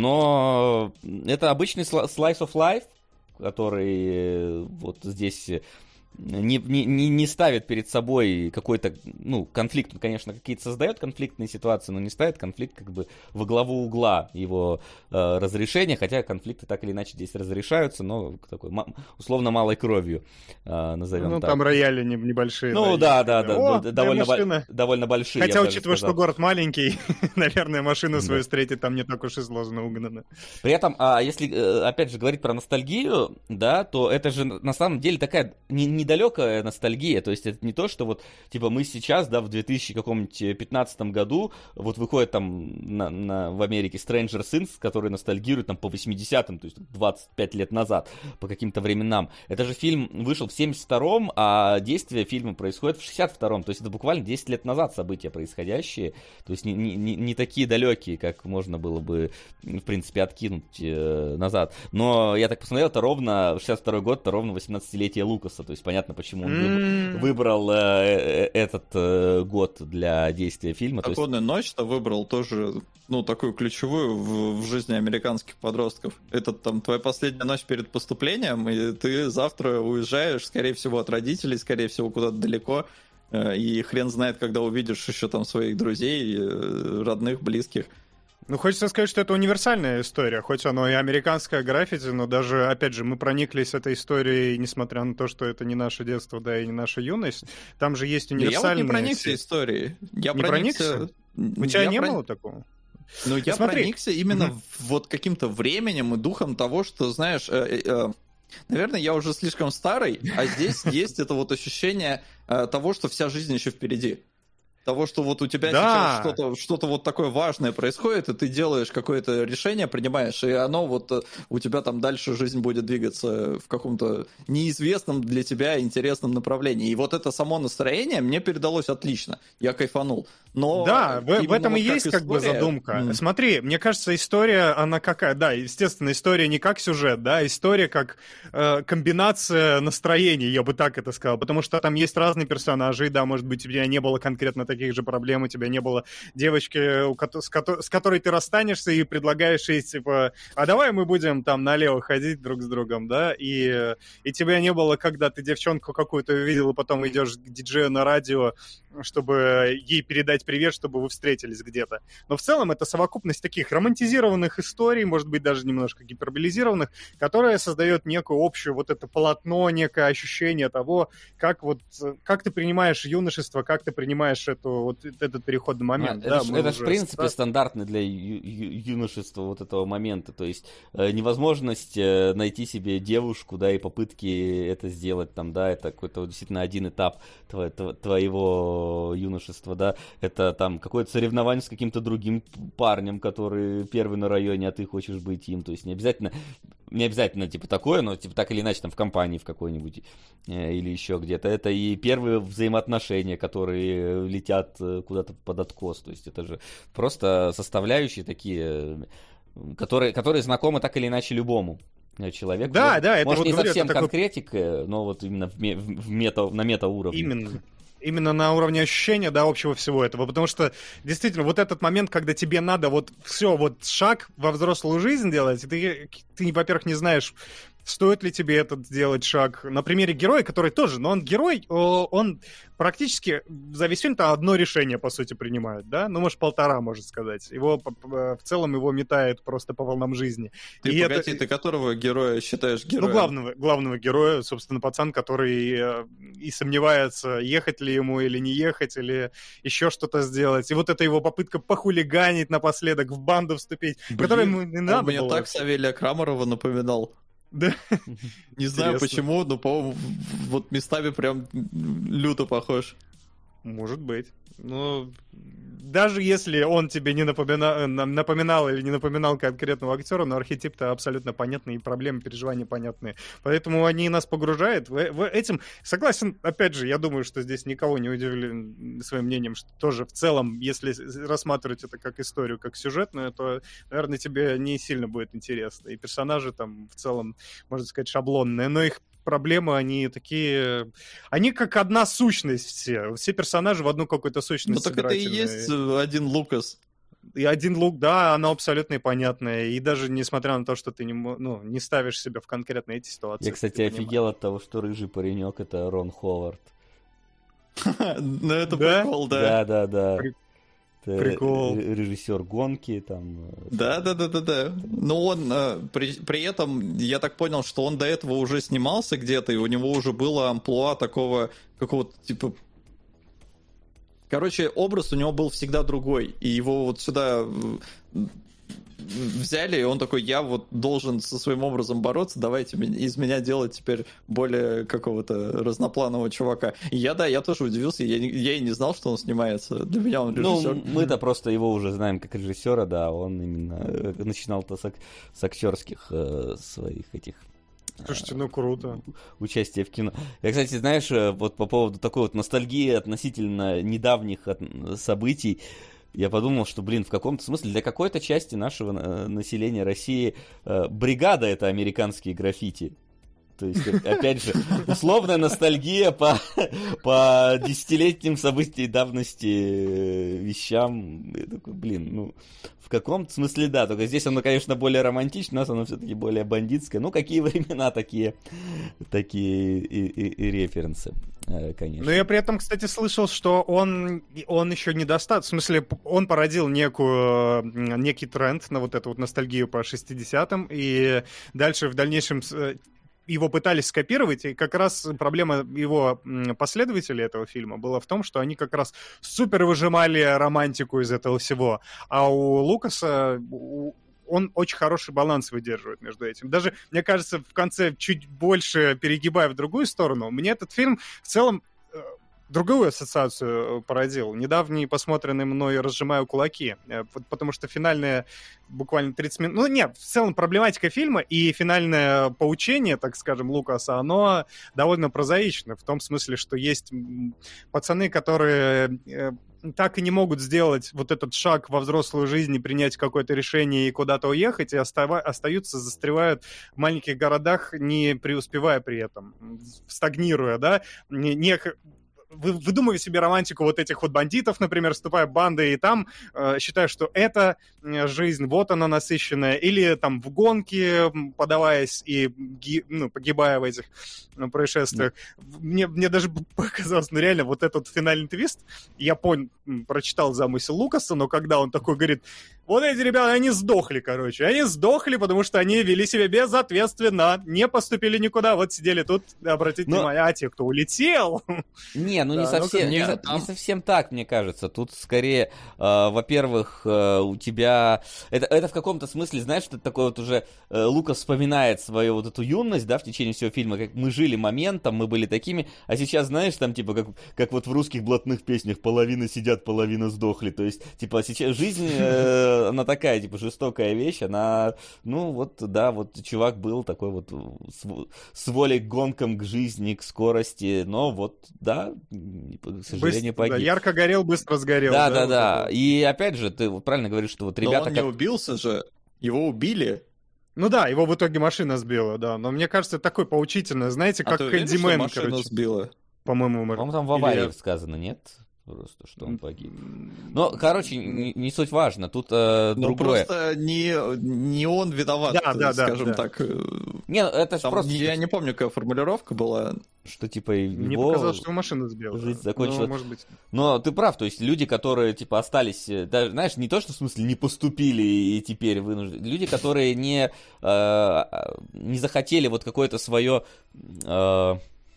Но это обычный slice of life, который э, вот здесь не, не, не ставит перед собой какой-то, ну, конфликт. Он, конечно, какие-то создает конфликтные ситуации, но не ставит конфликт как бы во главу угла его э, разрешения, хотя конфликты так или иначе здесь разрешаются, но такой условно малой кровью, э, назовем ну, так. Ну, там рояли небольшие. Ну, да, да, да, О, да довольно, бо- довольно большие. Хотя, учитывая, что город маленький, наверное, машину свою встретить там не так уж и сложно угнано. При этом, а, если, опять же, говорить про ностальгию, да, то это же на самом деле такая не, недалекая ностальгия, то есть это не то, что вот, типа, мы сейчас, да, в две тысячи пятнадцатом году, вот выходит там на, на, в Америке Stranger Things, который ностальгирует там по восьмидесятым, то есть двадцать пять лет назад, по каким-то временам. Это же фильм вышел в семьдесят втором, а действие фильма происходит в шестьдесят втором, то есть это буквально десять лет назад события происходящие, то есть не, не, не такие далекие, как можно было бы, в принципе, откинуть э, назад. Но я так посмотрел, это ровно, шестьдесят второй год, это ровно восемнадцатилетие Лукаса, то есть понятно, почему он mm. выбрал э, этот э, год для действия фильма. «Законная ночь»-то выбрал тоже, ну, такую ключевую в, в жизни американских подростков. Это там твоя последняя ночь перед поступлением, и ты завтра уезжаешь, скорее всего, от родителей, скорее всего, куда-то далеко, и хрен знает, когда увидишь еще там своих друзей, родных, близких. Ну, хочется сказать, что это универсальная история, хоть оно и американское граффити, но даже, опять же, мы прониклись этой историей, несмотря на то, что это не наше детство, да, и не наша юность. Там же есть универсальные... Я вот не проникся историей. Я не проникся? проникся? У тебя я не про... было такого? Ну, я Смотри. проникся именно mm-hmm. вот каким-то временем и духом того, что, знаешь... Э, э, наверное, я уже слишком старый, а здесь есть это вот ощущение того, что вся жизнь еще впереди. Того, что вот у тебя да. сейчас что-то, что-то вот такое важное происходит, и ты делаешь какое-то решение, принимаешь, и оно вот у тебя там дальше жизнь будет двигаться в каком-то неизвестном для тебя интересном направлении. И вот это само настроение мне передалось отлично. Я кайфанул. Но да, в, в этом вот и есть как бы задумка. Mm. Смотри, мне кажется, история, она какая? Да, естественно, история не как сюжет, да, история как э, комбинация настроений, я бы так это сказал, потому что там есть разные персонажи, и, да, может быть, у тебя не было конкретно таких же проблем, у тебя не было девочки, у ко- с, ко- с которой ты расстанешься и предлагаешь ей, типа, а давай мы будем там налево ходить друг с другом, да, и, и тебя не было, когда ты девчонку какую-то увидел, и потом идешь к диджею на радио, чтобы ей передать привет, чтобы вы встретились где-то. Но в целом это совокупность таких романтизированных историй, может быть, даже немножко гиперболизированных, которая создает некую общую вот это полотно, некое ощущение того, как вот, как ты принимаешь юношество, как ты принимаешь эту, вот этот переходный момент. А, да, это ж, это ж в принципе, да? стандартный для ю- ю- юношества вот этого момента, то есть э, невозможность э, найти себе девушку, да, и попытки это сделать, там, да, это какой-то вот, действительно один этап тво- тво- твоего юношества, да, это там какое-то соревнование с каким-то другим парнем, который первый на районе, а ты хочешь быть им, то есть не обязательно, не обязательно типа такое, но типа так или иначе там в компании в какой-нибудь э, или еще где-то, это и первые взаимоотношения, которые летят э, куда-то под откос, то есть это же просто составляющие такие, которые, которые знакомы так или иначе любому человеку. Да, может, да, это может вот не говорю, совсем это такой... конкретика, но вот именно в, ме- в мета, на мета-уровне. Именно. Именно на уровне ощущения, да, общего всего этого. Потому что, действительно, вот этот момент, когда тебе надо вот все, вот шаг во взрослую жизнь делать, и ты, ты во-первых, не знаешь, стоит ли тебе этот сделать шаг. На примере героя, который тоже, но он герой, он практически за весь фильм-то одно решение, по сути, принимает, да? Ну, может, полтора, можно сказать. Его, в целом, его метает просто по волнам жизни. Ты, и погоди, это... ты которого героя считаешь героем? Ну, главного, главного героя, собственно, пацан, который и сомневается, ехать ли ему или не ехать, или еще что-то сделать. И вот эта его попытка похулиганить напоследок, в банду вступить, Блин, которой ему не надо он мне было. так Савелия Крамарова напоминал. Да. Не знаю почему, но, по-моему, вот местами прям люто похож. Может быть. Ну, даже если он тебе не напомина... напоминал или не напоминал конкретного актера, но архетип-то абсолютно понятный, и проблемы, переживания понятные. Поэтому они нас погружают в, в этим. Согласен, опять же, я думаю, что здесь никого не удивлен своим мнением, что тоже в целом, если рассматривать это как историю, как сюжетную, то, наверное, тебе не сильно будет интересно. И персонажи там в целом, можно сказать, шаблонные, но их проблемы, они такие... Они как одна сущность все. Все персонажи в одну какую-то сущность. Ну так это и есть один Лукас. И один Лук, да, оно абсолютно и понятное. И даже несмотря на то, что ты не, ну, не ставишь себя в конкретно эти ситуации. Я, кстати, офигел от того, что рыжий паренек — это Рон Ховард. Ну это прикол, да. Да, да, да. Прикол. Режиссер гонки там. Да, да, да, да, да. Но он при, при этом, я так понял, что он до этого уже снимался где-то, и у него уже было амплуа такого какого-то типа. Короче, образ у него был всегда другой, и его вот сюда взяли, и он такой: я вот должен со своим образом бороться, давайте из меня делать теперь более какого-то разнопланового чувака. И я, да, я тоже удивился, я, я и не знал, что он снимается. Для меня он режиссер. Ну, мы-то просто его уже знаем как режиссера, да, он именно начинал-то с, ак- с актерских э, своих этих... Слушайте, ну круто. Участие в кино. Я, кстати, знаешь, вот по поводу такой вот ностальгии относительно недавних от... событий, я подумал, что, блин, в каком-то смысле для какой-то части нашего населения России э, бригада — это американские граффити. То есть, опять же, условная ностальгия по, по десятилетним событиям давности вещам. Я такой, блин, ну, в каком-то смысле да, только здесь оно, конечно, более романтичное, у нас оно все-таки более бандитское. Ну, какие времена, такие, такие и, и, и референсы, конечно. Но я при этом, кстати, слышал, что он, он еще недостаточно, в смысле, он породил некую, некий тренд на вот эту вот ностальгию по шестидесятым, и дальше в дальнейшем его пытались скопировать, и как раз проблема его последователей этого фильма была в том, что они как раз супер выжимали романтику из этого всего. А у Лукаса он очень хороший баланс выдерживает между этим. Даже, мне кажется, в конце чуть больше перегибая в другую сторону, мне этот фильм в целом другую ассоциацию породил. Недавний посмотренный мной «Разжимаю кулаки». Потому что финальная буквально тридцать минут... Ну, нет, в целом проблематика фильма и финальное поучение, так скажем, Лукаса, оно довольно прозаично. В том смысле, что есть пацаны, которые так и не могут сделать вот этот шаг во взрослую жизнь и принять какое-то решение и куда-то уехать, и остава- остаются, застревают в маленьких городах, не преуспевая при этом, стагнируя, да, не, не вы, выдумывая себе романтику вот этих вот бандитов, например, вступая в банды, и там э, считая, что это жизнь, вот она насыщенная, или там в гонке, подаваясь и ги, ну, погибая в этих ну, происшествиях. Mm. Мне, мне даже показалось, ну реально, вот этот финальный твист, я понял, прочитал замысел Лукаса, но когда он такой говорит, вот эти ребята, они сдохли, короче, они сдохли, потому что они вели себя безответственно, не поступили никуда, вот сидели тут, обратите но... внимание, а те, кто улетел... Не, ну да, не, совсем, ну, не, не, там... не совсем так, мне кажется. Тут скорее, э, во-первых, э, у тебя... Это, это в каком-то смысле, знаешь, что это такое вот уже... Э, Лукас вспоминает свою вот эту юность, да, в течение всего фильма, как мы жили моментом, мы были такими, а сейчас, знаешь, там, типа, как, как вот в русских блатных песнях, половина сидят, половина сдохли. То есть, типа, сейчас жизнь, э, она такая, типа, жестокая вещь, она... Ну, вот, да, вот чувак был такой вот с, с волей к гонкам, к жизни, к скорости, но вот, да... к сожалению, быстро, погиб. Да, ярко горел, быстро сгорел. Да, да, да. да. Вот и опять же, ты правильно говоришь, что вот ребята... Но он как... не убился же, его убили. Ну да, его в итоге машина сбила, да. Но мне кажется, это такое поучительное, знаете, как а Кэндимен, машину короче. сбила? По-моему, По-моему, там в аварии Или... сказано, нет? Просто, что он погиб. Но, короче, не, не суть важно, тут э, ну, другое. просто не, не он виноват, да, да, скажем да, так. Не, это там, просто... Я не помню, какая формулировка была. Что, типа, его... Мне показалось, что машина сбила. Жизнь закончилась. Ну, может быть. Но ты прав, то есть люди, которые, типа, остались... Даже, знаешь, не то, что в смысле не поступили и теперь вынуждены. Люди, которые не, э, не захотели вот какое-то свое... Э,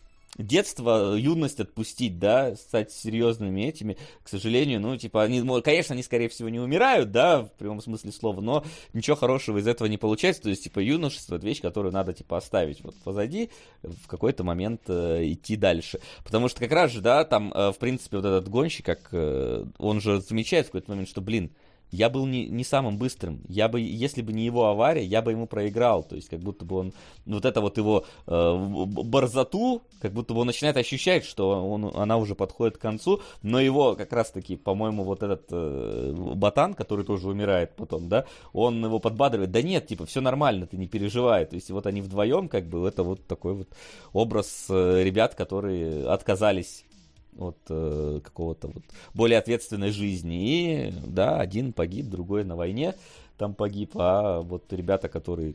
детство, юность отпустить, да, стать серьезными этими, к сожалению, ну, типа, они, конечно, они, скорее всего, не умирают, да, в прямом смысле слова, но ничего хорошего из этого не получается, то есть, типа, юношество — это вещь, которую надо, типа, оставить вот позади, в какой-то момент э, идти дальше, потому что как раз же, да, там, э, в принципе, вот этот гонщик, как, э, он же замечает в какой-то момент, что, блин, я был не, не самым быстрым. Я бы, если бы не его авария, я бы ему проиграл. То есть, как будто бы он, вот это вот его э, борзоту, как будто бы он начинает ощущать, что он, она уже подходит к концу. Но его как раз-таки, по-моему, вот этот э, ботан, который тоже умирает потом, да, он его подбадривает. Да нет, типа, все нормально, ты не переживай. То есть, вот они вдвоем, как бы, это вот такой вот образ э, ребят, которые отказались от э, какого-то вот более ответственной жизни. И, да, один погиб, другой на войне там погиб, а вот ребята, которые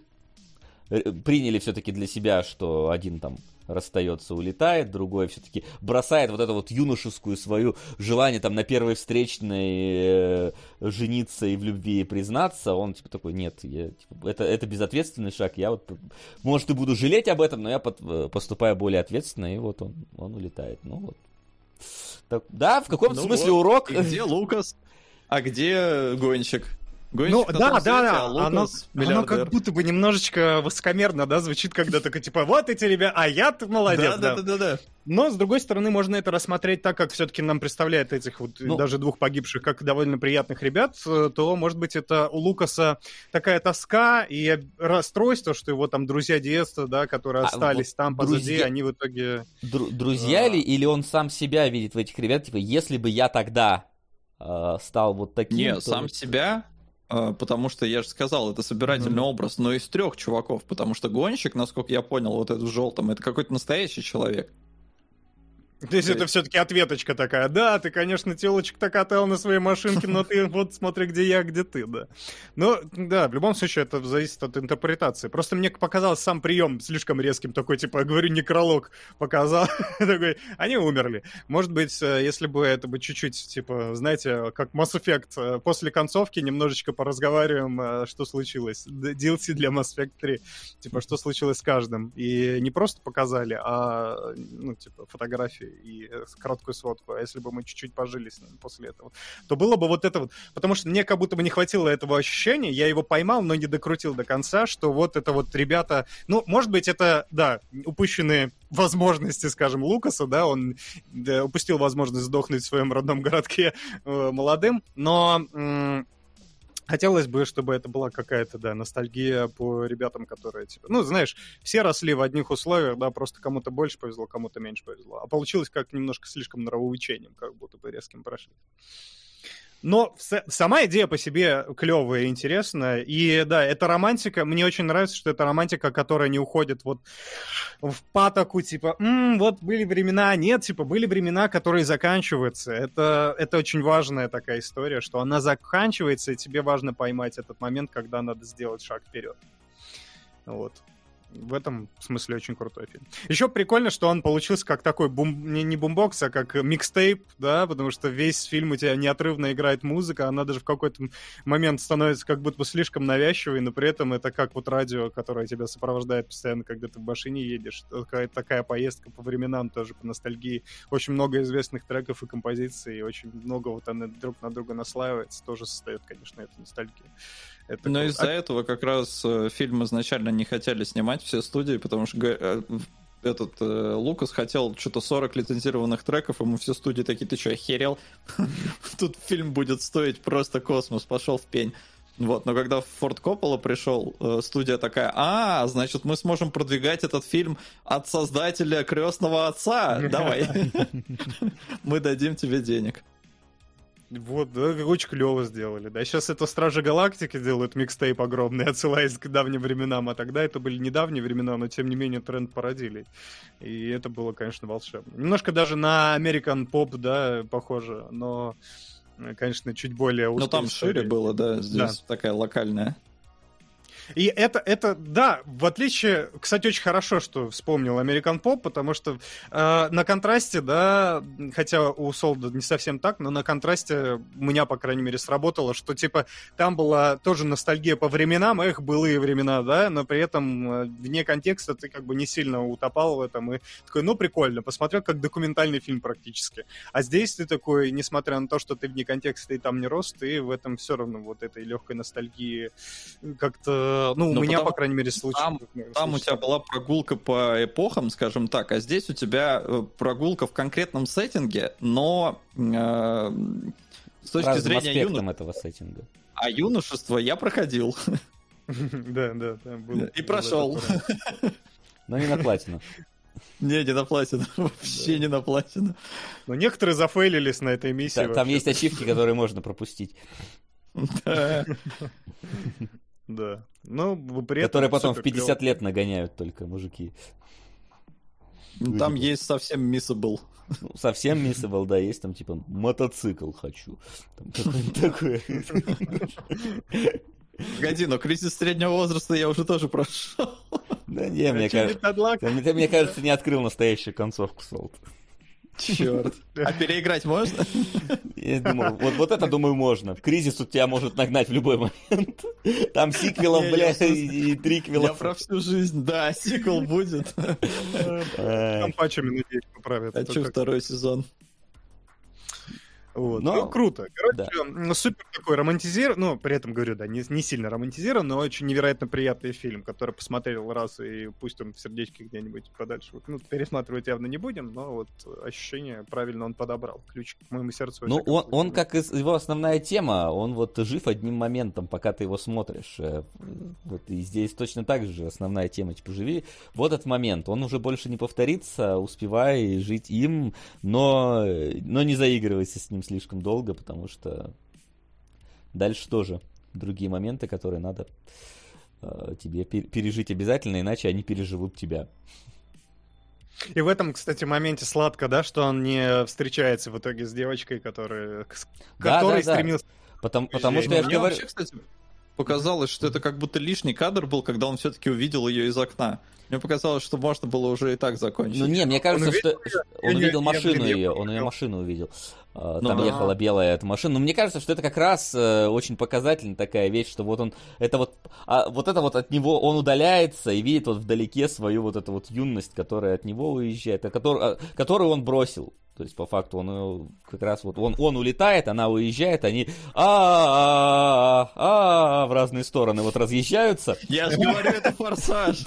приняли все-таки для себя, что один там расстается, улетает, другой все-таки бросает вот эту вот юношескую свою желание там на первой встречной э, жениться и в любви признаться, он типа такой, нет, я, типа, это, это безответственный шаг, я вот, может, и буду жалеть об этом, но я под, поступаю более ответственно, и вот он, он улетает, ну вот. Так, да, в каком-то ну смысле вот. Урок. И где Лукас? А где гонщик? Гонщик ну, да, да, свете, да, а Лукас, оно, оно как будто бы немножечко высокомерно, да, звучит, когда такой, типа, вот эти ребята, а я-то молодец, да. Да, да, да, да. Но, с другой стороны, можно это рассмотреть так, как все-таки нам представляет этих вот ну, даже двух погибших, как довольно приятных ребят, то, может быть, это у Лукаса такая тоска и расстройство, что его там друзья детства, да, которые а остались вот там позади, друзья... они в итоге... Дру- друзья а... ли, или он сам себя видит в этих ребят, типа, если бы я тогда э, стал вот таким... Не, то... сам себя... Потому что, я же сказал, это собирательный mm-hmm. образ, но из трех чуваков, потому что гонщик, насколько я понял, вот этот в желтом, это какой-то настоящий человек. То есть это все-таки ответочка такая, да, ты, конечно, телочек-то катал на своей машинке, но ты вот смотри, где я, где ты, да. Ну, да, в любом случае это зависит от интерпретации. Просто мне показалось сам прием слишком резким, такой, типа, я говорю, некролог показал, такой, они умерли. Может быть, если бы это бы чуть-чуть, типа, знаете, как Mass Effect, после концовки немножечко поразговариваем, что случилось. ди эл си для Mass Effect три, типа, что случилось с каждым. И не просто показали, а, ну, типа, фотографии и краткую сводку, а если бы мы чуть-чуть пожили с ним после этого, то было бы вот это вот, потому что мне как будто бы не хватило этого ощущения, я его поймал, но не докрутил до конца, что вот это вот ребята, ну, может быть, это, да, упущенные возможности, скажем, Лукаса, да, он да, упустил возможность сдохнуть в своем родном городке э, молодым, но м- хотелось бы, чтобы это была какая-то, да, ностальгия по ребятам, которые, типа, ну, знаешь, все росли в одних условиях, да, просто кому-то больше повезло, кому-то меньше повезло, а получилось как немножко слишком нравоучением, как будто бы резким прошли. Но сама идея по себе клевая и интересная. И да, это романтика. Мне очень нравится, что это романтика, которая не уходит вот в патоку, типа, М, вот были времена. Нет, типа, были времена, которые заканчиваются. Это, это очень важная такая история, что она заканчивается, и тебе важно поймать этот момент, когда надо сделать шаг вперед. Вот. В этом смысле очень крутой фильм. Еще прикольно, что он получился как такой бум... не, не бумбокс, а как микстейп, да, потому что весь фильм у тебя неотрывно играет музыка, она даже в какой-то момент становится как будто бы слишком навязчивой, но при этом это как вот радио, которое тебя сопровождает постоянно, когда ты в машине едешь. Какая-то такая поездка по временам тоже, по ностальгии. Очень много известных треков и композиций, и очень много вот она друг на друга наслаивается, тоже создает, конечно, эту ностальгию. Это Но круто. из-за а... этого как раз э, фильм изначально не хотели снимать все студии, потому что э, этот э, Лукас хотел что-то сорок лицензированных треков, ему все студии такие: ты что, охерел? Тут фильм будет стоить просто космос, пошел в пень. Вот, но когда Форд Коппола пришел, э, студия такая: а, значит, мы сможем продвигать этот фильм от создателя «Крестного отца». Давай, мы дадим тебе денег. Вот, да, очень клево сделали. Да, сейчас это Стражи Галактики делают микстейп огромный, отсылаясь к давним временам, а тогда это были недавние времена, но тем не менее тренд породили. И это было, конечно, волшебно. Немножко даже на American Pop, да, похоже, но, конечно, чуть более узкая. Но там история. шире было, да, здесь да. Такая локальная. И это, это, да, в отличие, кстати, очень хорошо, что вспомнил American Pop, потому что э, на контрасте, да, хотя у Солда не совсем так, но на контрасте у меня, по крайней мере, сработало, что, типа, там была тоже ностальгия по временам, эх, былые времена, да, но при этом э, вне контекста ты как бы не сильно утопал в этом, и такой, ну, прикольно, посмотрел как документальный фильм практически. А здесь ты такой, несмотря на то, что ты вне контекста и там не рос, ты в этом все равно вот этой легкой ностальгии как-то ну, ну, у меня, потому, по крайней мере, случилось. Там, там у тебя была прогулка по эпохам, скажем так, а здесь у тебя прогулка в конкретном сеттинге, но э, с точки разным зрения аспектом этого сеттинга. А юношество я проходил. Да, да, да. И прошел. Но не на платину. Не, не на платину. Вообще не на платину. Но некоторые зафейлились на этой миссии. Там есть ачивки, которые можно пропустить. Да. Ну, при этом которые потом в пятьдесят лет нагоняют только мужики. Там Люди. Есть совсем миссабл. Ну, совсем миссабл, да, есть там типа мотоцикл хочу. Там такое. Погоди, но кризис среднего возраста я уже тоже прошел. Да не, мне кажется, ты, мне кажется, не открыл настоящую концовку, Солт. Черт. А переиграть можно? Я думаю, вот, вот это, думаю, можно. Кризис у тебя может нагнать в любой момент. Там сиквелов, бля, и, и триквелов. Я про всю жизнь, да, сиквел будет. Там патчами, надеюсь, поправят. Хочу второй сезон. Вот. Но, ну, круто. Короче, да. Супер такой романтизированный, ну, при этом, говорю, да, не, не сильно романтизированный, но очень невероятно приятный фильм, который посмотрел раз, и пусть он в сердечке где-нибудь подальше. Вот, ну, пересматривать явно не будем, но вот ощущение правильно он подобрал. Ключ к моему сердцу. Ну, он, он, как из, его основная тема, он вот жив одним моментом, пока ты его смотришь. Вот, и здесь точно так же основная тема, типа, живи вот этот момент. Он уже больше не повторится, успевай жить им, но, но не заигрывайся с ним слишком долго, потому что дальше тоже другие моменты, которые надо э, тебе пер- пережить обязательно, иначе они переживут тебя. И в этом, кстати, моменте сладко, да, что он не встречается в итоге с девочкой, которая, к да, которой да, стремился. Да. Потому, потому что я же говорю... Вообще, кстати, показалось, что это как будто лишний кадр был, когда он все-таки увидел ее из окна. Мне показалось, что можно было уже и так закончить. Ну не, мне кажется, он что увидел, что я, он я, увидел я, машину я, ее, я, он ее машину увидел. Ну, Там да. ехала белая эта машина. Но мне кажется, что это как раз э, очень показательная такая вещь, что вот он, это вот, а, вот это вот от него, он удаляется и видит вот вдалеке свою вот эту вот юность, которая от него уезжает, а который, а, которую он бросил. То есть, по факту, он э, как раз вот, он, он улетает, она уезжает, они а а в разные стороны вот разъезжаются. Я же говорю, это «Форсаж».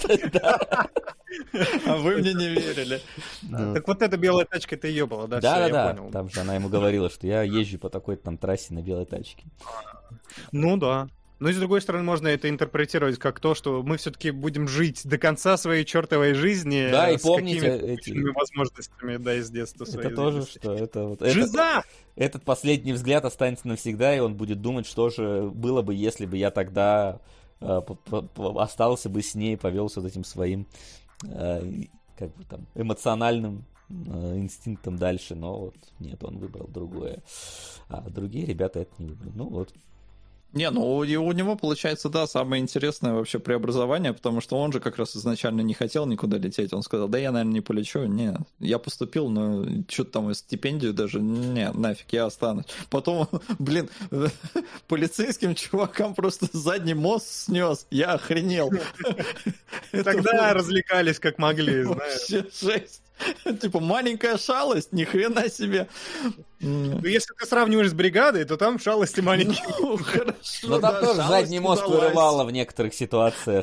А вы мне не верили. Так вот эта белая тачка, это ее была, да? Да, да, да. Там же она ему говорила, что я езжу по такой-то там трассе на белой тачке. Ну да. Но и с другой стороны, можно это интерпретировать как то, что мы все-таки будем жить до конца своей чертовой жизни. Да, и с помните какими эти... возможностями, да, из детства своей. Это тоже, детства. что это вот... Жиза! Этот, этот последний взгляд останется навсегда, и он будет думать, что же было бы, если бы я тогда э, остался бы с ней, повелся вот этим своим э, как бы там эмоциональным э, инстинктом дальше. Но вот нет, он выбрал другое. А другие ребята это не выбрали. Ну вот. Не, ну у, у него получается, да, самое интересное вообще преобразование, потому что он же как раз изначально не хотел никуда лететь. Он сказал, да я, наверное, не полечу. Не, я поступил, но что-то там, стипендию даже, не, нафиг, я останусь. Потом, блин, полицейским чувакам просто задний мост снес. Я охренел. Тогда развлекались как могли, знаешь. Вообще жесть. Типа маленькая шалость, ни хрена себе. Ну, если ты сравниваешь с бригадой, то там шалости маленькие. Ну, хорошо. Но там да, тоже задний мост удалась. вырывало в некоторых ситуациях.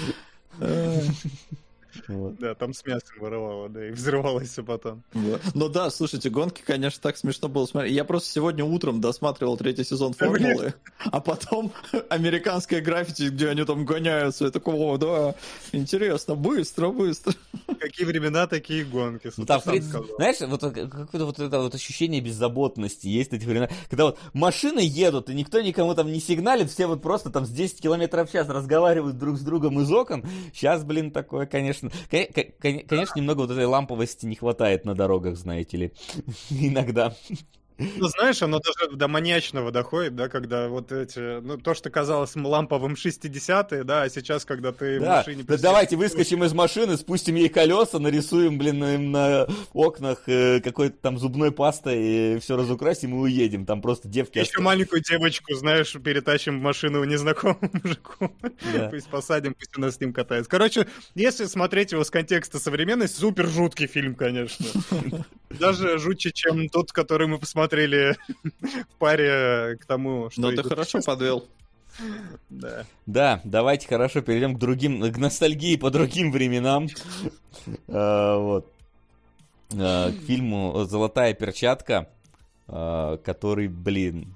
Вот. Да, там с мясом вырывало, да, и взрывалось все потом. Вот. Ну да, слушайте, гонки, конечно, так смешно было смотреть. Я просто сегодня утром досматривал третий сезон «Формулы», а потом американское граффити, где они там гоняются. Я такой, о, да, интересно, быстро, быстро. Какие времена, такие гонки. Ну там, Фриц, знаешь, вот какое-то вот это вот ощущение беззаботности есть эти времена, когда вот машины едут, и никто никому там не сигналит, все вот просто там с десять километров в час разговаривают друг с другом из окон. Сейчас, блин, такое, конечно... Конечно, немного вот этой ламповости не хватает на дорогах, знаете ли, иногда. Ну, знаешь, оно даже до маньячного доходит, да, когда вот эти, ну, то, что казалось ламповым шестидесятые, да, а сейчас, когда ты да, в машине... Да давайте выскочим из машины, спустим ей колеса, нарисуем, блин, им на окнах э, какой-то там зубной пастой, и все разукрасим и уедем, там просто девки... Еще маленькую девочку, знаешь, перетащим в машину незнакомому мужику, да. Пусть посадим, пусть она с ним катается. Короче, если смотреть его с контекста современности, супер жуткий фильм, конечно. Даже жутче, чем тот, который мы посмотрели смотрели в паре к тому, что... Ну, ты хорошо подвел. Да. Да, давайте хорошо перейдем к другим, к ностальгии по другим временам. Вот. К фильму «Золотая перчатка», который, блин...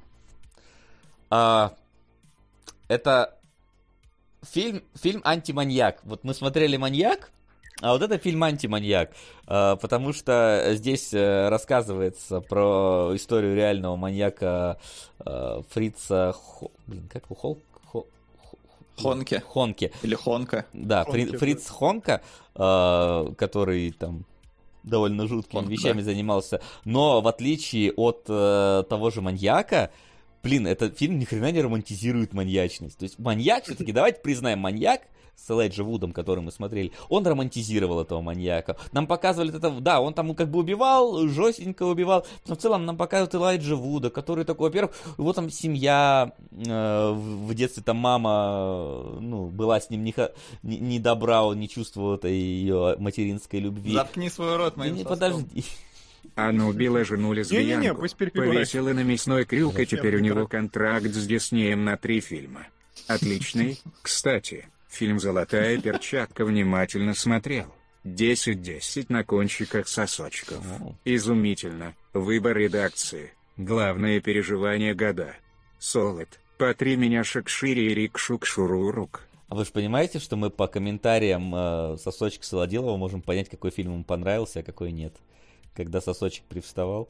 Это фильм, фильм «Антиманьяк». Вот мы смотрели «Маньяк», а вот это фильм «Антиманьяк», потому что здесь рассказывается про историю реального маньяка Фрица... Хо... Блин, как его? Хол... Хо... Хонке. Хонке. Или Хонка. Да, Хонке, Фриц да. Хонка, который там довольно жуткими Хонк, вещами да. занимался, но в отличие от того же маньяка, блин, этот фильм ни хрена не романтизирует маньячность. То есть маньяк, все-таки давайте признаем, маньяк с Элайджа Вудом, который мы смотрели, он романтизировал этого маньяка. Нам показывали это, да, он там как бы убивал, жестенько убивал, но в целом нам показывают Элайджа Вуда, который такой, во-первых, его там семья, э, в детстве там мама, ну, была с ним не, не, не добра, он не чувствовал этой ее материнской любви. Заткни свой рот моим Не, подожди. Она убила жену лесбиянку, повесила на мясной крюк, и теперь у него контракт с Диснеем на три фильма. Отличный, кстати. Фильм «Золотая перчатка» внимательно смотрел. десять десять на кончиках сосочков. Изумительно. Выбор редакции. Главное переживание года. Солод. Потри меня шакшири и рикшук-шурурук. А вы же понимаете, что мы по комментариям э, Сосочка Солодилова можем понять, какой фильм ему понравился, а какой нет. Когда Сосочек привставал...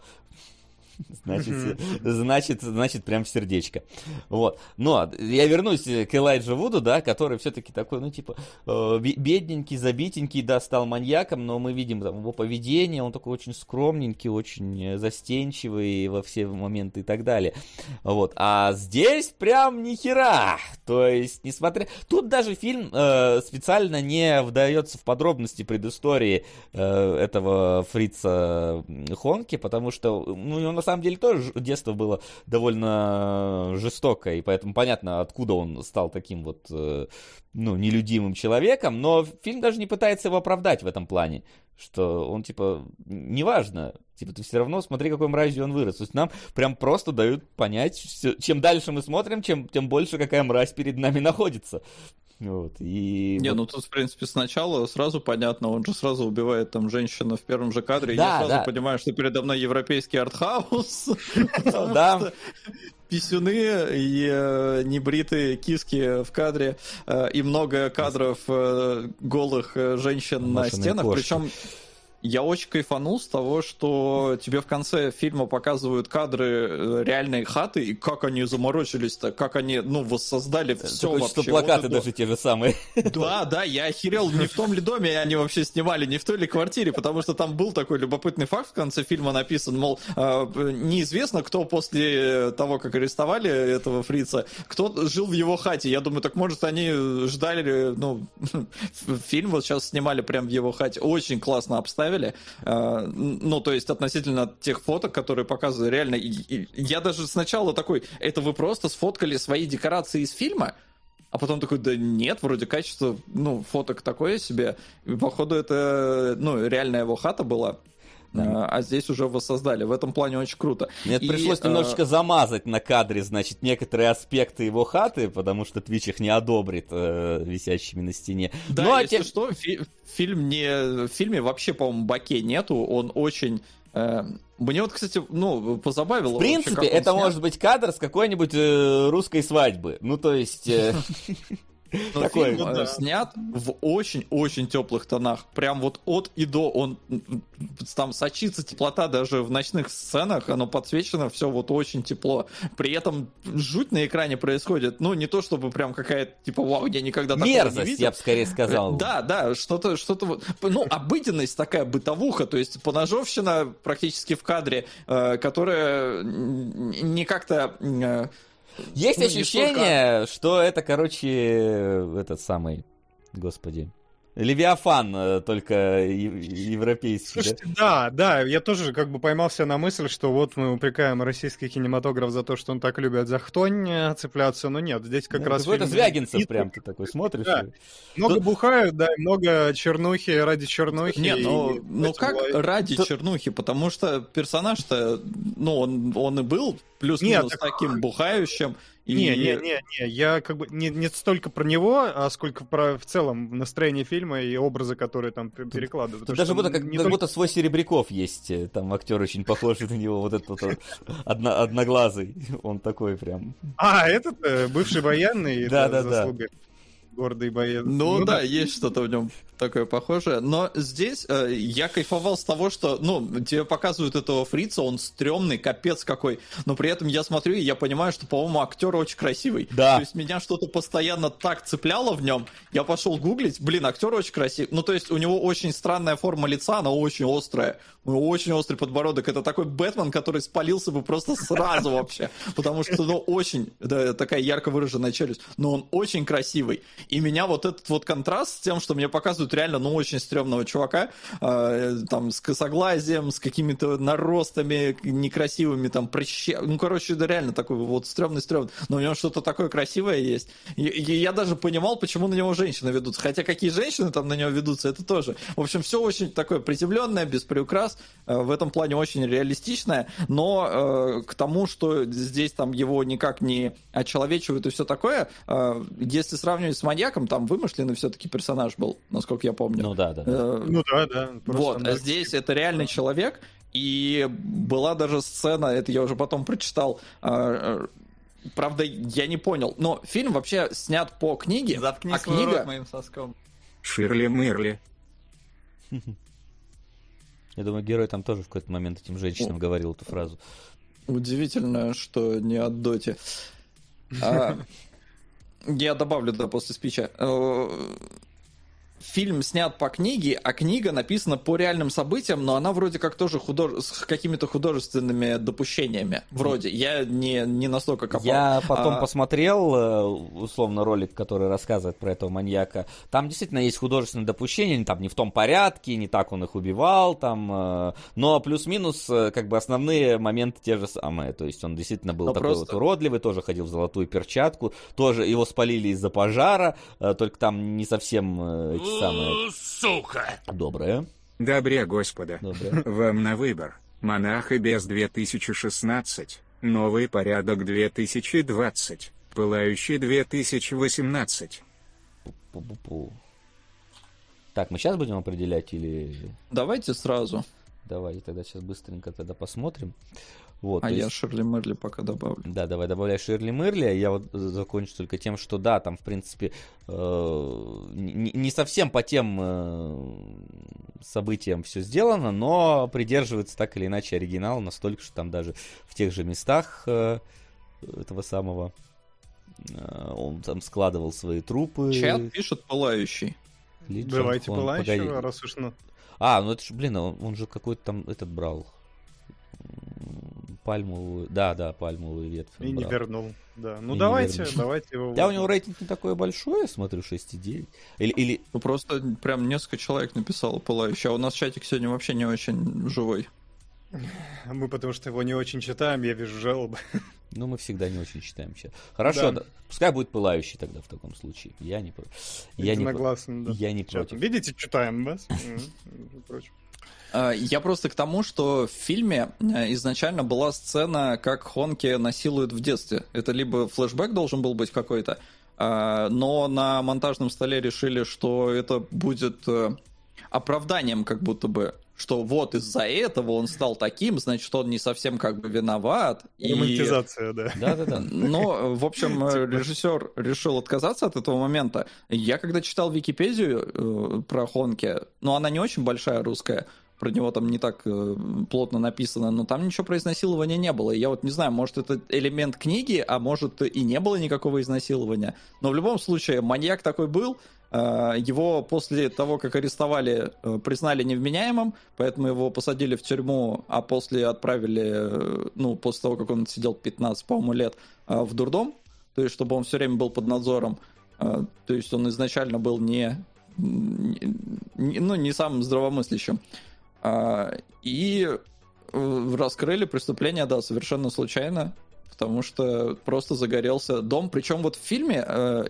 Значит, mm-hmm. значит, значит, прям в сердечко. Вот. Но я вернусь к Элайджа Вуду, да, который все-таки такой, ну, типа, бедненький, забитенький, да, стал маньяком, но мы видим там, его поведение, он такой очень скромненький, очень застенчивый во все моменты и так далее. Вот. А здесь прям ни хера. То есть, несмотря... Тут даже фильм э, специально не вдается в подробности предыстории э, этого Фрица Хонки, потому что, ну, он на самом деле тоже детство было довольно жестокое, и поэтому понятно, откуда он стал таким вот, э, ну, нелюдимым человеком, но фильм даже не пытается его оправдать в этом плане, что он, типа, неважно, Типа, ты все равно смотри, какой мразью он вырос. То есть нам прям просто дают понять, что, чем дальше мы смотрим, чем, тем больше какая мразь перед нами находится. Вот, и... Не, вот... ну тут, в принципе, сначала сразу понятно, он же сразу убивает там женщину в первом же кадре, да, и я сразу да. понимаю, что передо мной европейский артхаус, Да. писюны и э, небритые киски в кадре, э, и много кадров э, голых э, женщин на стенах, кошки. Причем я очень кайфанул с того, что тебе в конце фильма показывают кадры реальной хаты, и как они заморочились-то, как они, ну, воссоздали все Такое, вообще. что плакаты вот даже те же самые. Да, да, я охерел, не в том ли доме они вообще снимали, не в той ли квартире, потому что там был такой любопытный факт в конце фильма написан, мол, неизвестно, кто после того, как арестовали этого фрица, кто жил в его хате. Я думаю, так может они ждали, ну, фильм вот сейчас снимали прям в его хате. Очень классно обставили. Ну, то есть относительно тех фоток, которые показывают реально. Я даже сначала такой, это вы просто сфоткали свои декорации из фильма? А потом такой, да нет, вроде качество, ну, фоток такое себе. И, походу, это, ну, реальная его хата была. Да. А здесь уже воссоздали. В этом плане очень круто. Мне и, пришлось немножечко а... замазать на кадре, значит, некоторые аспекты его хаты, потому что Twitch их не одобрит э, висящими на стене. Да, ну, если а те... что, фи- фильм не... в фильме вообще, по-моему, баке нету. Он очень... Э... Мне вот, кстати, ну, позабавило. В принципе, вообще, это снят. может быть кадр с какой-нибудь э, русской свадьбы. Ну, то есть... Э... Но Такой, фильм да. снят в очень-очень теплых тонах. Прям вот от и до. Он там сочится теплота даже в ночных сценах. Оно подсвечено, все вот очень тепло. При этом жуть на экране происходит. Ну, не то чтобы прям какая-то, типа, вау, я никогда такого мерзость, не видел. я бы скорее сказал. Да, да, что-то, что-то вот. Ну, обыденность такая, бытовуха. То есть поножовщина практически в кадре, которая не как-то... Есть ну, ощущение, столько... что это, короче, этот самый, господи, Левиафан, только европейский. Слушайте, да? да, да, я тоже как бы поймался на мысль, что вот мы упрекаем российский кинематограф за то, что он так любит за хтонь цепляться, но нет, здесь как да, раз... Это Звягинцев прям ты такой смотришь. Да. И... Много Тут... бухают, да, много чернухи ради чернухи. Не, ну, и... ну как бывает. ради Тут... чернухи, потому что персонаж-то, ну, он, он и был плюс-минус так... таким бухающим. И... Не, не, не, не, я как бы не, не столько про него, а сколько про в целом настроение фильма и образы, которые там перекладывают. Тут даже будто как, как только... будто свой Серебряков есть, там актер очень похожий на него, вот этот вот одно, одноглазый, он такой прям. А, этот бывший военный, да, да, да. Гордый боец. Ну, ну да, да, есть что-то в нем такое похожее. Но здесь э, я кайфовал с того, что, ну, тебе показывают этого фрица, он стрёмный, капец какой. Но при этом я смотрю, и я понимаю, что, по-моему, актер очень красивый. Да. То есть меня что-то постоянно так цепляло в нем. Я пошел гуглить, блин, актер очень красивый. Ну, то есть у него очень странная форма лица, она очень острая. У него очень острый подбородок. Это такой Бэтмен, который спалился бы просто сразу вообще. Потому что, ну, очень да, такая ярко выраженная челюсть. Но он очень красивый. И меня вот этот вот контраст с тем, что мне показывают реально, ну, очень стрёмного чувака, э, там, с косоглазием, с какими-то наростами некрасивыми, там, прыщами. Ну, короче, да, реально такой вот стрёмный-стрёмный. Но у него что-то такое красивое есть. И, и я даже понимал, почему на него женщины ведутся. Хотя какие женщины там на него ведутся, это тоже. В общем, все очень такое приземленное, без приукрас. Э, в этом плане очень реалистичное. Но э, к тому, что здесь там его никак не очеловечивают и все такое, э, если сравнивать с маньяком, там вымышленный все-таки персонаж был, насколько я помню. Ну да, да. да. Э, ну да, да. Вот, а здесь это реальный человек, и была даже сцена, это я уже потом прочитал, э, правда, я не понял, но фильм вообще снят по книге, Заткни а свой книга... рот моим соском. Ширли-мырли. Я думаю, герой там тоже в какой-то момент этим женщинам О. говорил эту фразу. Удивительно, что не от Доти. А, я добавлю, да, после спича. Фильм снят по книге, а книга написана по реальным событиям, но она вроде как тоже худож... с какими-то художественными допущениями. Вроде. Я не, не настолько копал. Я потом а... посмотрел, условно, ролик, который рассказывает про этого маньяка. Там действительно есть художественные допущения, там не в том порядке, не так он их убивал, там, но плюс-минус как бы основные моменты те же самые. То есть он действительно был но такой просто... вот уродливый, тоже ходил в золотую перчатку, тоже его спалили из-за пожара, только там не совсем эти самые... Сука! Доброе. Добре, Господа. Доброе. Вам на выбор. Монах и без две тысячи шестнадцать, Новый порядок две тысячи двадцать, Пылающий две тысячи восемнадцать. Пу-пу-пу. Так, мы сейчас будем определять или... Давайте сразу. Давай, тогда сейчас быстренько тогда посмотрим. Вот, А я есть... Ширли Мерли пока добавлю. Да, давай добавляй Ширли Мерли. Я вот закончу только тем, что да, там, в принципе, э, не, не совсем по тем э, событиям все сделано, но придерживается так или иначе оригинала настолько, что там даже в тех же местах э, этого самого э, он там складывал свои трупы. Чат пишет пылающий. Лиджин, Давайте он, пылающего, погоди. раз уж ну... А, ну это же, блин, он, он же какой-то там этот брал. Пальмовую, да, да, пальмовую ветвь. И не брал. вернул, да. Ну И давайте, вернул. давайте его... Да, у него рейтинг не такой большой, я смотрю, шесть и девять. Или, или... Ну, просто прям несколько человек написало пылающий, а у нас чатик сегодня вообще не очень живой. Мы потому что его не очень читаем, я вижу жалобы. Ну, мы всегда не очень читаем сейчас. Хорошо, Да. да. Пускай будет пылающий тогда в таком случае. Я не против. Я не, про- Единогласно, да. я не Чатом. против. Видите, читаем вас. Мгм, прочим. А, Я просто к тому, что в фильме э, изначально была сцена, как Хонки насилуют в детстве. Это либо флешбэк должен был быть какой-то, а, но на монтажном столе решили, что это будет э, оправданием как будто бы, что вот из-за этого он стал таким, значит, он не совсем как бы виноват. И... Романтизация, да. Да-да-да. Но, в общем, э, режиссер решил отказаться от этого момента. Я когда читал Википедию э, про Хонки, ну, она не очень большая русская, про него там не так э, плотно написано, но там ничего про изнасилование не было. И я вот не знаю, может, это элемент книги, а может, и не было никакого изнасилования. Но в любом случае, маньяк такой был. Э, его после того, как арестовали, э, признали невменяемым, поэтому его посадили в тюрьму, а после отправили, э, ну, после того, как он сидел пятнадцать, по-моему, лет, э, в дурдом. То есть, чтобы он все время был под надзором. Э, то есть, он изначально был не, не, ну, не самым здравомыслящим. И раскрыли преступление, да, совершенно случайно, потому что просто загорелся дом. Причем вот в фильме э,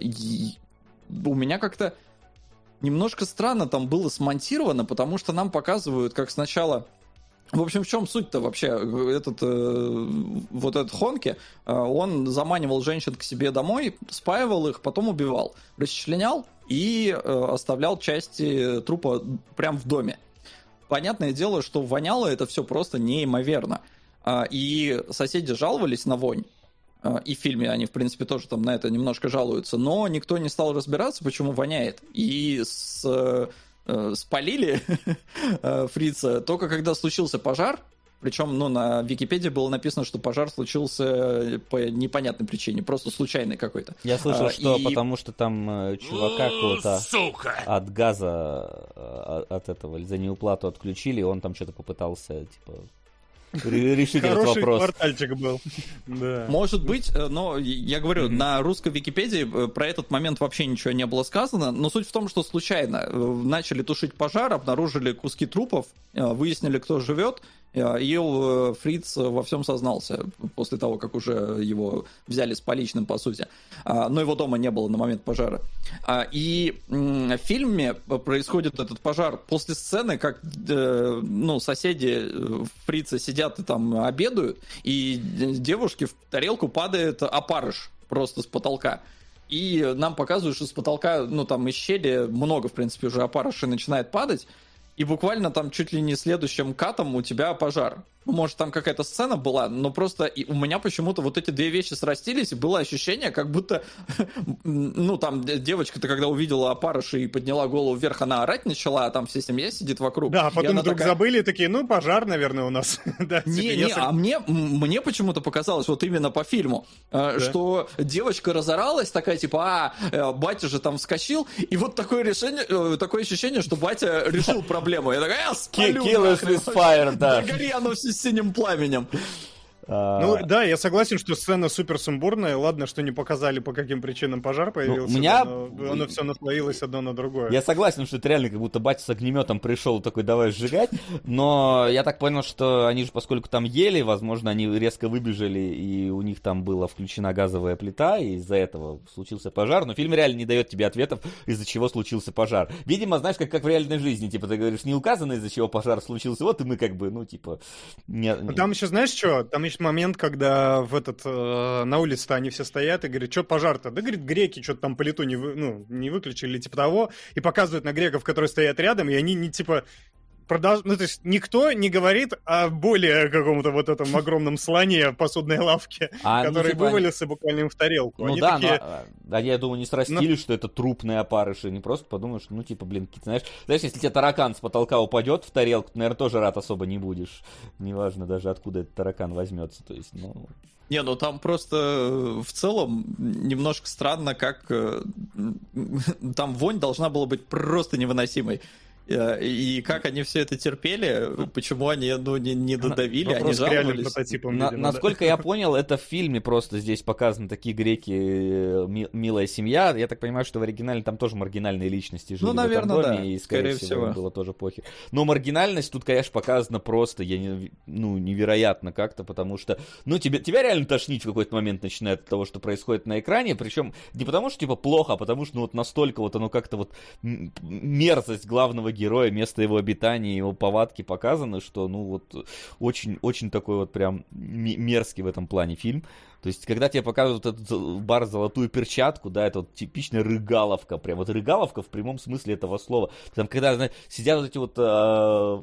у меня как-то немножко странно там было смонтировано, потому что нам показывают, как сначала... В общем, в чем суть-то вообще? Этот, э, вот этот Хонки, э, он заманивал женщин к себе домой, спаивал их, потом убивал, расчленял и э, оставлял части трупа прямо в доме. Понятное дело, что воняло это все просто неимоверно. И соседи жаловались на вонь. И в фильме они, в принципе, тоже там на это немножко жалуются. Но никто не стал разбираться, почему воняет. И с, спалили фрица только когда случился пожар. Причем, ну, на Википедии было написано, что пожар случился по непонятной причине, просто случайный какой-то. Я слышал, А, что и... потому что там э, чувака какого-то Сука! от газа, э, от этого, за неуплату отключили, и он там что-то попытался, типа, ре- решить этот Хороший вопрос. квартальчик был. Да. Может быть, но я говорю, mm-hmm. на русской Википедии про этот момент вообще ничего не было сказано, но суть в том, что случайно начали тушить пожар, обнаружили куски трупов, выяснили, кто живет, и фриц во всем сознался после того, как уже его взяли с поличным, по сути. Но его дома не было на момент пожара. И в фильме происходит этот пожар после сцены, как ну, соседи фрица сидят и там обедают, и девушке в тарелку падает опарыш просто с потолка. И нам показывают, что с потолка, ну там из щели много, в принципе, уже опарышей начинает падать. И буквально там чуть ли не следующим катом у тебя пожар. Ну, может, там какая-то сцена была, но просто и у меня почему-то вот эти две вещи срастились, и было ощущение, как будто, ну, там девочка-то, когда увидела опарыша и подняла голову вверх, она орать начала, а там вся семья сидит вокруг. Да, а потом вдруг такая... забыли, такие, ну, пожар, наверное, у нас. да, Не, типа, не, если... а мне, мне почему-то показалось, вот именно по фильму, да. что девочка разоралась, такая, типа, а, батя же там вскочил, и вот такое решение, такое ощущение, что батя решил проблему. Я такая, я спалю. Killers with fire, да. Догори оно все синим пламенем. Ну да, я согласен, что сцена супер сумбурная. Ладно, что не показали, по каким причинам пожар появился. Ну, меня... но оно все наслоилось одно на другое. Я согласен, что это реально как будто батя с огнеметом пришел такой, давай сжигать. Но я так понял, что они же, поскольку там ели, возможно, они резко выбежали, и у них там была включена газовая плита, и из-за этого случился пожар. Но фильм реально не дает тебе ответов, из-за чего случился пожар. Видимо, знаешь, как, как в реальной жизни. Типа, ты говоришь, не указано, из-за чего пожар случился. Вот и мы как бы, ну, типа... Не, не... Там еще, знаешь что? Там есть момент, когда в этот, э, на улице-то они все стоят и говорят, что пожар-то? Да, говорит, греки что-то там плиту не, вы, ну, не выключили, типа того, и показывают на греков, которые стоят рядом, и они не, типа... Продолж... Ну, то есть никто не говорит о более каком-то вот этом огромном слоне в посудной лавке, а, который ну, типа, вывалился они... буквально им в тарелку. Ну они да, такие... но они, я думаю, не срастили, но... что это трупные опарыши, не просто подумаешь, ну, типа, блин, знаешь, знаешь, если тебе таракан с потолка упадет в тарелку, ты, наверное, тоже рад особо не будешь. Неважно даже, откуда этот таракан возьмется, то есть, ну... Не, ну там просто в целом немножко странно, как там вонь должна была быть просто невыносимой. И как они все это терпели, почему они ну, не, не додавили, они жаловались. На, насколько я понял, это в фильме просто здесь показаны такие греки, ми, милая семья. Я так понимаю, что в оригинале там тоже маргинальные личности жили ну, наверное, в этом доме, да. и, скорее, скорее всего, всего. было тоже похер. Но маргинальность тут, конечно, показана просто я не, ну, невероятно как-то, потому что ну, тебе, тебя реально тошнить в какой-то момент начинает от того, что происходит на экране, причем не потому, что типа плохо, а потому что ну, вот настолько вот оно как-то вот мерзость главного героя, место его обитания, его повадки показаны, что, ну, вот, очень-очень такой вот прям мерзкий в этом плане фильм. То есть, когда тебе показывают этот бар «Золотую перчатку», да, это вот типичная рыгаловка, прям вот рыгаловка в прямом смысле этого слова. Там, когда, знаешь, сидят вот эти вот э,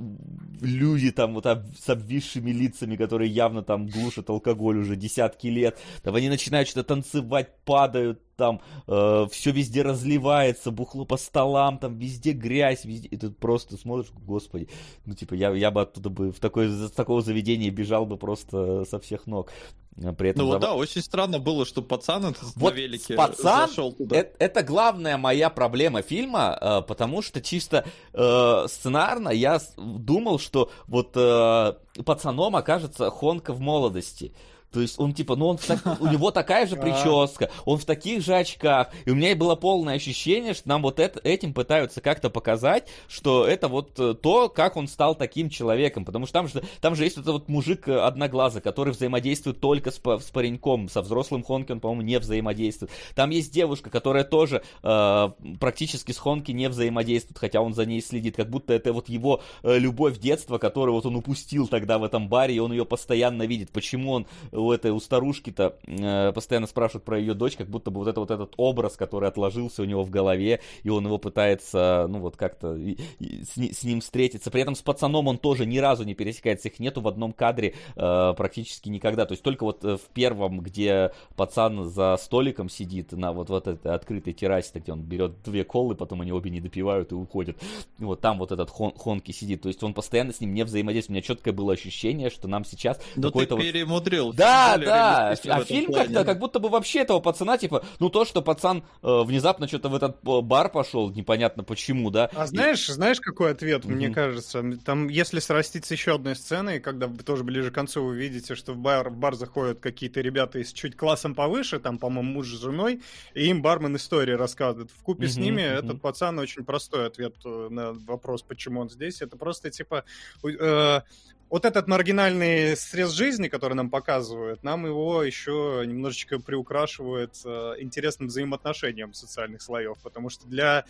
люди там вот об, с обвисшими лицами, которые явно там глушат алкоголь уже десятки лет, там они начинают что-то танцевать, падают, там э, все везде разливается, бухло по столам, там везде грязь, везде, и ты просто смотришь, господи, ну, типа, я, я бы оттуда бы в такое, с такого заведения бежал бы просто со всех ног. При этом ну зав... вот да, очень странно было, что пацан этот вот на велике пацан, зашел туда. Это, это главная моя проблема фильма, э, потому что чисто э, сценарно я думал, что вот э, пацаном окажется Хонка в молодости. То есть он типа, ну он так, у него такая же прическа, он в таких же очках. И у меня было полное ощущение, что нам вот это, этим пытаются как-то показать, что это вот то, как он стал таким человеком. Потому что там же, там же есть вот этот вот мужик одноглазый, который взаимодействует только с, с пареньком. Со взрослым Хонки он, по-моему, не взаимодействует. Там есть девушка, которая тоже э, практически с Хонки не взаимодействует, хотя он за ней следит. Как будто это вот его э, любовь детства, которую вот он упустил тогда в этом баре, и он ее постоянно видит. Почему он... у этой у старушки-то э, постоянно спрашивают про ее дочь, как будто бы вот это вот этот образ, который отложился у него в голове, и он его пытается, ну вот как-то и, и с, с ним встретиться. При этом с пацаном он тоже ни разу не пересекается, их нету в одном кадре э, практически никогда. То есть только вот в первом, где пацан за столиком сидит на вот, вот этой открытой террасе, где он берет две колы, потом они обе не допивают и уходят. Вот там вот этот хон, Хонки сидит. То есть он постоянно с ним не взаимодействует. У меня четкое было ощущение, что нам сейчас но какой-то ты вот... перемудрил. Да, да, а фильм как-то, как будто бы вообще этого пацана, типа, ну то, что пацан э, внезапно что-то в этот бар пошел, непонятно почему, да. А знаешь, и... знаешь, какой ответ, mm-hmm. мне кажется? Там, если срастить с еще одной сценой, когда тоже ближе к концу вы видите, что в бар, в бар заходят какие-то ребята из чуть классом повыше, там, по-моему, муж с женой, и им бармен истории рассказывает. Вкупе mm-hmm. с ними mm-hmm. этот пацан очень простой ответ на вопрос, почему он здесь. Это просто, типа... Э, Вот этот маргинальный срез жизни, который нам показывают, нам его еще немножечко приукрашивает э, интересным взаимоотношением социальных слоев, потому что для,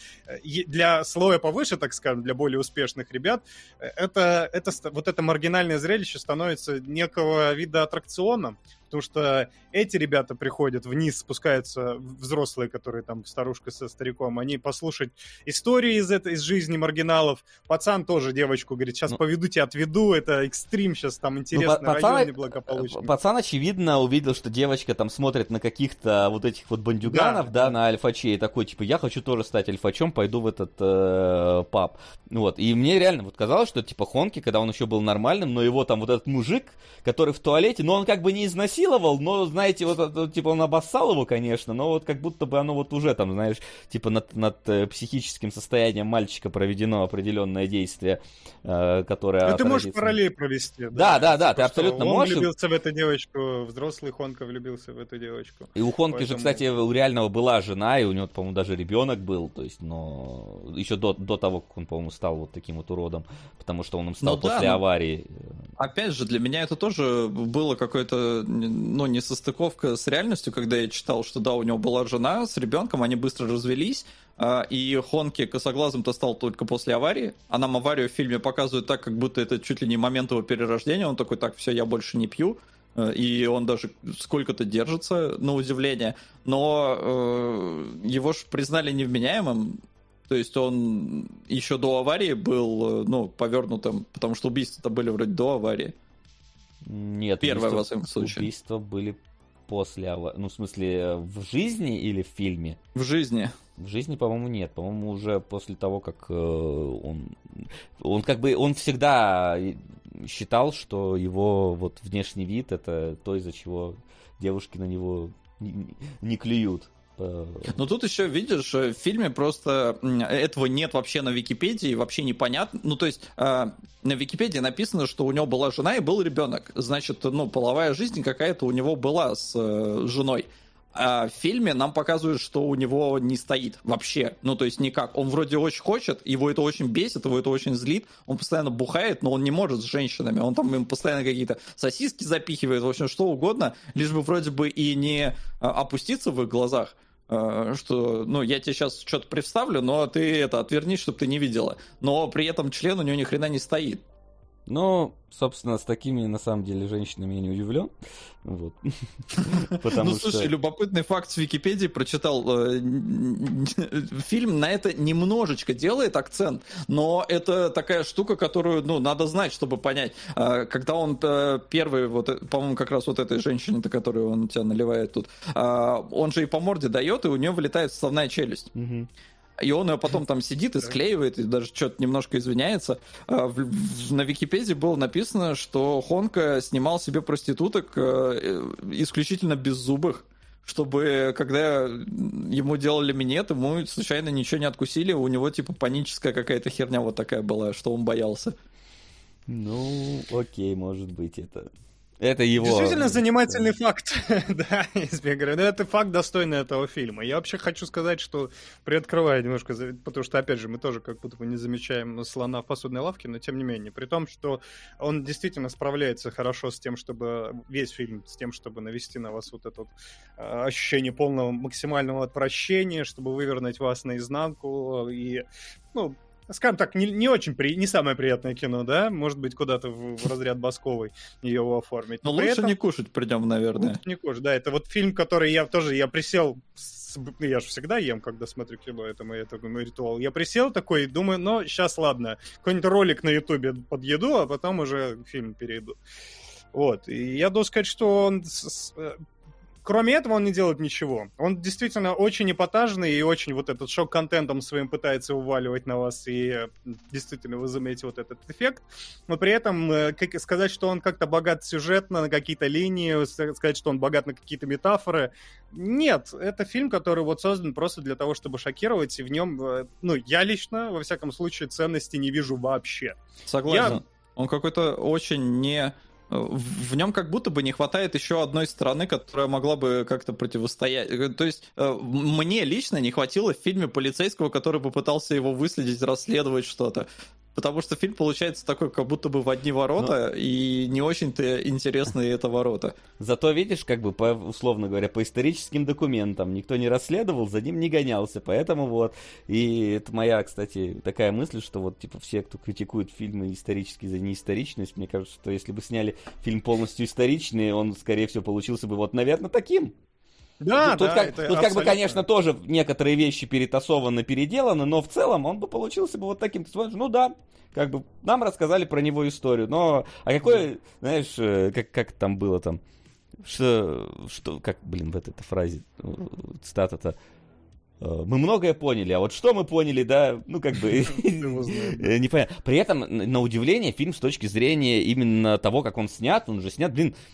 для слоя повыше, так скажем, для более успешных ребят, это, это, вот это маргинальное зрелище становится некого вида аттракционом, потому что эти ребята приходят вниз, спускаются взрослые, которые там старушка со стариком, они послушать истории из, этой, из жизни маргиналов. Пацан тоже девочку говорит, сейчас ну, поведу тебя, отведу, это экстрим, сейчас там интересный ну, пацан, район неблагополучный. Пацан, очевидно, увидел, что девочка там смотрит на каких-то вот этих вот бандюганов, да, да на альфаче, и такой, типа, я хочу тоже стать альфачом, пойду в этот э, паб. Вот, и мне реально вот казалось, что типа Хонки, когда он еще был нормальным, но его там вот этот мужик, который в туалете, но он как бы не изнасиловал, насиловал, но, знаете, вот, вот типа он обоссал его, конечно, но вот как будто бы оно вот уже там, знаешь, типа над, над э, психическим состоянием мальчика проведено определенное действие, э, которое... Ну, ты можешь отразится. параллель провести. Да, да, да, ты Типа, абсолютно он можешь. Он влюбился в эту девочку, взрослый Хонка влюбился в эту девочку. И у Хонки Поэтому... же, кстати, у реального была жена, и у него, по-моему, даже ребенок был, то есть, но еще до, до того, как он, по-моему, стал вот таким вот уродом, потому что он им стал ну, после да, но... аварии. Опять же, для меня это тоже было какое-то, ну, несостыковка с реальностью, когда я читал, что да, у него была жена с ребенком, они быстро развелись, и Хонки косоглазым-то стал только после аварии, а нам аварию в фильме показывают так, как будто это чуть ли не момент его перерождения, он такой, так, все, я больше не пью, и он даже сколько-то держится, на удивление, но э, его же признали невменяемым, то есть он еще до аварии был, ну, повернутым, потому что убийства-то были вроде до аварии. Нет, Первое, убийства, во всяком случае. Убийства были после аварии. Ну, в смысле, в жизни или в фильме? В жизни. В жизни, по-моему, нет. По-моему, уже после того, как э, он... Он как бы... Он всегда считал, что его вот внешний вид — это то, из-за чего девушки на него не, не клюют. Но тут еще, видишь, в фильме просто этого нет вообще на Википедии, вообще непонятно. Ну, то есть на Википедии написано, что у него была жена и был ребенок. Значит, ну, половая жизнь какая-то у него была с женой. А в фильме нам показывают, что у него не стоит вообще. Ну, то есть никак. Он вроде очень хочет, его это очень бесит, его это очень злит. Он постоянно бухает, но он не может с женщинами. Он там им постоянно какие-то сосиски запихивает, в общем, что угодно, лишь бы вроде бы и не опуститься в их глазах. Что, ну, я тебе сейчас что-то представлю, но ты это отвернись, чтобы ты не видела. Но при этом член у него ни хрена не стоит. Ну, собственно, с такими, на самом деле, женщинами я не удивлен. Вот. Ну, слушай, любопытный факт с Википедии прочитал. Фильм на это немножечко делает акцент, но это такая штука, которую, ну, надо знать, чтобы понять. Когда он первый, вот, по-моему, как раз вот этой женщине, которую он тебя наливает тут, он же и по морде дает, и у нее вылетает вставная челюсть. И он ее потом там сидит и склеивает, и даже что-то немножко извиняется. На Википедии было написано, что Хонка снимал себе проституток исключительно беззубых, чтобы, когда ему делали минет, ему случайно ничего не откусили, у него типа паническая какая-то херня вот такая была, что он боялся. Ну, окей, может быть, это... Это его... Действительно занимательный факт. Да, я говорю, это факт, достойный этого фильма. Я вообще хочу сказать, что, приоткрывая немножко, потому что, опять же, мы тоже как будто бы не замечаем слона в посудной лавке, но тем не менее, при том, что он действительно справляется хорошо с тем, чтобы весь фильм, с тем, чтобы навести на вас вот это вот ощущение полного максимального отвращения, чтобы вывернуть вас наизнанку и, ну, скажем так, не, не очень при, не самое приятное кино, да? Может быть, куда-то в, в разряд Басковой его оформить. Но, Но лучше этом... не кушать придем, наверное. Лучше не кушать, да. Это вот фильм, который я тоже, я присел, с, я же всегда ем, когда смотрю кино, это мой, это мой ритуал. Я присел такой, думаю, ну, сейчас ладно, какой-нибудь ролик на Ютубе под еду, а потом уже фильм перейду. Вот. И я должен сказать, что он... Кроме этого, он не делает ничего. Он действительно очень эпатажный и очень вот этот шок-контентом своим пытается уваливать на вас, и действительно вы заметите вот этот эффект. Но при этом как, сказать, что он как-то богат сюжетно на какие-то линии, сказать, что он богат на какие-то метафоры, нет. Это фильм, который вот создан просто для того, чтобы шокировать, и в нем, ну, я лично, во всяком случае, ценности не вижу вообще. Согласен. Я... Он какой-то очень не... В нем как будто бы не хватает еще одной стороны, которая могла бы как-то противостоять. То есть мне лично не хватило в фильме полицейского, который попытался его выследить, расследовать что-то. Потому что фильм получается такой, как будто бы в одни ворота, но... и не очень-то интересные это ворота. Зато, видишь, как бы, по, условно говоря, по историческим документам никто не расследовал, за ним не гонялся, поэтому вот. И это моя, кстати, такая мысль, что вот, типа, все, кто критикует фильмы исторические за неисторичность, мне кажется, что если бы сняли фильм полностью историчный, он, скорее всего, получился бы вот, наверное, таким. Да, тут, да, как, это тут как бы, конечно, тоже некоторые вещи перетасованы, переделаны, но в целом он бы получился бы вот таким. Ты смотришь, ну да, как бы нам рассказали про него историю, но... А какой, знаешь, как, как там было там, что, что, как, блин, в этой фразе, цитата-то, мы многое поняли, а вот что мы поняли, да, ну как бы непонятно. При этом, на удивление, фильм с точки зрения именно того, как он снят, он же снят, блин,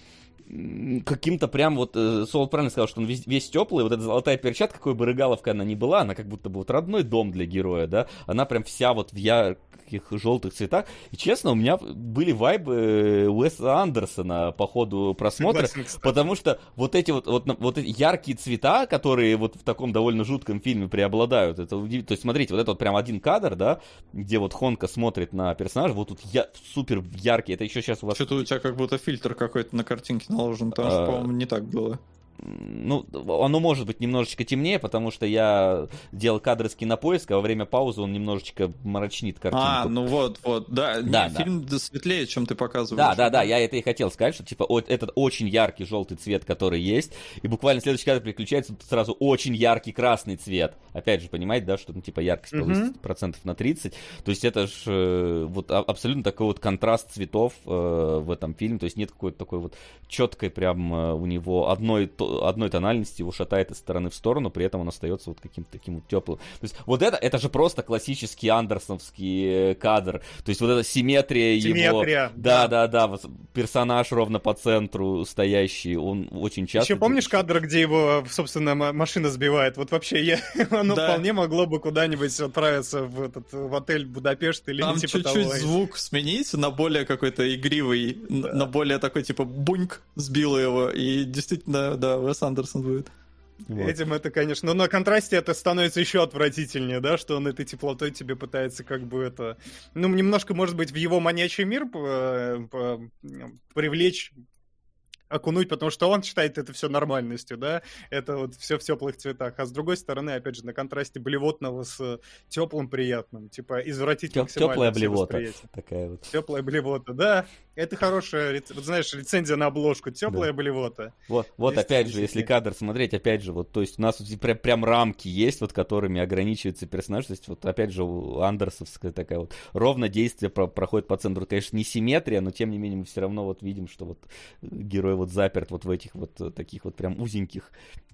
каким-то прям вот, Сол правильно сказал, что он весь, весь теплый, вот эта золотая перчатка, какой бы рыгаловка она ни была, она как будто бы вот родной дом для героя, да, она прям вся вот в ярких желтых цветах, и честно, у меня были вайбы Уэса Андерсона по ходу просмотра, Согласен, потому что вот эти вот, вот, вот эти яркие цвета, которые вот в таком довольно жутком фильме преобладают, это удивительно, то есть смотрите, вот это вот прям один кадр, да, где вот Хонка смотрит на персонажа, вот тут я, супер яркий, это еще сейчас у вас... Что-то у тебя как будто фильтр какой-то на картинке наложен, потому что, А... по-моему, не так было. Ну, оно может быть немножечко темнее, потому что я делал кадры с Кинопоиска, а во время паузы он немножечко мрачнит картинку. А, ну вот, вот, да, да, не, да. фильм светлее, чем ты показываешь. Да, да, да, я это и хотел сказать, что типа вот этот очень яркий желтый цвет, который есть, и буквально следующий кадр переключается, тут сразу очень яркий красный цвет. Опять же, понимаете, да, что ну, типа яркость повысится mm-hmm. процентов на тридцать. То есть это ж э, вот а, абсолютно такой вот контраст цветов э, в этом фильме, то есть нет какой-то такой вот четкой прям э, у него одной то, одной тональности, его шатает из стороны в сторону, при этом он остается вот каким-то таким вот теплым. То есть вот это, это же просто классический андерсоновский кадр. То есть вот эта симметрия, симметрия его... Да, да, да, вот персонаж ровно по центру стоящий, он очень часто... Еще помнишь кадр, где его, собственно, машина сбивает? Вот вообще, я... оно да. вполне могло бы куда-нибудь отправиться в, этот, в отель Будапешт или там типа того. Там чуть-чуть звук сменить на более какой-то игривый, да. на более такой, типа, буньк сбило его, и действительно, да, Уэс Андерсон будет. Вот. Этим это, конечно, но на контрасте это становится еще отвратительнее, да, что он этой теплотой тебе пытается как бы это, ну, немножко, может быть, в его манящий мир по, по, привлечь, окунуть, потому что он считает это все нормальностью, да, это вот все в теплых цветах, а с другой стороны, опять же, на контрасте блевотного с теплым приятным, типа извратить максимально. Теплая блевота такая вот. Теплая блевота, да, это хорошая, вот знаешь, рецензия на обложку, теплая да. блевота. Вот, вот опять же, если кадр смотреть, опять же, вот, то есть у нас вот прям, прям рамки есть, вот которыми ограничивается персонаж, то есть вот опять же андерсовская такая вот, ровно действие про- проходит по центру, конечно, не симметрия, но тем не менее мы все равно вот видим, что вот герой вот заперт вот в этих вот таких вот прям узеньких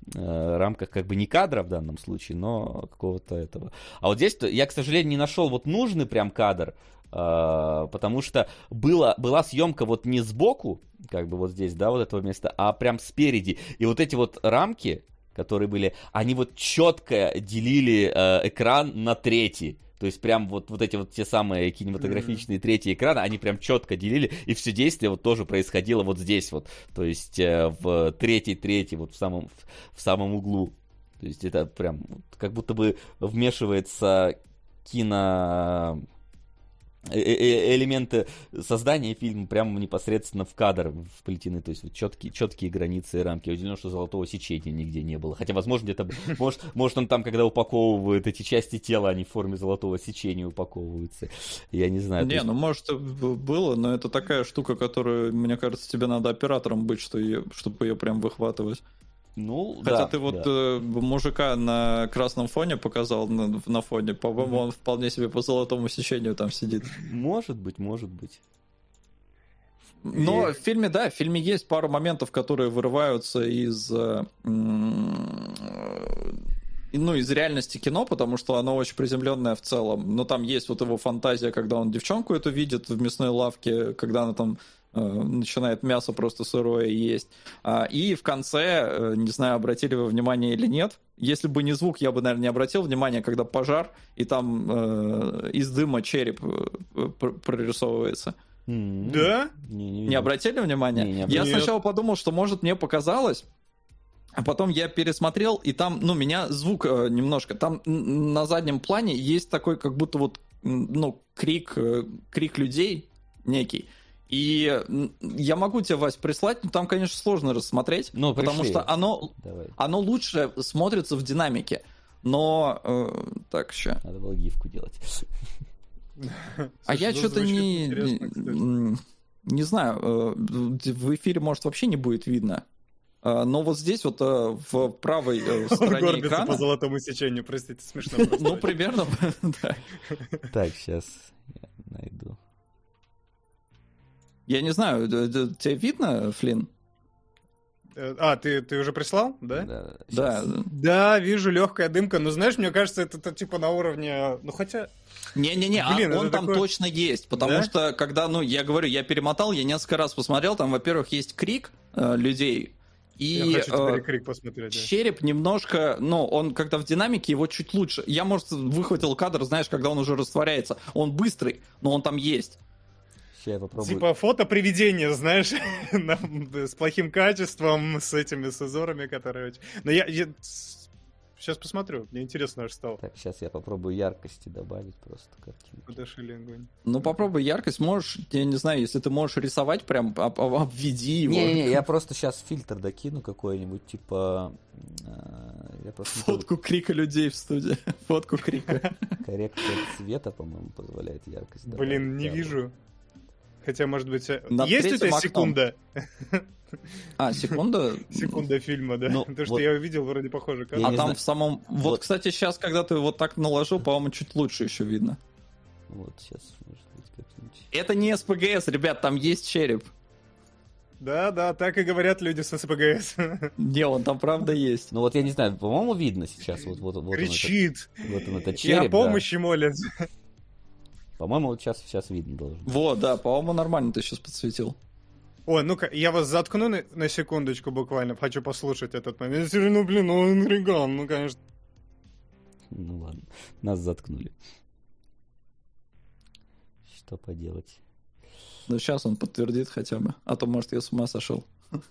э, рамках, как бы не кадра в данном случае, но какого-то этого. А вот здесь я, к сожалению, не нашел вот нужный прям кадр, э, потому что была, была съемка вот не сбоку, как бы вот здесь, да, вот этого места, а прям спереди. И вот эти вот рамки, которые были, они вот четко делили э, экран на трети. То есть прям вот, вот эти вот те самые кинематографичные mm-hmm. третьи экраны, они прям четко делили, и все действие вот тоже происходило вот здесь вот, то есть э, в третьей-третьей, вот в самом, в, в самом углу. То есть это прям как будто бы вмешивается кино... элементы создания фильма прямо непосредственно в кадр вплетены, то есть вот четкие, четкие границы и рамки. Я удивлен, что золотого сечения нигде не было. Хотя, возможно, где-то... Может, может, он там, когда упаковывает эти части тела, они в форме золотого сечения упаковываются. Я не знаю. Не, есть... ну, может, было, но это такая штука, которую, мне кажется, тебе надо оператором быть, что ее, чтобы ее прям выхватывать. Ну, Хотя да, ты вот да. э, мужика на красном фоне показал, на, на фоне, по-моему, он вполне себе по золотому сечению там сидит. Может быть, может быть. Но И... в фильме, да, в фильме есть пару моментов, которые вырываются из, э, ну, из реальности кино, потому что оно очень приземленное в целом. Но там есть вот его фантазия, когда он девчонку эту видит в мясной лавке, когда она там начинает мясо просто сырое есть. И в конце, не знаю, обратили вы внимание или нет, если бы не звук, я бы, наверное, не обратил внимания, когда пожар, и там э, из дыма череп прорисовывается. Mm-hmm. Да? Не, не, не обратили внимания? Не, не я сначала подумал, что, может, мне показалось, а потом я пересмотрел, и там, ну, меня звук э, немножко, там на заднем плане есть такой, как будто вот, ну, крик, э, крик людей некий. И я могу тебе, Вась, прислать, но там, конечно, сложно рассмотреть, ну, потому что оно, оно лучше смотрится в динамике. Но... Э, так, ща. Надо было гифку делать. А я что-то не... Не, не знаю, в эфире, может, вообще не будет видно. Но вот здесь вот в правой стороне экрана... по золотому сечению, простите, смешно. Ну, примерно, да. Так, сейчас я найду. Я не знаю, тебе видно, Флинн? А, ты, ты уже прислал, да? Да, да. Да, вижу, легкая дымка. Но знаешь, мне кажется, это, это типа на уровне... Ну, хотя... Не-не-не, а он там такое... точно есть. Потому да? что, когда, ну, я говорю, я перемотал, я несколько раз посмотрел, там, во-первых, есть крик, э, людей. И Я хочу теперь э, Крик посмотреть. Да. череп немножко, ну, он как-то в динамике его чуть лучше. Я, может, выхватил кадр, знаешь, когда он уже растворяется. Он быстрый, но он там есть. Сейчас я попробую. Типа фото привидения, знаешь, с плохим качеством, с этими с узорами, которые... Но я, я сейчас посмотрю, мне интересно аж стало. Так, сейчас я попробую яркости добавить просто картинку. Подошли огонь. Ну, попробуй яркость, можешь, я не знаю, если ты можешь рисовать, прям об- об- обведи его. Не-не-не, я просто сейчас фильтр докину какой-нибудь, типа... э, Я просто не Фотку Крика людей в студии. Фотку Крика. помню. Коррекция цвета, по-моему, позволяет яркость добавить. Блин, не Да, вижу. Хотя, может быть... Над Есть у третьим тебя окном. секунда? А, секунда. Секунда фильма, да? Ну, Потому что вот- я увидел вроде похоже. Я А не там знаю. в самом... Вот, Вот. кстати, сейчас, когда ты вот так наложил, по-моему, чуть лучше еще видно. Вот, сейчас, может быть, как-нибудь... Это не СПГС, ребят, там есть череп. Да, да, так и говорят люди с СПГС. Не, он там правда есть. Ну вот я не знаю, по-моему, видно сейчас. Вот, вот, вот он, этот, Кричит. вот он, это И череп, о да. помощи молят. По-моему, вот сейчас, сейчас видно должно. Вот, да, по-моему, нормально ты сейчас подсветил. Ой, ну-ка, я вас заткну на, на секундочку буквально. Хочу послушать этот момент. Ну, блин, ну он Риган, ну, конечно. Ну ладно, нас заткнули. Что поделать? Ну, сейчас он подтвердит хотя бы. А то, может, я с ума сошел.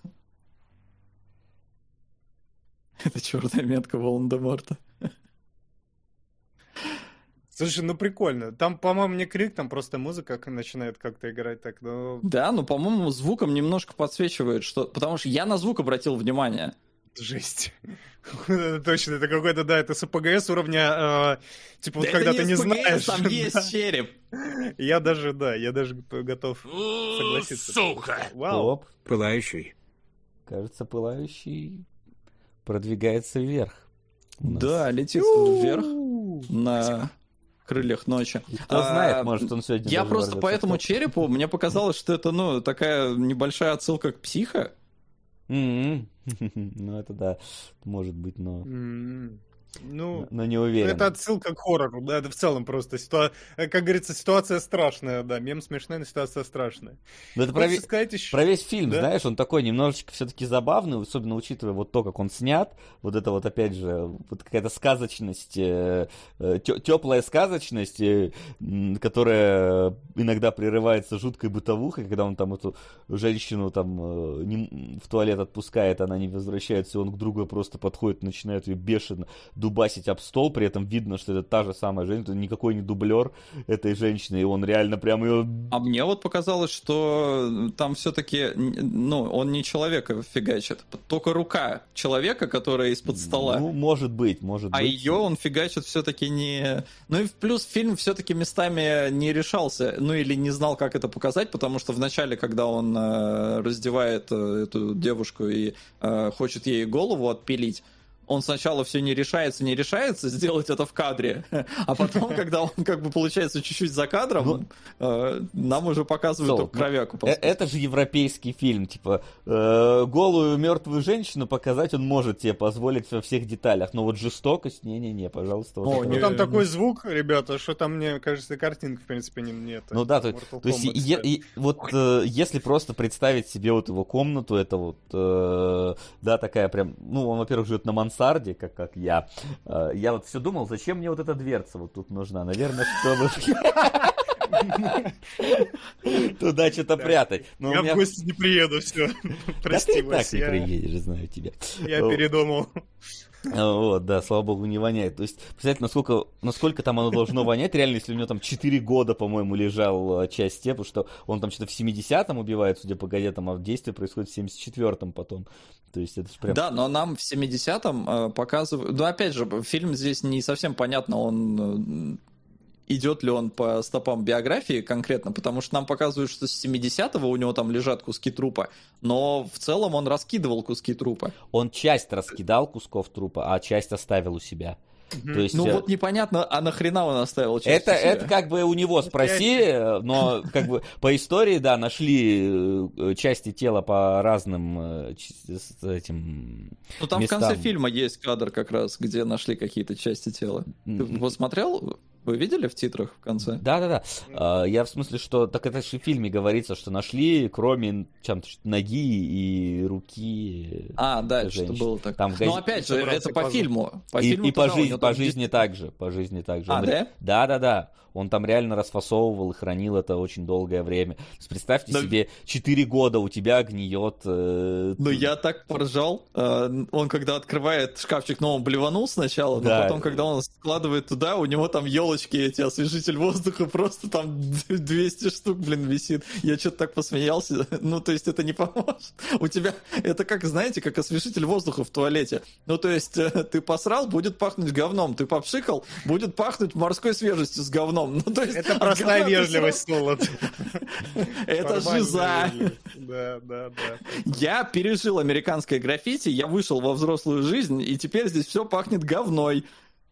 Это черная метка Волан-де-Морта. Слушай, ну прикольно. Там, по-моему, не крик, там просто музыка начинает как-то играть так. Ну, Да, ну, по-моему, звуком немножко подсвечивает, что... Потому что я на звук обратил внимание. жесть. Это точно, это какой-то, да, это с ПГС уровня, э, типа вот Да когда это ты не не СПГС, знаешь. там да. есть череп. Я даже, да, я даже готов У, согласиться. сука! Вау. Оп, Пылающий. кажется, пылающий продвигается вверх. у нас. Да, летит вверх на крыльях ночи. И кто А, знает, может, он сегодня Я даже просто ворвется по в этому топ. черепу, мне показалось, что это, ну, такая небольшая отсылка к Психо. М-м. Ну, это да, может быть, но, М, Ну, но не уверен. это отсылка к хоррору, да, это в целом просто, ситуа- как говорится, ситуация страшная, да, мем смешной, но ситуация страшная. Но это про, Хочется ве- сказать еще... про весь фильм, Да? знаешь, он такой немножечко все-таки забавный, особенно учитывая вот то, как он снят, вот это вот, опять же, вот какая-то сказочность, теплая сказочность, э, м, которая иногда прерывается жуткой бытовухой, когда он там эту женщину там э, не- в туалет отпускает, она не возвращается, и он к другу просто подходит, начинает ее бешено дубасить об стол, при этом видно, что это та же самая женщина, это никакой не дублер этой женщины, и он реально прям ее... А мне вот показалось, что там все-таки, ну, он не человека фигачит, только рука человека, которая из-под стола. Ну, может быть, может А быть. ее он фигачит все-таки не... Ну и в плюс фильм все-таки местами не решался, ну или не знал, как это показать, потому что вначале, когда он э, раздевает э, эту девушку и э, хочет ей голову отпилить, он сначала все не решается, не решается сделать это в кадре, а потом, когда он как бы получается чуть-чуть за кадром, э, нам уже показывают Сол, только кровяку. Э, Это же европейский фильм, типа, э, голую мертвую женщину показать он может себе позволить во всех деталях, но вот жестокость, не-не-не, пожалуйста. вот О, это Ну, вот. там Не- такой звук, ребята, что там, мне кажется, картинка, в принципе, не мне. это Ну да, то, Mortal то есть Kombat и- стайл. и- вот э, если просто представить себе вот его комнату, это вот, э, да, такая прям, ну, он, во-первых, живет на мансарде, как, как я. Э, я вот все думал, зачем мне вот эта дверца вот тут нужна? Наверное, чтобы туда что-то прятать. Но у Я меня- в гости не приеду, все. Да Прости, ты и так Вась, не я, приедешь, знаю тебя. я передумал. Вот, да, слава богу, не воняет. То есть, представляете, насколько, насколько там оно должно вонять, реально, если у него там четыре года, по-моему, лежал э, часть те, потому что он там что-то в семидесятом убивает, судя по газетам, а действие происходит в семьдесят четвёртом потом. То есть, это же прям... Да, но нам в семидесятом э, показывают... Ну, опять же, фильм здесь не совсем понятно, он... э, идет ли он по стопам биографии конкретно, потому что нам показывают, что с семидесятого у него там лежат куски трупа, но в целом он раскидывал куски трупа. Он часть раскидал кусков трупа, а часть оставил у себя. То есть, Ну э, вот непонятно, а нахрена он оставил часть это, у себя? это как бы у него спроси, э, но как бы по истории, да, нашли э, части тела по разным э, ч- с этим Ну там местам. в конце фильма есть кадр как раз, где нашли какие-то части тела. Ты М, вот смотрел? Вы видели в титрах в конце? Да-да-да. А, я в смысле, что... Так это же в фильме говорится, что нашли, кроме чем-то, ноги и руки... А, да, женщин. что было так. Там в Но газ- опять же, это по фильму. По и, фильму и по, да, у жизни, него по там жизни дес- так же. По жизни так же. А, Он- да? Да-да-да. Он там реально расфасовывал и хранил это очень долгое время. То есть представьте Да. себе, четыре года у тебя гниет... э, Ну, я так поржал. Э, Он, когда открывает шкафчик, ну, он блеванул сначала, но Да. потом, когда он складывает туда, у него там елочки эти, освежитель воздуха, просто там двести штук, блин, висит. Я что-то так посмеялся. Ну, то есть, это не поможет. У тебя, это как, знаете, как освежитель воздуха в туалете. Ну, то есть, э, ты посрал, будет пахнуть говном. Ты попшикал, будет пахнуть морской свежестью с говном. Ну, то есть, Это от простая говна ты вежливость, Солод. сразу- Это Нормальная жиза. вежливость. Да, да, да. Я пережил американское граффити, я вышел во взрослую жизнь, и теперь здесь все пахнет говной.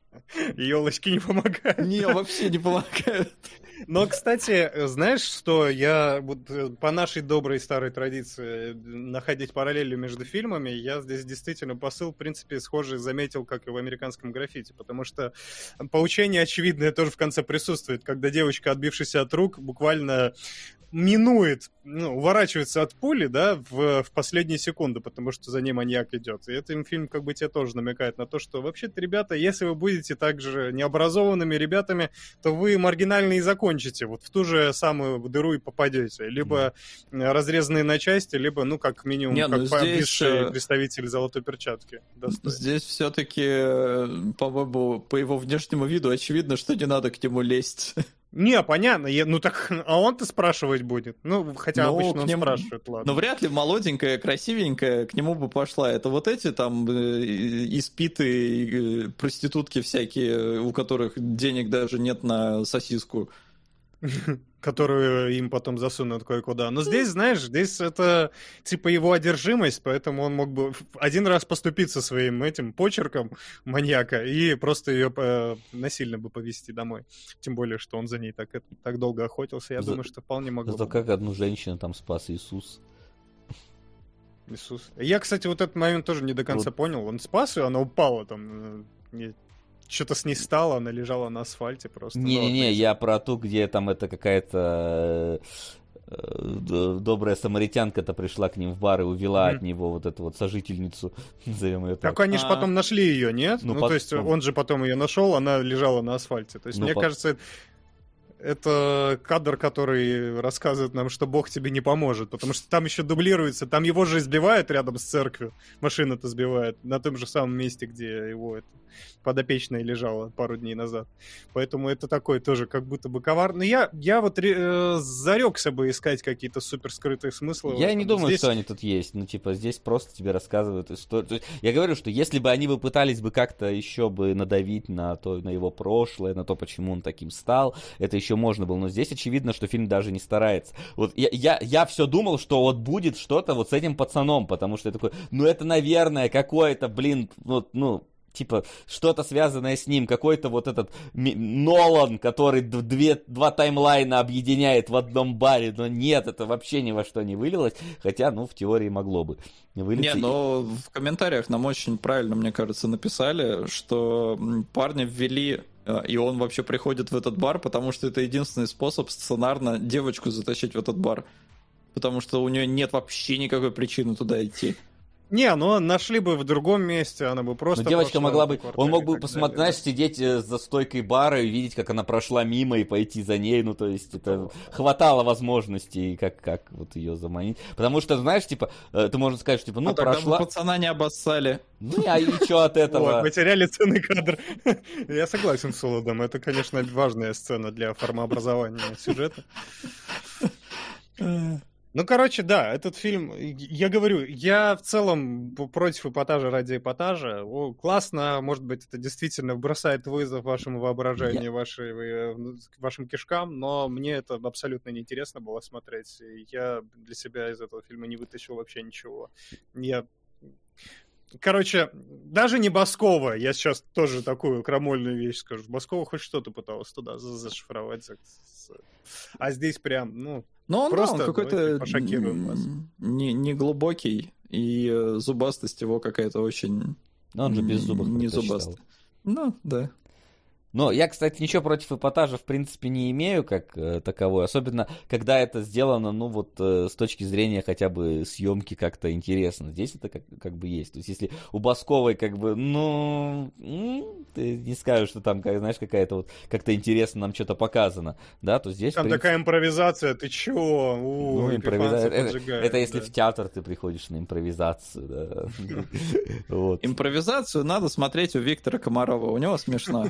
Елочки не помогают. Не, вообще не помогает. Но, кстати, знаешь, что я вот э, по нашей доброй старой традиции находить параллели между фильмами, я здесь действительно посыл, в принципе, схожий заметил, как и в американском граффити, потому что поучение очевидное тоже в конце присутствует, когда девочка, отбившаяся от рук, буквально минует, ну, уворачивается от пули, да, в, в последние секунды, потому что за ней маньяк идет. И этот фильм как бы тебе тоже намекает на то, что вообще-то, ребята, если вы будете также необразованными ребятами, то вы маргинально и закончите, вот в ту же самую дыру и попадете. Либо разрезанные на части, либо, ну, как минимум, Не, ну как здесь, обвисший э, представитель золотой перчатки. Достойный. Здесь все-таки, по-моему, по его внешнему виду очевидно, что не надо к нему лезть. Не, понятно, я, ну так, а он-то спрашивать будет. Ну, хотя Ну, обычно к он нему- спрашивает, ладно. Но вряд ли молоденькая, красивенькая к нему бы пошла. Это вот эти там э, испитые э, проститутки всякие, у которых денег даже нет на сосиску. Которую им потом засунут кое-куда. Но здесь, знаешь, здесь это типа его одержимость, поэтому он мог бы один раз поступиться своим этим почерком маньяка и просто ее э, насильно бы повезти домой. Тем более, что он за ней так, это- так долго охотился. Я За- думаю, что вполне могло Зато бы. как одну женщину там спас Иисус. Иисус. Я, кстати, вот этот момент тоже не до конца Вот. понял. Он спас ее, она упала там. э, не- Что-то с ней стало, она лежала на асфальте просто. Ну, Не-не-не, вот, я про ту, где там это какая-то э, д- добрая самаритянка-то пришла к ним в бар и увела Мгм. от него вот эту вот сожительницу, назовем ее так. Так они же А. потом нашли ее, нет? Ну, Ну, то есть потом. он же потом ее нашел, она лежала на асфальте. То есть, Ну, мне по- кажется, это кадр, который рассказывает нам, что Бог тебе не поможет, потому что там еще дублируется, там его же избивают рядом с церковью, машина-то сбивает, на том же самом месте, где его это, подопечная лежала пару дней назад. Поэтому это такой тоже как будто бы коварный. Я, я вот э, зарекся бы искать какие-то супер скрытые смыслы. в Я этом. не думаю, Здесь- что они тут есть. Ну, типа, здесь просто тебе рассказывают историю. То есть, я говорю, что если бы они бы пытались бы как-то еще бы надавить на то, на его прошлое, на то, почему он таким стал, это еще можно было. Но здесь очевидно, что фильм даже не старается. Вот я, я, я все думал, что вот будет что-то вот с этим пацаном, потому что я такой, ну это, наверное, какое-то, блин, вот, ну, типа, что-то связанное с ним, какой-то вот этот Ми- Нолан, который д- две, два таймлайна объединяет в одном баре, но нет, это вообще ни во что не вылилось, хотя, ну, в теории могло бы вылиться. Не, но в комментариях нам очень правильно, мне кажется, написали, что м, парня ввели, э, и он вообще приходит в этот бар, потому что это единственный способ сценарно девочку затащить в этот бар. Потому что у нее нет вообще никакой причины туда идти. Не, ну нашли бы в другом месте, она бы просто... Но девочка прошла могла по бы, квартире он мог и бы так посмотреть, далее. знаешь, сидеть э, за стойкой бара и видеть, как она прошла мимо и пойти за ней, ну, то есть, это хватало возможностей, как, как вот ее заманить. Потому что, знаешь, типа, э, ты можешь сказать, что, типа, ну, а тогда прошла, бы пацана не обоссали. ну, а и что от этого? Вот, потеряли ценный кадр. Я согласен с Солодом. Это, конечно, важная сцена для формообразования сюжета. Ну, короче, да, этот фильм, я говорю, я в целом против эпатажа ради эпатажа. О, классно, может быть, это действительно бросает вызов вашему воображению, вашей, э, вашим кишкам, но мне это абсолютно неинтересно было смотреть. И я для себя из этого фильма не вытащил вообще ничего. Я... Короче, даже не Баскова, я сейчас тоже такую крамольную вещь скажу. Баскова хоть что-то пыталась туда за- зашифровать. за- с- А здесь прям, ну... Но он, Просто да, он давайте какой-то пошокируем вас. м, не, не глубокий, и э, зубастость его какая-то очень... Ну, он же без зубов Не предпочитал. зубастая. Ну, да. Но я, кстати, ничего против эпатажа в принципе не имею как э, таковой, особенно когда это сделано, ну вот э, с точки зрения хотя бы съемки как-то интересно. Здесь это как, как бы есть. То есть если у Басковой как бы, ну, м- ты не скажешь, что там, как, знаешь, какая-то вот как-то интересно нам что-то показано, да, то здесь... Там в принципе, такая импровизация, ты чё? У, ну, импровизация. Епифанцев Это, поджигает, это если да. в театр ты приходишь на импровизацию, да. Вот. Импровизацию надо смотреть у Виктора Комарова, у него смешно.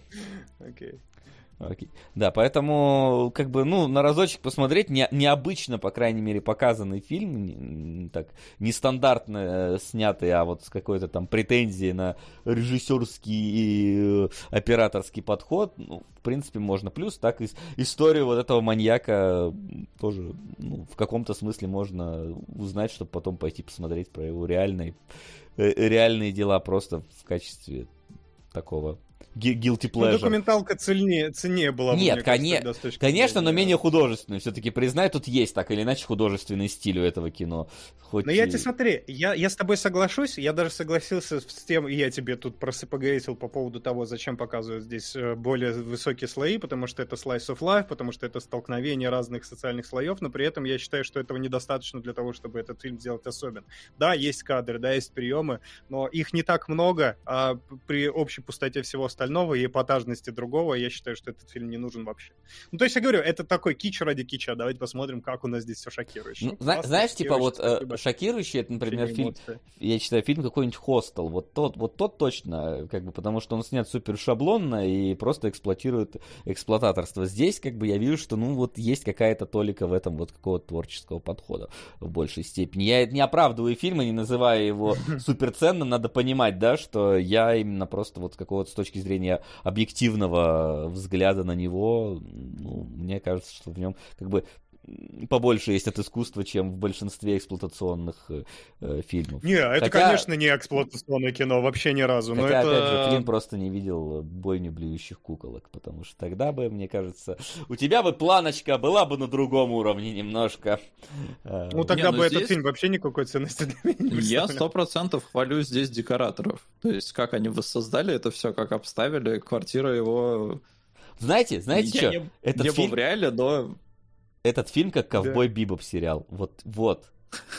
Окей. Окей. Да, поэтому, как бы, ну, на разочек посмотреть, не, необычно, по крайней мере, показанный фильм, не, так, нестандартно э, снятый, а вот с какой-то там претензией на режиссерский и э, операторский подход, ну, в принципе, можно. Плюс так и историю вот этого маньяка тоже, ну, в каком-то смысле можно узнать, чтобы потом пойти посмотреть про его реальные, э, реальные дела просто в качестве такого... Guilty pleasure. Ну, документалка цельнее, ценнее была бы, Нет, мне кажется, коне... тогда с точки конечно, но зрения- менее художественную. Все-таки признай, тут есть так или иначе художественный стиль у этого кино. Хоть Но я и- тебе смотри, я, я с тобой соглашусь, я даже согласился с тем, и я тебе тут просто поговорил по поводу того, зачем показывают здесь э, более высокие слои, потому что это slice of life, потому что это столкновение разных социальных слоев, но при этом я считаю, что этого недостаточно для того, чтобы этот фильм сделать особен. Да, есть кадры, да, есть приемы, но их не так много, а при общей пустоте всего остального и эпатажности другого, я считаю, что этот фильм не нужен вообще. Ну, то есть я говорю, это такой кич ради кича, давайте посмотрим, как у нас здесь все шокирующе. Ну, Ну, зна- классно, знаешь, типа вот шокирующе, э, спасибо. шокирующий, это, например, Очень фильм, эмоции. я считаю, фильм какой-нибудь «Хостел». Вот тот, вот тот точно, как бы, потому что он снят супер шаблонно и просто эксплуатирует эксплуататорство. Здесь, как бы, я вижу, что, ну, вот есть какая-то толика в этом вот какого-то творческого подхода в большей степени. Я не оправдываю фильм и не называя его суперценным, надо понимать, да, что я именно просто вот с какого-то с точки зрения объективного взгляда на него, ну, мне кажется, что в нем, как бы, побольше есть от искусства, чем в большинстве эксплуатационных э, э, фильмов. Не, это, Хотя- конечно, не эксплуатационное кино, вообще ни разу. Но Хотя, это... опять же, Флинн просто не видел бойню блюющих куколок, потому что тогда бы, мне кажется, у тебя бы планочка была бы на другом уровне немножко. Э, Ну, тогда Не, ну бы здесь- этот фильм вообще никакой ценности для меня не Я представлял. сто процентов хвалю здесь декораторов. То есть, как они воссоздали это все, как обставили, квартира его... Знаете, знаете Я что? не, Этот не фильм, был в реале, но... этот фильм как «Ковбой Бибоп» сериал. Вот, вот.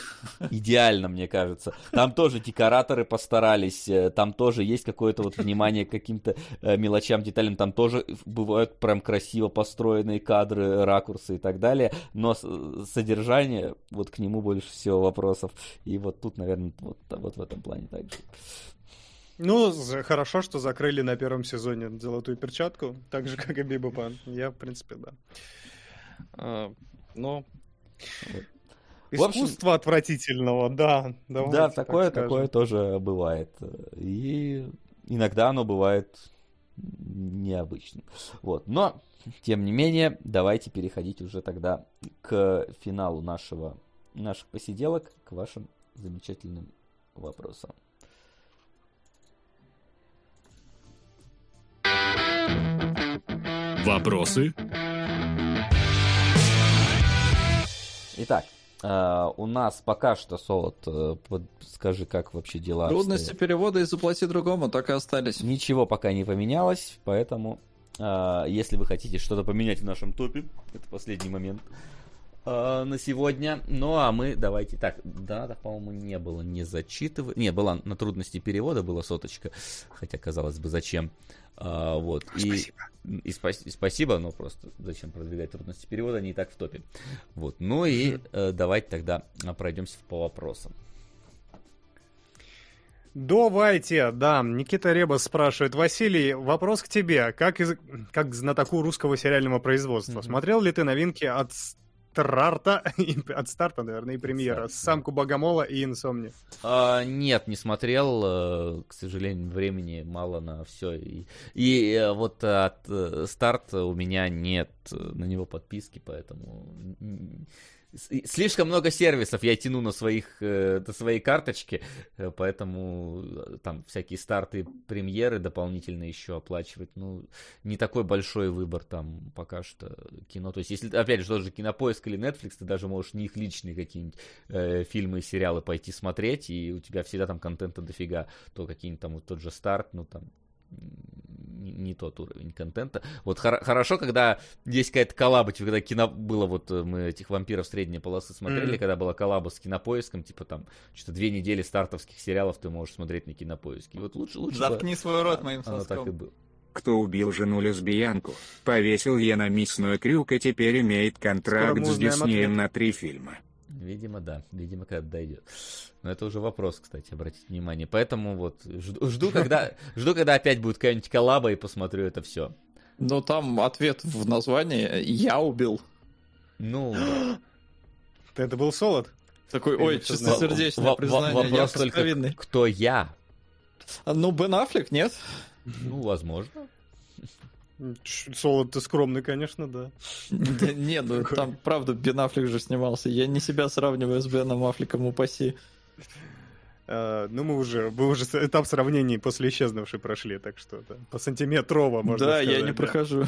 Идеально, мне кажется. Там тоже декораторы постарались, э, там тоже есть какое-то вот внимание к каким-то э, мелочам, деталям, там тоже бывают прям красиво построенные кадры, ракурсы и так далее, но с- содержание, вот к нему больше всего вопросов. И вот тут, наверное, вот, вот в этом плане так же. Ну, за- хорошо, что закрыли на первом сезоне «Золотую перчатку», так же, как и Бибопа. Я, в принципе, да. А, ну... В общем- Искусство отвратительного, да. Давайте Да, так такое, скажем. такое тоже бывает. И иногда оно бывает необычным. Вот. Но, тем не менее, давайте переходить уже тогда к финалу нашего, наших посиделок, к вашим замечательным вопросам. Вопросы? Итак, э, у нас пока что, Солод, э, под- скажи, как вообще дела Трудности обстоят? перевода и заплати другому так и остались. Ничего пока не поменялось, поэтому, э, если вы хотите что-то поменять в нашем топе, это последний момент э, на сегодня. Ну, а мы давайте... Так, да, так, по-моему, не было не зачитывать. Не, была на трудности перевода, была соточка, хотя, казалось бы, зачем. А, вот. И, и, спа- и спасибо, но просто зачем продвигать трудности перевода, они и так в топе. Вот. Ну и э, давайте тогда а, пройдемся по вопросам. Давайте, да. Никита Ребас спрашивает. Василий, вопрос к тебе. Как, из... как к знатоку русского сериального производства. Мгм. Смотрел ли ты новинки от старта, от старта, наверное, и премьера? старта, да. «Самку Богомола» и «Инсомни». А, нет, не смотрел. э, К сожалению, времени мало на все. И, и, э, вот от э, старта у меня нет э, на него подписки, поэтому м, с- и слишком много сервисов я тяну на своих э, на своей карточке, э, поэтому э, там всякие старты, премьеры дополнительно еще оплачивать. Ну, не такой большой выбор там пока что кино. То есть, если, опять же, тоже Кинопоиск или Netflix, ты даже можешь не их личные какие-нибудь э, фильмы и сериалы пойти смотреть, и у тебя всегда там контента дофига, то какие-нибудь там вот тот же старт, ну там м, не, не тот уровень контента. Вот хор- хорошо, когда есть какая-то коллаба, типа, когда кино было, вот мы этих вампиров средней полосы смотрели, mm-hmm. когда была коллаба с Кинопоиском, типа там, что-то две недели стартовских сериалов ты можешь смотреть на Кинопоиске. Вот лучше, лучше. Заткни бы... свой рот моим Оно соском. так и было. Кто убил жену-лесбиянку, повесил ее на мясной крюк и теперь имеет контракт с Диснеем на три фильма. Видимо, да. Видимо, когда дойдет. Но это уже вопрос, кстати, обратите внимание. Поэтому вот жду, жду, когда, жду, когда опять будет какая-нибудь коллаба, и посмотрю это все. Ну, там ответ в названии «Я убил». Ну, Это был Солод? Такой, ой, чистосердечное признание, я вопрос только, повинный. кто я? Ну, Бен Аффлек, нет? Ну, возможно. Солод ты скромный, конечно, да. Да нет, ну там, правда, Бен Аффлек же снимался. Я не себя сравниваю с Беном Аффлеком, упаси. Uh, ну, мы уже, мы уже этап сравнений после исчезнувшей прошли, так что да, по сантиметрово, можно да, сказать. Я не да. прохожу.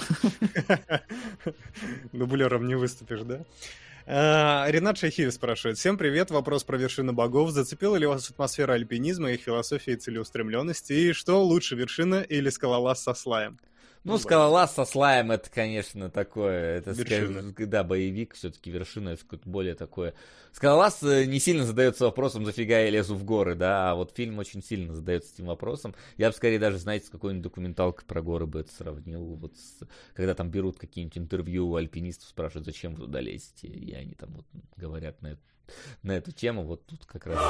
Дублером не выступишь, да? Uh, Ренат Шахиев спрашивает. Всем привет, вопрос про вершины богов. Зацепила ли вас атмосфера альпинизма, их философии и целеустремленности? И что лучше, вершина или скалолаз со слаем? Ну, скалолаз со слаем, это, конечно, такое, это, Вершина. скажем, да, боевик, все-таки вершина, это более такое. Скалолаз не сильно задается вопросом, зафига я лезу в горы, да, а вот фильм очень сильно задается этим вопросом. Я бы скорее даже, знаете, с какой-нибудь документалкой про горы бы это сравнил, вот с, когда там берут какие-нибудь интервью у альпинистов, спрашивают, зачем вы туда лезете, и они там вот говорят на эту, на эту тему, вот тут как раз...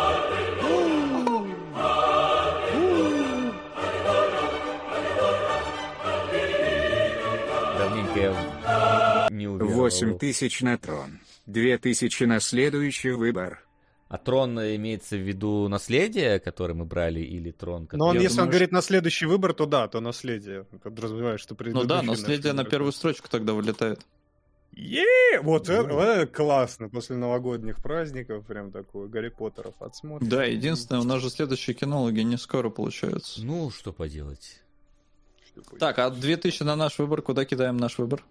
Давненько я не уверовал. Восемь тысяч на трон. Две тысячи на следующий выбор. А трон имеется в виду наследие, которое мы брали, или трон? Но он, Я если думаю, он говорит на следующий выбор, то да, то наследие. Подразумевает, что Ну предыдущий... да, наследие на выбор. первую строчку тогда вылетает. Е, вот это, вот это классно. После новогодних праздников прям такой Гарри Поттеров отсмотр. Да, единственное, у нас же следующие кинологи не скоро получаются. Ну, что поделать. Так, а две тысячи на наш выбор, куда кидаем наш выбор?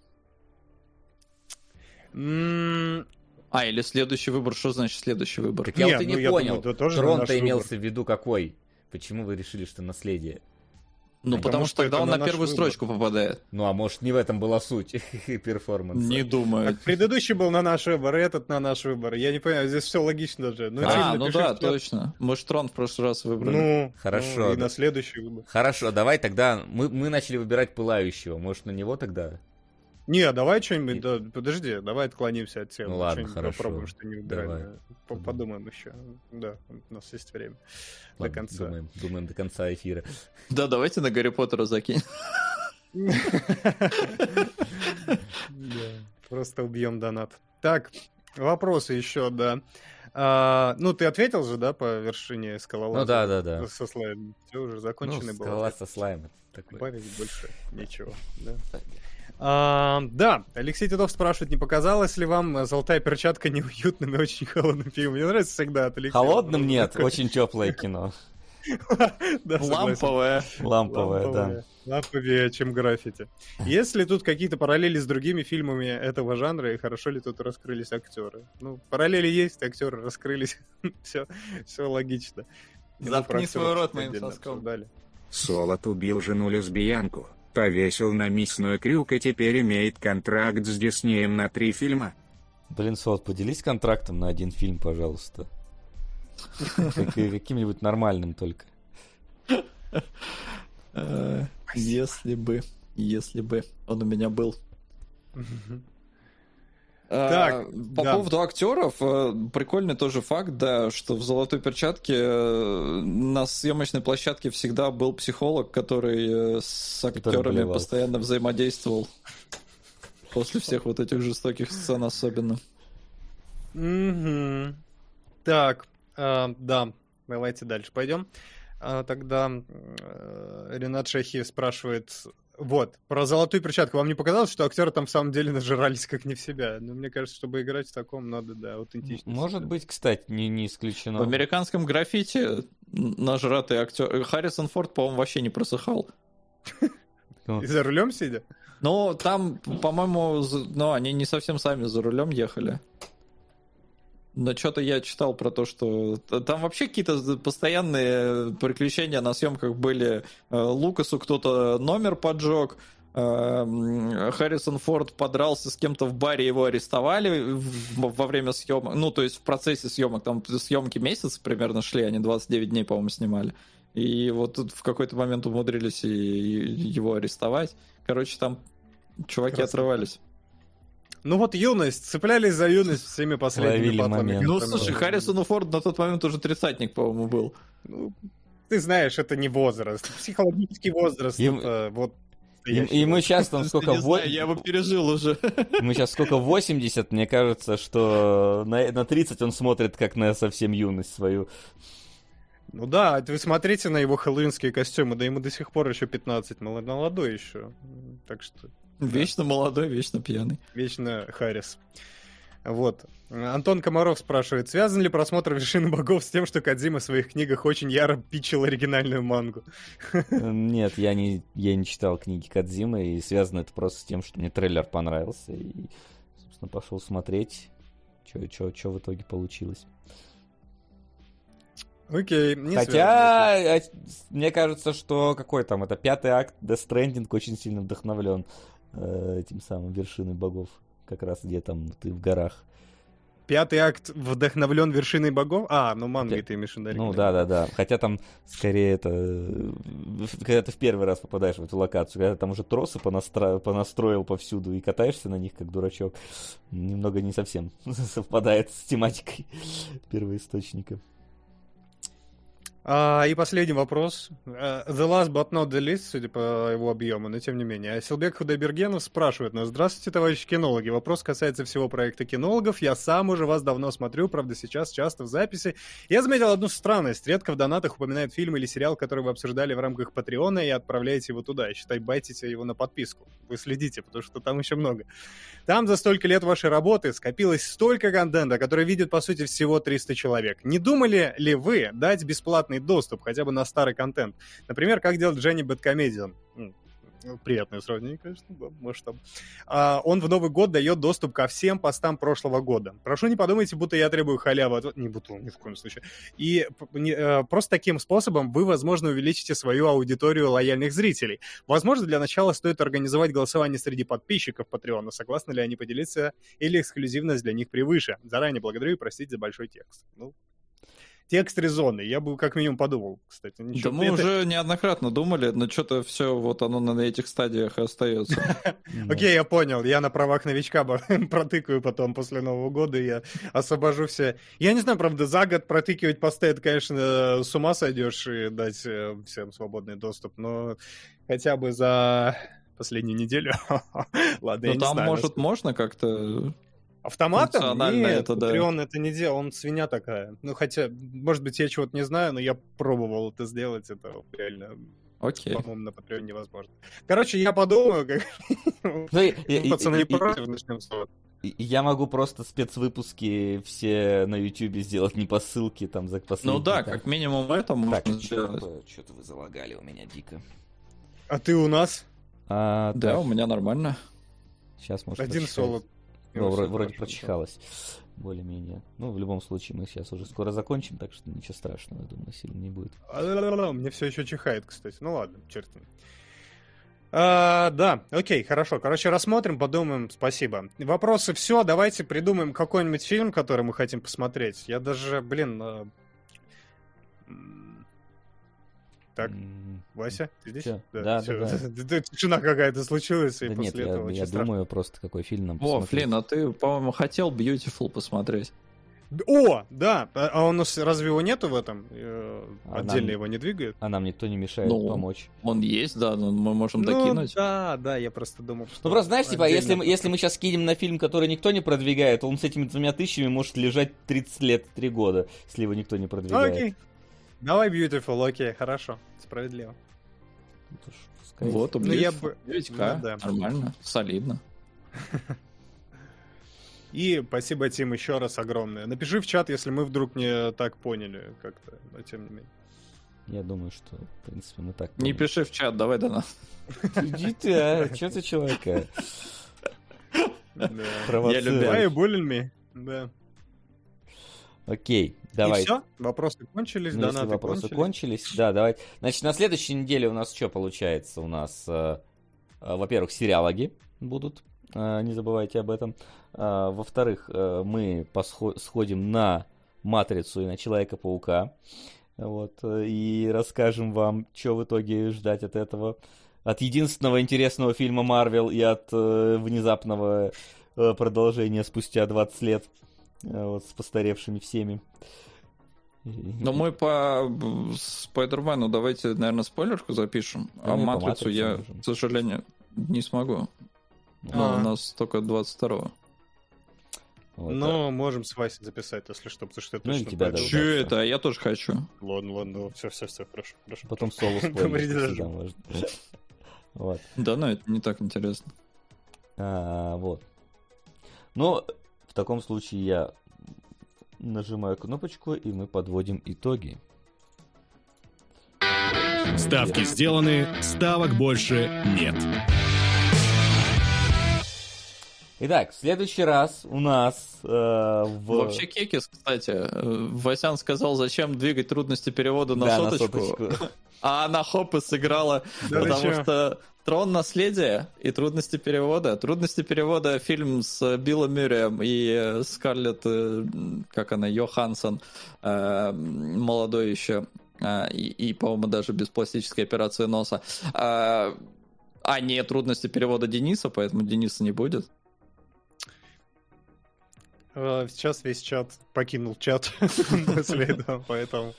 М, А, или следующий выбор, что значит следующий выбор? Так я Не, вот и ну, не я понял. думаю, это тоже на Трон-то наш имелся в виду какой? Почему вы решили, что наследие? Ну, Потому потому что что тогда это он на на наш первую выбор. строчку попадает. Ну, а может, не в этом была суть перформанса? Не думаю. Так предыдущий был на наш выбор, и этот на наш выбор. Я не понимаю, здесь все логично же. Ну, А, Тим, ну напиши да, в чат. точно. Мы ж трон в прошлый раз выбрали. Ну, Хорошо, ну, и да. на следующий выбор. Хорошо, давай тогда... Мы, мы начали выбирать Пылающего. Может, на него тогда? Не, давай что-нибудь, да, подожди, давай отклонимся от темы. Ну ладно, что-нибудь хорошо. попробуем, что не выбирали. Давай. По- Подумаем еще. Да, у нас есть время. До Ладно, конца. Думаем, думаем до конца эфира. Да, давайте на Гарри Поттера закинем. Просто убьем донат. Так, вопросы еще, да. А, ну, ты ответил же, да, по вершине скалолаза? Ну да, да, да. Со слайдом. Все уже Ну, закончено было. скалолаз со слаймом. Такой. Добавить больше ничего. Да. А, да, Алексей Титов спрашивает, не показалась ли вам «Золотая перчатка» неуютным и очень холодным фильмом? Мне нравится всегда от Алексея. Холодным Он нет, такой- очень теплое кино. Да, согласен. Ламповая. Ламповое, да. Ламповее, чем граффити. Есть ли тут какие-то параллели с другими фильмами этого жанра, и хорошо ли тут раскрылись актеры? Ну, параллели есть, актеры раскрылись. все, все логично. И мы Заткни про свой актеров рот моим отдельно соском. обсуждали. Солод убил жену-лесбиянку, повесил на мясной крюк и теперь имеет контракт с Диснеем на три фильма. Блин, Солод, поделись контрактом на один фильм, пожалуйста. Как- Каким-нибудь нормальным только. Э, Если бы, если бы он у меня был. Так, А, по да. поводу актеров, э, прикольный тоже факт, да, что в «Золотой перчатке» э, на съемочной площадке всегда был психолог, который э, с Который актерами болевал. постоянно взаимодействовал. После всех вот этих жестоких сцен особенно. Мгм. Так, а, да, давайте дальше пойдем. А, тогда э, Ренат Шахиев спрашивает, вот, про «Золотую перчатку». Вам не показалось, что актеры там в самом деле нажирались как не в себя? Ну, мне кажется, чтобы играть в таком, надо, да, аутентичность. Может быть, кстати, не, не исключено. В американском граффити нажратый актер Харрисон Форд, по-моему, вообще не просыхал. И за рулем сидя? Ну, там, по-моему, з- ну, они не совсем сами за рулем ехали. Но что-то я читал про то, что там вообще какие-то постоянные приключения на съемках были. Лукасу кто-то номер поджег, Харрисон Форд подрался с кем-то в баре, его арестовали во время съемок. Ну, то есть в процессе съемок, там съемки месяц примерно шли, они двадцать девять дней, по-моему, снимали. И вот тут в какой-то момент умудрились и его арестовать. Короче, там чуваки Красный. отрывались. Ну вот юность, цеплялись за юность всеми последними батлами. Ну, слушай, Харрисону Форду на тот момент уже тридцатник, по-моему, был. Ну, ты знаешь, это не возраст. Психологический возраст, Им... это вот... И, и мы сейчас там сколько... Не знаю, я его пережил уже. Мы сейчас сколько, восемьдесят, мне кажется, что на, на тридцать он смотрит как на совсем юность свою. Ну да, вы смотрите на его хэллоуинские костюмы, да ему до сих пор еще пятнадцать, молодой еще. Так что... Вечно да. молодой, вечно пьяный. Вечно Харрис. Вот. Антон Комаров спрашивает, связан ли просмотр «Вершины богов» с тем, что Кодзима в своих книгах очень яро питчил оригинальную мангу? Нет, я не, я не читал книги Кодзимы, и связано это просто с тем, что мне трейлер понравился, и, собственно, пошел смотреть, что в итоге получилось. Окей, не Хотя, связано. Мне кажется, что какой там, это пятый акт Death Stranding очень сильно вдохновлен э, этим самым «Вершиной богов». Как раз где там ты в горах. Пятый акт вдохновлен «Вершиной богов»? А, ну мангой ты имеешь в виду. Ну да, да, да. Хотя там скорее это... Когда ты в первый раз попадаешь в эту локацию, когда там уже тросы понастро... понастроил повсюду и катаешься на них как дурачок, немного не совсем совпадает с тематикой первоисточника. А, и последний вопрос. The last but not the least, судя по его объему, но тем не менее. Асилбек Худайбергенов спрашивает нас. Здравствуйте, товарищи кинологи. Вопрос касается всего проекта кинологов. Я сам уже вас давно смотрю, правда, сейчас часто в записи. Я заметил одну странность. Редко в донатах упоминают фильм или сериал, который вы обсуждали в рамках Патреона, и отправляете его туда. И, считай, байтите его на подписку. Вы следите, потому что там еще много. Там за столько лет вашей работы скопилось столько контента, который видит, по сути, всего триста человек. Не думали ли вы дать бесплатный доступ хотя бы на старый контент? Например, как делать Дженни Бэдкомедиан. Приятное сравнение, конечно, да, может там. А, он в Новый год дает доступ ко всем постам прошлого года. Прошу, не подумайте, будто я требую халявы. Не буду, ни в коем случае. И не, а, просто таким способом вы, возможно, увеличите свою аудиторию лояльных зрителей. Возможно, для начала стоит организовать голосование среди подписчиков Патреона. Согласны ли они поделиться или эксклюзивность для них превыше? Заранее благодарю и простите за большой текст. Ну, текст резонный. Я бы как минимум подумал, кстати. Ничего. Да мы это... уже неоднократно думали, но что-то все вот оно на этих стадиях и остается. Окей, я понял. Я на правах новичка протыкаю потом после Нового года, я освобожу все. Я не знаю, правда, за год протыкивать посты, это, конечно, с ума сойдешь и дать всем свободный доступ, но хотя бы за последнюю неделю. Ладно, я не знаю. Ну там, может, можно как-то... Автоматом? Нет, это, да. Patreon это не делал, он свинья такая. Ну, хотя, может быть, я чего-то не знаю, но я пробовал это сделать, это реально, Окей. по-моему, на Patreon невозможно. Короче, я подумаю, как... Пацаны не против, начнем с этого. Я могу просто спецвыпуски все на Ютубе сделать, не по ссылке там за последний. Ну да, как минимум это можно сделать. Что-то вы залагали у меня дико. А ты у нас? Да, у меня нормально. Сейчас, может, один соло. Ну, вроде, вроде прочихалось, более-менее. Ну, в любом случае, мы сейчас уже скоро закончим, так что ничего страшного, я думаю, сильно не будет. Мне все еще чихает, кстати. Ну ладно, черт с ним. А, да, окей, хорошо. Короче, рассмотрим, подумаем. Спасибо. Вопросы все. Давайте придумаем какой-нибудь фильм, который мы хотим посмотреть. Я даже, блин... Так, Вася, ты здесь? Че? Да, да, все. да, да. Тишина какая-то случилась, и да после нет, этого... Я, я думаю просто, какой фильм нам О, посмотреть. Флин, а ты, по-моему, хотел Beautiful посмотреть. О, да! А у нас разве его нету в этом? А Отдельно нам... его не двигают? А нам никто не мешает ну, помочь. Он есть, да, но мы можем ну, докинуть. Да, да, я просто думал, что... Ну просто, знаешь, типа, если мы, если мы сейчас кинем на фильм, который никто не продвигает, он с этими двумя тысячами может лежать тридцать лет, три года, если его никто не продвигает. Окей. Давай Beautiful, окей, хорошо, справедливо. Вот, у ну, я бы... ну, да. Нормально, солидно. И спасибо, Тим, еще раз огромное. Напиши в чат, если мы вдруг не так поняли как-то, но тем не менее. Я думаю, что, в принципе, мы так... Не пиши в чат, давай до нас. Иди ты, а? Че ты человека? Я люблю. Why you bullying me? Да. Окей, давай. И все? Вопросы кончились, Ну, если донаты вопросы кончились. кончились, да, давай. Значит, на следующей неделе у нас что получается? У нас, э, э, во-первых, сериалоги будут, э, не забывайте об этом. Э, во-вторых, э, мы посхо- сходим на Матрицу и на Человека-паука. Вот, э, и расскажем вам, что в итоге ждать от этого. От единственного интересного фильма Марвел и от э, внезапного э, продолжения спустя двадцать лет. Вот, с постаревшими всеми. Но мы по Спайдермену давайте, наверное, спойлерку запишем. Да, а мы по Матрицу Матрицу я, можем. к сожалению, не смогу. Но А. у нас только двадцать второго. Вот, Но можем с Васей записать, если что, потому что я Ну, и точно тебя, пойду. да. Че это? А я тоже хочу. Ладно, ладно, все, все, все, хорошо, хорошо. а потом соло Говори спойлер даже. всегда можно. Вот. Да, но это не так интересно. А, вот. Но в таком случае я нажимаю кнопочку, и мы подводим итоги. Ставки сделаны, ставок больше нет. Итак, в следующий раз у нас э, в... Вообще Кекис, кстати, э, Васян сказал, зачем двигать трудности перевода на Да, на соточку, соточку. а она хоп и сыграла, Да ты потому чё? что Трон наследия и трудности перевода. Трудности перевода фильм с Биллом Мюрреем и э, Скарлетт, э, как она, Йоханссон, э, молодой еще, э, и, и, по-моему, даже без пластической операции носа. А, а не трудности перевода Дениса, поэтому Дениса не будет. Э, Сейчас весь чат покинул чат после этого, поэтому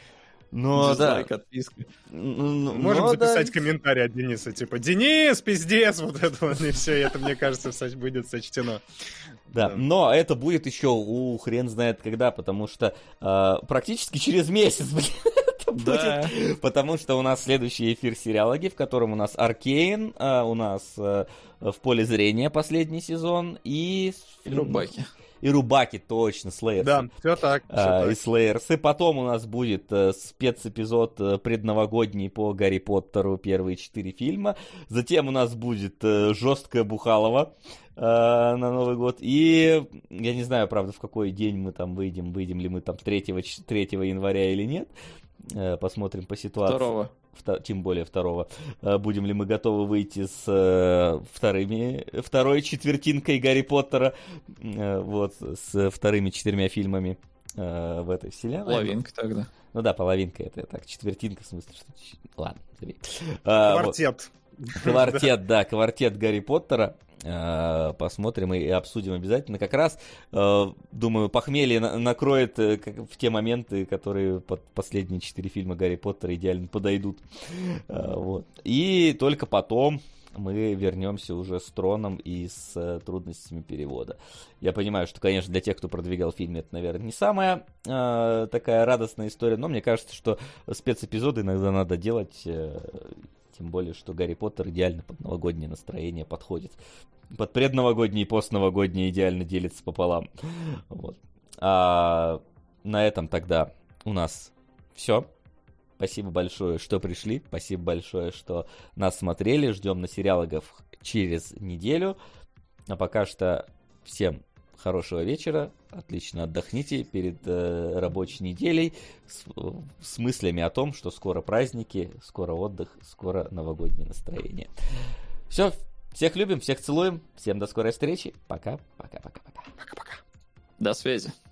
Но да. Дизлайк, отписка. Ну, можем ну, да. записать комментарий от Дениса, типа «Денис, пиздец!» Вот это вот, и все, это, мне кажется, соч- будет сочтено. Да, Да. но это будет еще у хрен знает когда, потому что э, практически через месяц, блин, это Да. будет. Потому что у нас следующий эфир сериалоги, в котором у нас Аркейн, э, у нас э, в поле зрения последний сезон и... И Рубаки. И Рубаки, точно, Слэйерсы. Да, все так, всё А, так. и Слэйерсы. Потом у нас будет э, спецэпизод э, предновогодний по Гарри Поттеру, первые четыре фильма. Затем у нас будет э, жесткая Бухалова э, на Новый год. И я не знаю, правда, в какой день мы там выйдем, выйдем ли мы там третьего, ч- третьего января или нет. Э, посмотрим по ситуации. Второго. Вто- тем более второго. Э, Будем ли мы готовы выйти с э, вторыми, второй четвертинкой Гарри Поттера, э, вот, с вторыми четырьмя фильмами э, в этой вселенной. Половинка тогда. Ну да, половинка это так, четвертинка, в смысле, что... ч- Ладно, забей. А, вот. Квартет. Квартет, да, квартет Гарри Поттера. Э, Посмотрим и обсудим обязательно. Как раз, э, думаю, похмелье на- накроет э, как в те моменты, которые под последние четыре фильма Гарри Поттера идеально подойдут. Э, Вот. И только потом мы вернемся уже с Троном и с э, трудностями перевода. Я понимаю, что, конечно, для тех, кто продвигал фильм, это, наверное, не самая э, такая радостная история, но мне кажется, что спецэпизоды иногда надо делать, э, тем более, что Гарри Поттер идеально под новогоднее настроение подходит. Под предновогоднее и постновогоднее идеально делится пополам. Вот. А на этом тогда у нас все. Спасибо большое, что пришли. Спасибо большое, что нас смотрели. Ждем на сериалогов через неделю. А пока что всем хорошего вечера. Отлично отдохните перед э, рабочей неделей с, с мыслями о том, что скоро праздники, скоро отдых, скоро новогоднее настроение. Все, всех любим, всех целуем. Всем до скорой встречи. Пока, пока, пока, пока. До связи.